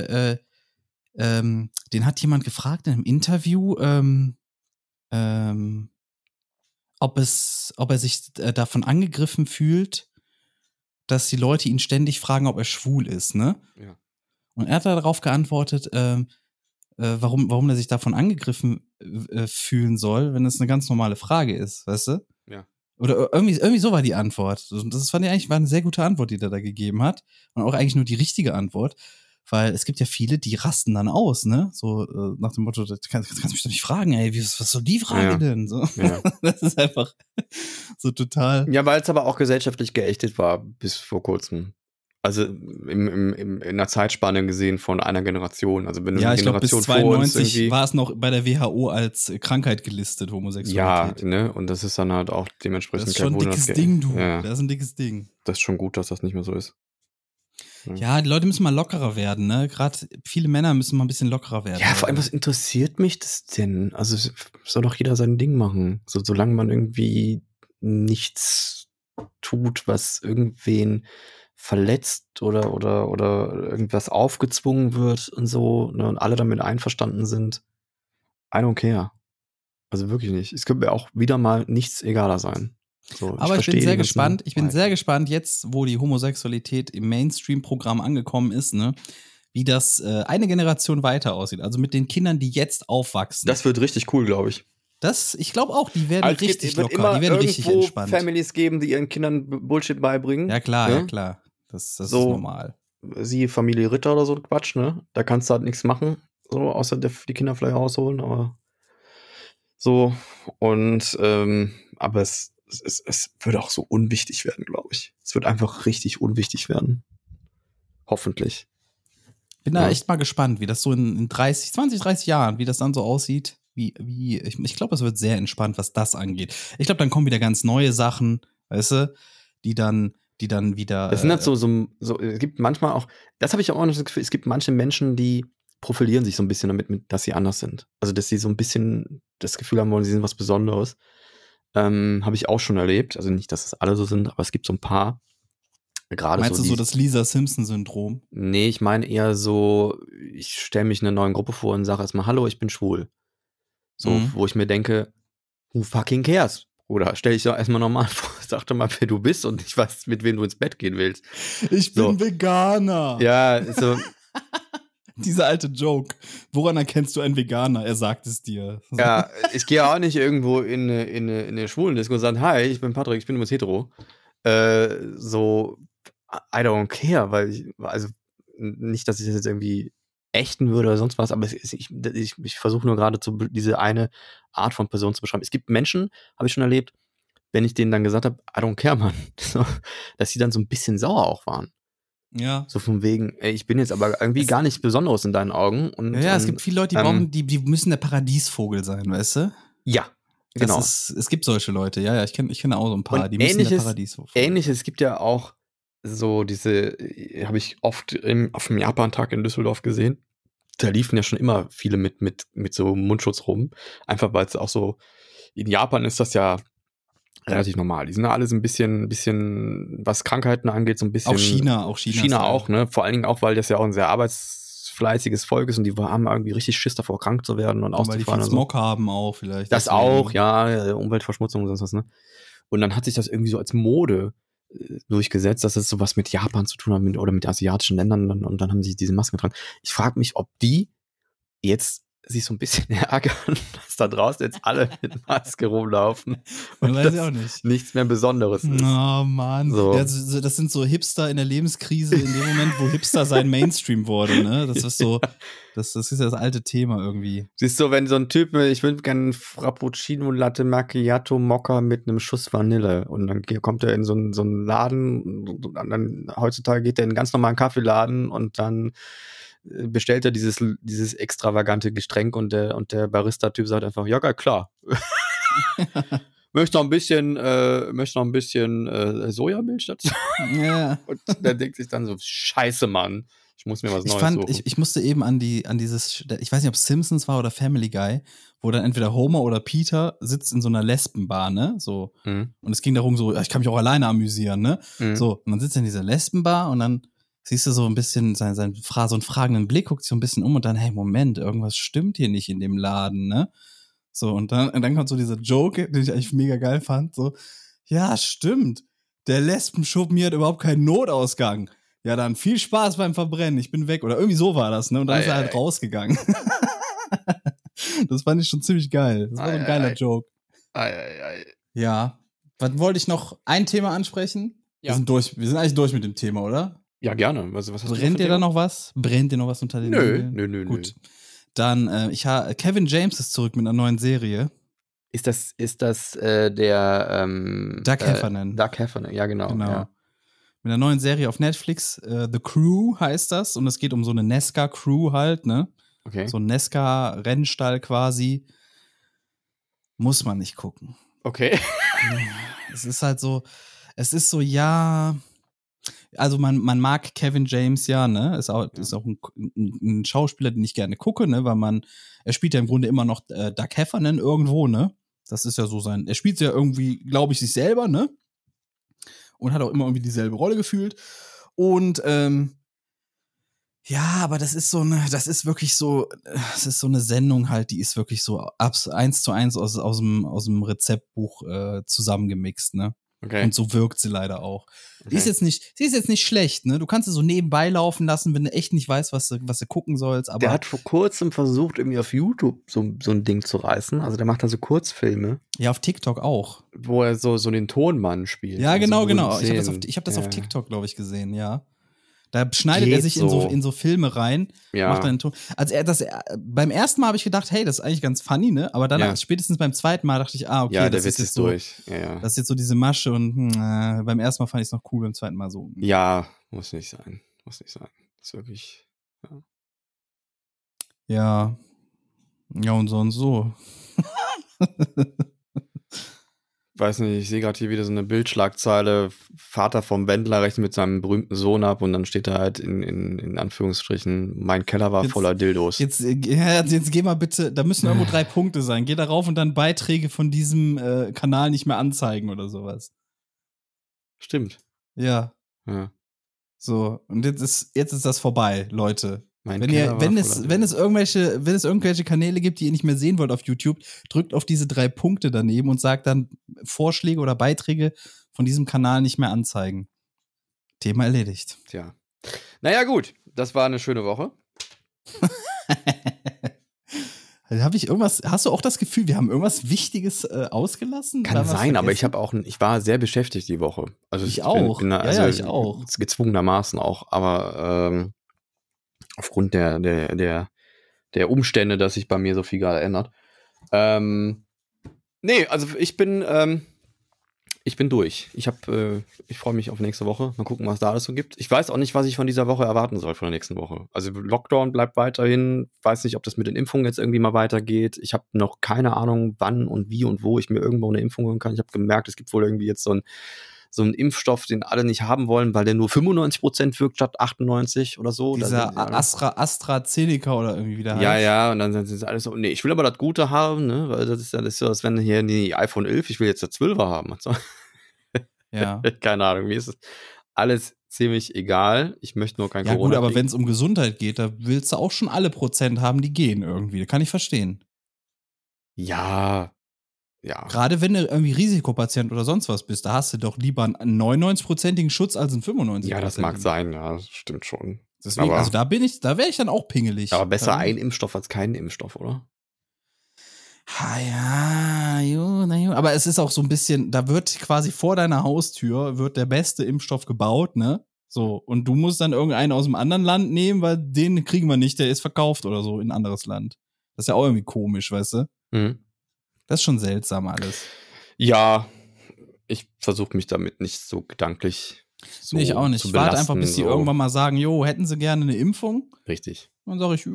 den hat jemand gefragt in einem Interview, ob er sich davon angegriffen fühlt, dass die Leute ihn ständig fragen, ob er schwul ist, ne? Ja. Und er hat darauf geantwortet, warum er sich davon angegriffen fühlen soll, wenn es eine ganz normale Frage ist, weißt du? Ja. Oder irgendwie so war die Antwort. Das fand ich eigentlich war eine sehr gute Antwort, die der da gegeben hat. Und auch eigentlich nur die richtige Antwort. Weil es gibt ja viele, die rasten dann aus, ne? So nach dem Motto, kannst du mich doch nicht fragen, ey, was soll die Frage denn? So. Ja. Das ist einfach so total. Ja, weil es aber auch gesellschaftlich geächtet war bis vor kurzem. Also in einer Zeitspanne gesehen von einer Generation. Also wenn du eine Generation bis 92 war es noch bei der WHO als Krankheit gelistet, Homosexualität. Ja, ne? Und das ist dann halt auch dementsprechend das ist schon ein dickes Ding, du. Ja. Das ist ein dickes Ding. Das ist schon gut, dass das nicht mehr so ist. Ja, die Leute müssen mal lockerer werden, ne? Gerade viele Männer müssen mal ein bisschen lockerer werden. Ja, vor allem, was interessiert mich das denn? Also soll doch jeder sein Ding machen. Solange man irgendwie nichts tut, was irgendwen verletzt oder irgendwas aufgezwungen wird und so, ne, und alle damit einverstanden sind. I don't care. Also wirklich nicht. Es könnte mir auch wieder mal nichts egaler sein. So, aber ich bin sehr gespannt. Ich bin sehr gespannt jetzt, wo die Homosexualität im Mainstream-Programm angekommen ist, ne, wie das eine Generation weiter aussieht. Also mit den Kindern, die jetzt aufwachsen. Das wird richtig cool, glaube ich. Ich glaube auch, die werden richtig locker, die werden richtig entspannt. Families geben, die ihren Kindern Bullshit beibringen. Ja klar, ne? Ja klar. Das so, ist normal. Siehe Familie Ritter oder so ein Quatsch, ne? Da kannst du halt nichts machen, so, außer die Kinder vielleicht rausholen, aber so. Und aber es wird auch so unwichtig werden, glaube ich. Es wird einfach richtig unwichtig werden. Hoffentlich. Bin da echt mal gespannt, wie das so in 20, 30 Jahren, wie das dann so aussieht. Ich glaube, es wird sehr entspannt, was das angeht. Ich glaube, dann kommen wieder ganz neue Sachen, weißt du, die dann wieder. Das sind halt so, es gibt manchmal auch, das habe ich auch noch das Gefühl, es gibt manche Menschen, die profilieren sich so ein bisschen damit, dass sie anders sind. Also, dass sie so ein bisschen das Gefühl haben wollen, sie sind was Besonderes. Habe ich auch schon erlebt. Also nicht, dass es alle so sind, aber es gibt so ein paar. Gerade Meinst so du so das Lisa Simpson-Syndrom? Nee, ich meine eher so, ich stelle mich einer neuen Gruppe vor und sage erstmal, hallo, ich bin schwul. So, wo ich mir denke, who fucking cares? Oder stell dich doch erstmal normal vor, sag doch mal, wer du bist und nicht was, mit wem du ins Bett gehen willst. Ich bin Veganer. Ja, so. Dieser alte Joke. Woran erkennst du einen Veganer? Er sagt es dir. Ja, ich gehe auch nicht irgendwo in eine Schwulendisco und sage, hi, ich bin Patrick, ich bin übrigens hetero. So, I don't care, also nicht, dass ich das jetzt irgendwie ächten würde oder sonst was, aber ich versuche nur gerade diese eine Art von Person zu beschreiben. Es gibt Menschen, habe ich schon erlebt, wenn ich denen dann gesagt habe, I don't care, Mann, so, dass sie dann so ein bisschen sauer auch waren. Ja. So von wegen, ey, ich bin jetzt aber irgendwie gar nichts Besonderes in deinen Augen. Es gibt viele Leute, die müssen der Paradiesvogel sein, weißt du? Ja, genau. Es gibt solche Leute, ja, ich kenne auch so ein paar, und die müssen der Paradiesvogel. Ähnliches, es gibt ja auch so diese, habe ich oft auf dem Japan-Tag in Düsseldorf gesehen. Da liefen ja schon immer viele mit so Mundschutz rum. Einfach weil es auch so, in Japan ist das ja relativ normal. Die sind ja alle so ein bisschen, was Krankheiten angeht, so ein bisschen. Auch China auch, ne? Vor allen Dingen auch, weil das ja auch ein sehr arbeitsfleißiges Volk ist und die haben irgendwie richtig Schiss davor, krank zu werden und auszufallen. Weil die viel Smog haben auch vielleicht. Das auch, ja, Umweltverschmutzung und sonst was, ne? Und dann hat sich das irgendwie so als Mode durchgesetzt, dass es sowas mit Japan zu tun hat oder mit asiatischen Ländern und dann haben sie diese Masken getragen. Ich frage mich, ob die jetzt sich so ein bisschen ärgern, dass da draußen jetzt alle mit Maske rumlaufen und weiß ich auch nicht. Nichts mehr Besonderes ist. Oh Mann. So. Ja, das sind so Hipster in der Lebenskrise in dem Moment, wo Hipster sein Mainstream wurde, ne? Das ist so, das ist ja das alte Thema irgendwie. Siehst du, wenn so ein Typ, ich würde gerne einen Frappuccino, Latte Macchiato, Mokka mit einem Schuss Vanille und dann kommt er in so einen Laden und dann heutzutage geht er in einen ganz normalen Kaffeeladen und dann bestellt er dieses extravagante Getränk und der Barista-Typ sagt einfach, ja, klar. Möchte noch ein bisschen Sojamilch dazu. Ja. Und der denkt sich dann so, scheiße, Mann. Ich muss mir was Neues suchen. Ich musste eben an dieses, ich weiß nicht, ob es Simpsons war oder Family Guy, wo dann entweder Homer oder Peter sitzt in so einer Lesbenbar, ne? So. Und es ging darum, so, ich kann mich auch alleine amüsieren, ne? So, und dann sitzt er in dieser Lesbenbar und dann siehst du so ein bisschen so einen fragenden Blick, guckt sich so ein bisschen um und dann, hey, Moment, irgendwas stimmt hier nicht in dem Laden, ne? So, und dann kommt so dieser Joke, den ich eigentlich mega geil fand, so, ja, stimmt, der Lesbenschuppen hier hat überhaupt keinen Notausgang. Ja, dann viel Spaß beim Verbrennen, ich bin weg. Oder irgendwie so war das, ne? Und dann ist er halt rausgegangen. Das fand ich schon ziemlich geil. Das war so ein geiler Joke. Ja. Was wollte ich noch? Ein Thema ansprechen? Ja. Wir sind eigentlich durch mit dem Thema, oder? Ja, gerne. Was hast Brennt dir da noch was? Brennt dir noch was unter den Nägeln? Nö. Gut. Dann, Kevin James ist zurück mit einer neuen Serie. Ist das der Doug Heffernan. Doug Heffernan, ja, genau. Ja. Mit einer neuen Serie auf Netflix, The Crew heißt das, und es geht um so eine Nesca-Crew halt, ne? Okay. So ein Nesca-Rennstall quasi. Muss man nicht gucken. Okay. Es ist ja, also man mag Kevin James ja, ne? Ist auch ein Schauspieler, den ich gerne gucke, ne? Weil er spielt ja im Grunde immer noch Doug Heffernan irgendwo, ne? Das ist ja so er spielt ja irgendwie, glaube ich, sich selber, ne? Und hat auch immer irgendwie dieselbe Rolle gefühlt. Und ja, aber das ist wirklich so eine Sendung halt, die ist wirklich so 1:1 aus dem Rezeptbuch zusammengemixt, ne? Okay. Und so wirkt sie leider auch. Okay. Sie ist jetzt nicht schlecht, ne? Du kannst sie so nebenbei laufen lassen, wenn du echt nicht weißt, was du gucken sollst. Aber der hat vor kurzem versucht, irgendwie auf YouTube so ein Ding zu reißen. Also der macht da so Kurzfilme. Ja, auf TikTok auch. Wo er so den Tonmann spielt. Ja, genau. Ich hab das auf TikTok, glaube ich, gesehen, ja. Da schneidet er sich in so Filme rein, macht dann den Ton. Also beim ersten Mal habe ich gedacht, hey, das ist eigentlich ganz funny, ne? Aber dann spätestens beim zweiten Mal dachte ich, okay, ja, das ist jetzt so, durch. Ja. Das ist jetzt so diese Masche und beim ersten Mal fand ich es noch cool, beim zweiten Mal so. Ja, muss nicht sein. Das ist wirklich, Ja. Ja, und so und so. Weiß nicht, ich sehe gerade hier wieder so eine Bildschlagzeile, Vater vom Wendler rechnet mit seinem berühmten Sohn ab und dann steht da halt in Anführungsstrichen, mein Keller war voller Dildos. Jetzt geh mal bitte, da müssen irgendwo 3 Punkte sein. Geh darauf und dann Beiträge von diesem Kanal nicht mehr anzeigen oder sowas. Stimmt. Ja. So, und jetzt ist das vorbei, Leute. Mein Wenn Keller war wenn voller es irgendwelche Kanäle gibt, die ihr nicht mehr sehen wollt auf YouTube, drückt auf diese 3 Punkte daneben und sagt dann Vorschläge oder Beiträge von diesem Kanal nicht mehr anzeigen. Thema erledigt. Tja. Naja, gut. Das war eine schöne Woche. Hast du auch das Gefühl, wir haben irgendwas Wichtiges ausgelassen? Kann sein, aber ich war sehr beschäftigt die Woche. Also ich auch. Ich auch. Gezwungenermaßen auch, aber aufgrund der Umstände, dass sich bei mir so viel gerade ändert. Nee, also ich bin durch. Ich freue mich auf nächste Woche. Mal gucken, was da alles so gibt. Ich weiß auch nicht, was ich von dieser Woche erwarten soll, von der nächsten Woche. Also Lockdown bleibt weiterhin. Weiß nicht, ob das mit den Impfungen jetzt irgendwie mal weitergeht. Ich habe noch keine Ahnung, wann und wie und wo ich mir irgendwo eine Impfung holen kann. Ich habe gemerkt, es gibt wohl irgendwie jetzt so einen Impfstoff, den alle nicht haben wollen, weil der nur 95% wirkt statt 98 oder so. Dieser AstraZeneca oder irgendwie wieder heißt. Ja, und dann sind sie alles so, nee, ich will aber das Gute haben, ne, weil das ist so, als wenn hier die iPhone 11, ich will jetzt der 12er haben. So. Ja. Keine Ahnung, mir ist es alles ziemlich egal. Ich möchte nur kein Corona. Ja gut, aber wenn es um Gesundheit geht, da willst du auch schon alle Prozent haben, die gehen irgendwie. Das kann ich verstehen. Ja. Gerade wenn du irgendwie Risikopatient oder sonst was bist, da hast du doch lieber einen 99%igen Schutz als einen 95%. Ja, das mag sein, ja, das stimmt schon. Deswegen, also da wäre ich dann auch pingelig. Aber besser ein Impfstoff als kein Impfstoff, oder? Ja, aber es ist auch so ein bisschen, da wird quasi vor deiner Haustür wird der beste Impfstoff gebaut, ne? So, und du musst dann irgendeinen aus einem anderen Land nehmen, weil den kriegen wir nicht, der ist verkauft oder so in ein anderes Land. Das ist ja auch irgendwie komisch, weißt du? Mhm. Das ist schon seltsam alles. Ja, ich versuche mich damit nicht so gedanklich so nee, ich auch nicht. Ich warte einfach, bis die irgendwann mal sagen, jo, hätten sie gerne eine Impfung? Richtig. Dann sage ich,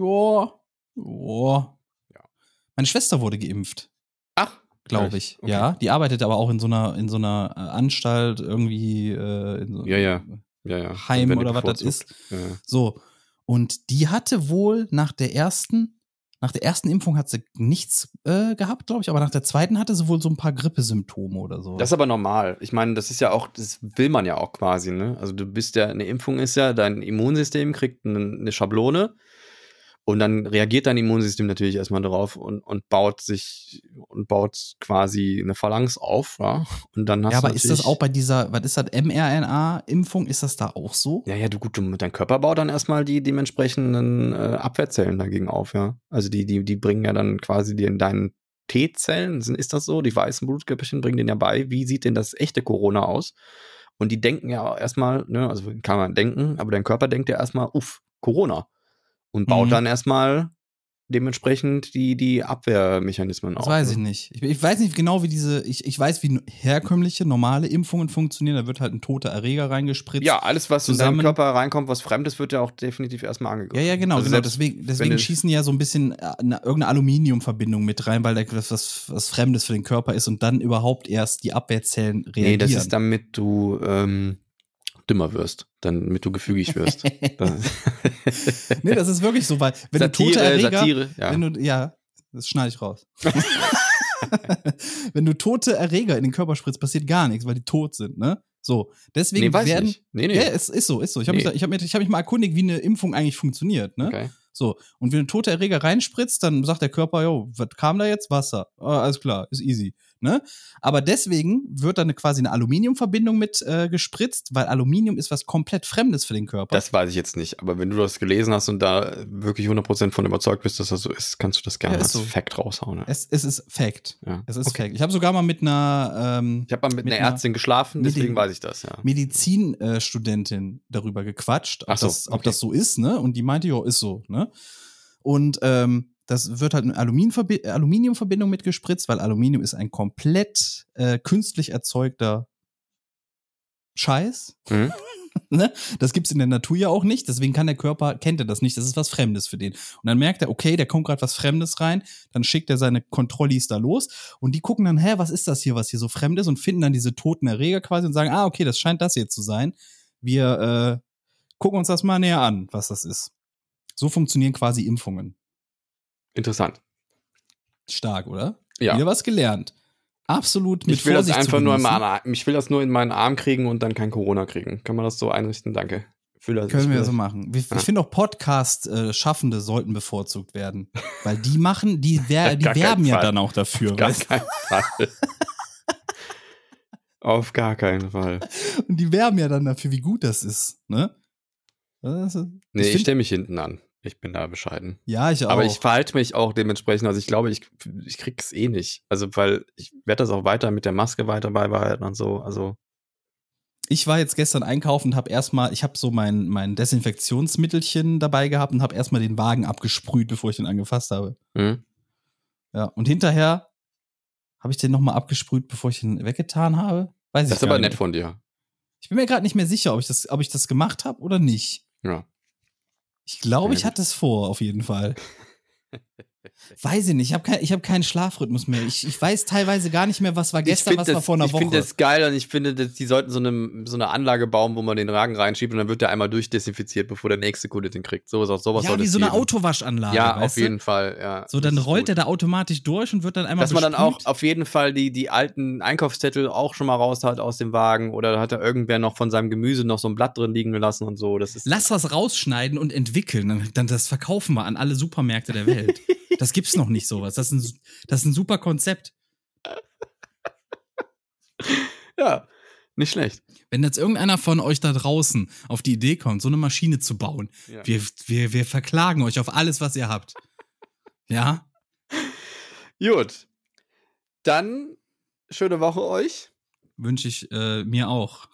ja. Meine Schwester wurde geimpft. Ach, glaube ich. Okay. Ja, die arbeitet aber auch in so einer Anstalt irgendwie in so Heim oder was das ist. Ja. So. Und die hatte wohl nach der ersten Impfung hat sie nichts gehabt, glaube ich, aber nach der zweiten hatte sie wohl so ein paar Grippesymptome oder so. Das ist aber normal. Ich meine, das ist ja auch, das will man ja auch quasi, ne? Also du bist ja, eine Impfung ist ja, dein Immunsystem kriegt eine Schablone und dann reagiert dein Immunsystem natürlich erstmal drauf und baut quasi eine Phalanx auf, ja? Und dann hast du aber ist das auch bei dieser, was ist das, mRNA-Impfung, ist das da auch so? Ja, dein Körper baut dann erstmal die dementsprechenden Abwehrzellen dagegen auf, ja. Also die bringen ja dann quasi dir in deinen T-Zellen, ist das so? Die weißen Blutkörperchen bringen denen ja bei, wie sieht denn das echte Corona aus? Und die denken ja erstmal, ne, also kann man denken, aber dein Körper denkt ja erstmal, Corona. Und baut dann erstmal dementsprechend die Abwehrmechanismen auf. Das weiß ich nicht. Ich weiß nicht genau, wie ich weiß, wie herkömmliche, normale Impfungen funktionieren. Da wird halt ein toter Erreger reingespritzt. Ja, alles, was in deinen Körper reinkommt, was Fremdes, wird ja auch definitiv erstmal angegriffen. Ja, genau. Deswegen schießen ja so ein bisschen irgendeine Aluminiumverbindung mit rein, weil das was Fremdes für den Körper ist und dann überhaupt erst die Abwehrzellen reagieren. Nee, das ist damit du dümmer wirst, damit du gefügig wirst. Nee, das ist wirklich so, weil wenn Satire, ja. Das schneide ich raus. Wenn du tote Erreger in den Körper spritzt, passiert gar nichts, weil die tot sind, ne? So, deswegen weiß ich nicht. Nee. Ja, es ist so. Ich habe mich mal erkundigt, wie eine Impfung eigentlich funktioniert, ne? Okay. So, und wenn du tote Erreger reinspritzt, dann sagt der Körper, jo, was kam da jetzt? Wasser. Alles klar, ist easy, ne? Aber deswegen wird dann quasi eine Aluminiumverbindung mit gespritzt, weil Aluminium ist was komplett Fremdes für den Körper. Das weiß ich jetzt nicht, aber wenn du das gelesen hast und da wirklich 100% von überzeugt bist, dass das so ist, kannst du das gerne als Fact raushauen. Ja. Es ist Fact. Ja. Es ist Fact. Ich habe sogar mal mit einer einer Ärztin geschlafen, deswegen weiß ich das, ja. Medizinstudentin darüber gequatscht, ob das so ist, ne? Und die meinte, jo, ist so, ne? Und das wird halt eine Aluminiumverbindung mitgespritzt, weil Aluminium ist ein komplett künstlich erzeugter Scheiß. Mhm. Ne? Das gibt's in der Natur ja auch nicht, deswegen kennt er das nicht, das ist was Fremdes für den. Und dann merkt er, okay, da kommt gerade was Fremdes rein, dann schickt er seine Kontrollis da los und die gucken dann, was ist das hier, was hier so fremd ist und finden dann diese toten Erreger quasi und sagen, okay, das scheint das hier zu sein. Wir gucken uns das mal näher an, was das ist. So funktionieren quasi Impfungen. Interessant. Stark, oder? Ja. Wieder was gelernt. Absolut mit Ich will Vorsicht das einfach zu nur genießen. ich will das nur in meinen Arm kriegen und dann kein Corona kriegen. Kann man das so einrichten? Danke. Können wir so machen. Ich finde auch Podcast-Schaffende sollten bevorzugt werden. Weil die werben ja dann auch dafür. Auf gar keinen Fall. Auf gar keinen Fall. Und die werben ja dann dafür, wie gut das ist. Ne? Ich stelle mich hinten an. Ich bin da bescheiden. Ja, ich auch. Aber ich verhalte mich auch dementsprechend. Also ich glaube, ich krieg's eh nicht. Also, weil ich werde das auch weiter mit der Maske weiter beibehalten und so. Also. Ich war jetzt gestern einkaufen und ich habe so mein Desinfektionsmittelchen dabei gehabt und habe erstmal den Wagen abgesprüht, bevor ich den angefasst habe. Mhm. Ja, und hinterher habe ich den nochmal abgesprüht, bevor ich den weggetan habe. Weiß ich Das ist aber nett von dir. Ich bin mir gerade nicht mehr sicher, ob ich das gemacht habe oder nicht. Ja. Ich glaube, ich hatte es vor, auf jeden Fall. Weiß ich nicht, ich hab keinen Schlafrhythmus mehr. Ich weiß teilweise gar nicht mehr, was war gestern, was war vor einer Woche. Ich finde das geil und ich finde, die sollten so eine Anlage bauen, wo man den Wagen reinschiebt und dann wird der einmal durchdesinfiziert, bevor der nächste Kunde den kriegt. Sowas ja, wie so eine Autowaschanlage. Ja, auf jeden Fall. Ja. So, dann rollt der da automatisch durch und wird dann einmal besprüht. Dass man dann auch auf jeden Fall die alten Einkaufszettel auch schon mal raus hat aus dem Wagen oder hat da irgendwer noch von seinem Gemüse noch so ein Blatt drin liegen gelassen und so. Lass das rausschneiden und entwickeln. Dann das verkaufen wir an alle Supermärkte der Welt. Das gibt's noch nicht sowas. Das ist ein super Konzept. Ja, nicht schlecht. Wenn jetzt irgendeiner von euch da draußen auf die Idee kommt, so eine Maschine zu bauen, ja. wir verklagen euch auf alles, was ihr habt. Ja? Gut. Dann schöne Woche euch. Wünsche ich mir auch.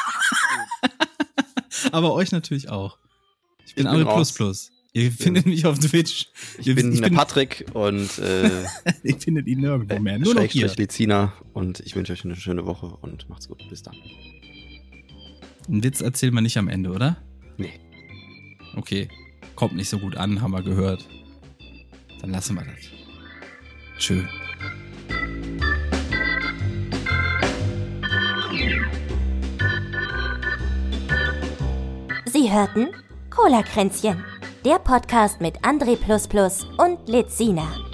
Aber euch natürlich auch. Ich bin André ++. Ihr findet mich auf Twitch. Ich bin Patrick und ihr findet ihn nirgendwo mehr. Nur noch hier. Lezina und ich wünsche euch eine schöne Woche und macht's gut. Bis dann. Einen Witz erzählen wir nicht am Ende, oder? Nee. Okay. Kommt nicht so gut an, haben wir gehört. Dann lassen wir das. Tschö. Sie hörten Cola-Kränzchen, der Podcast mit André ++ und Lezina.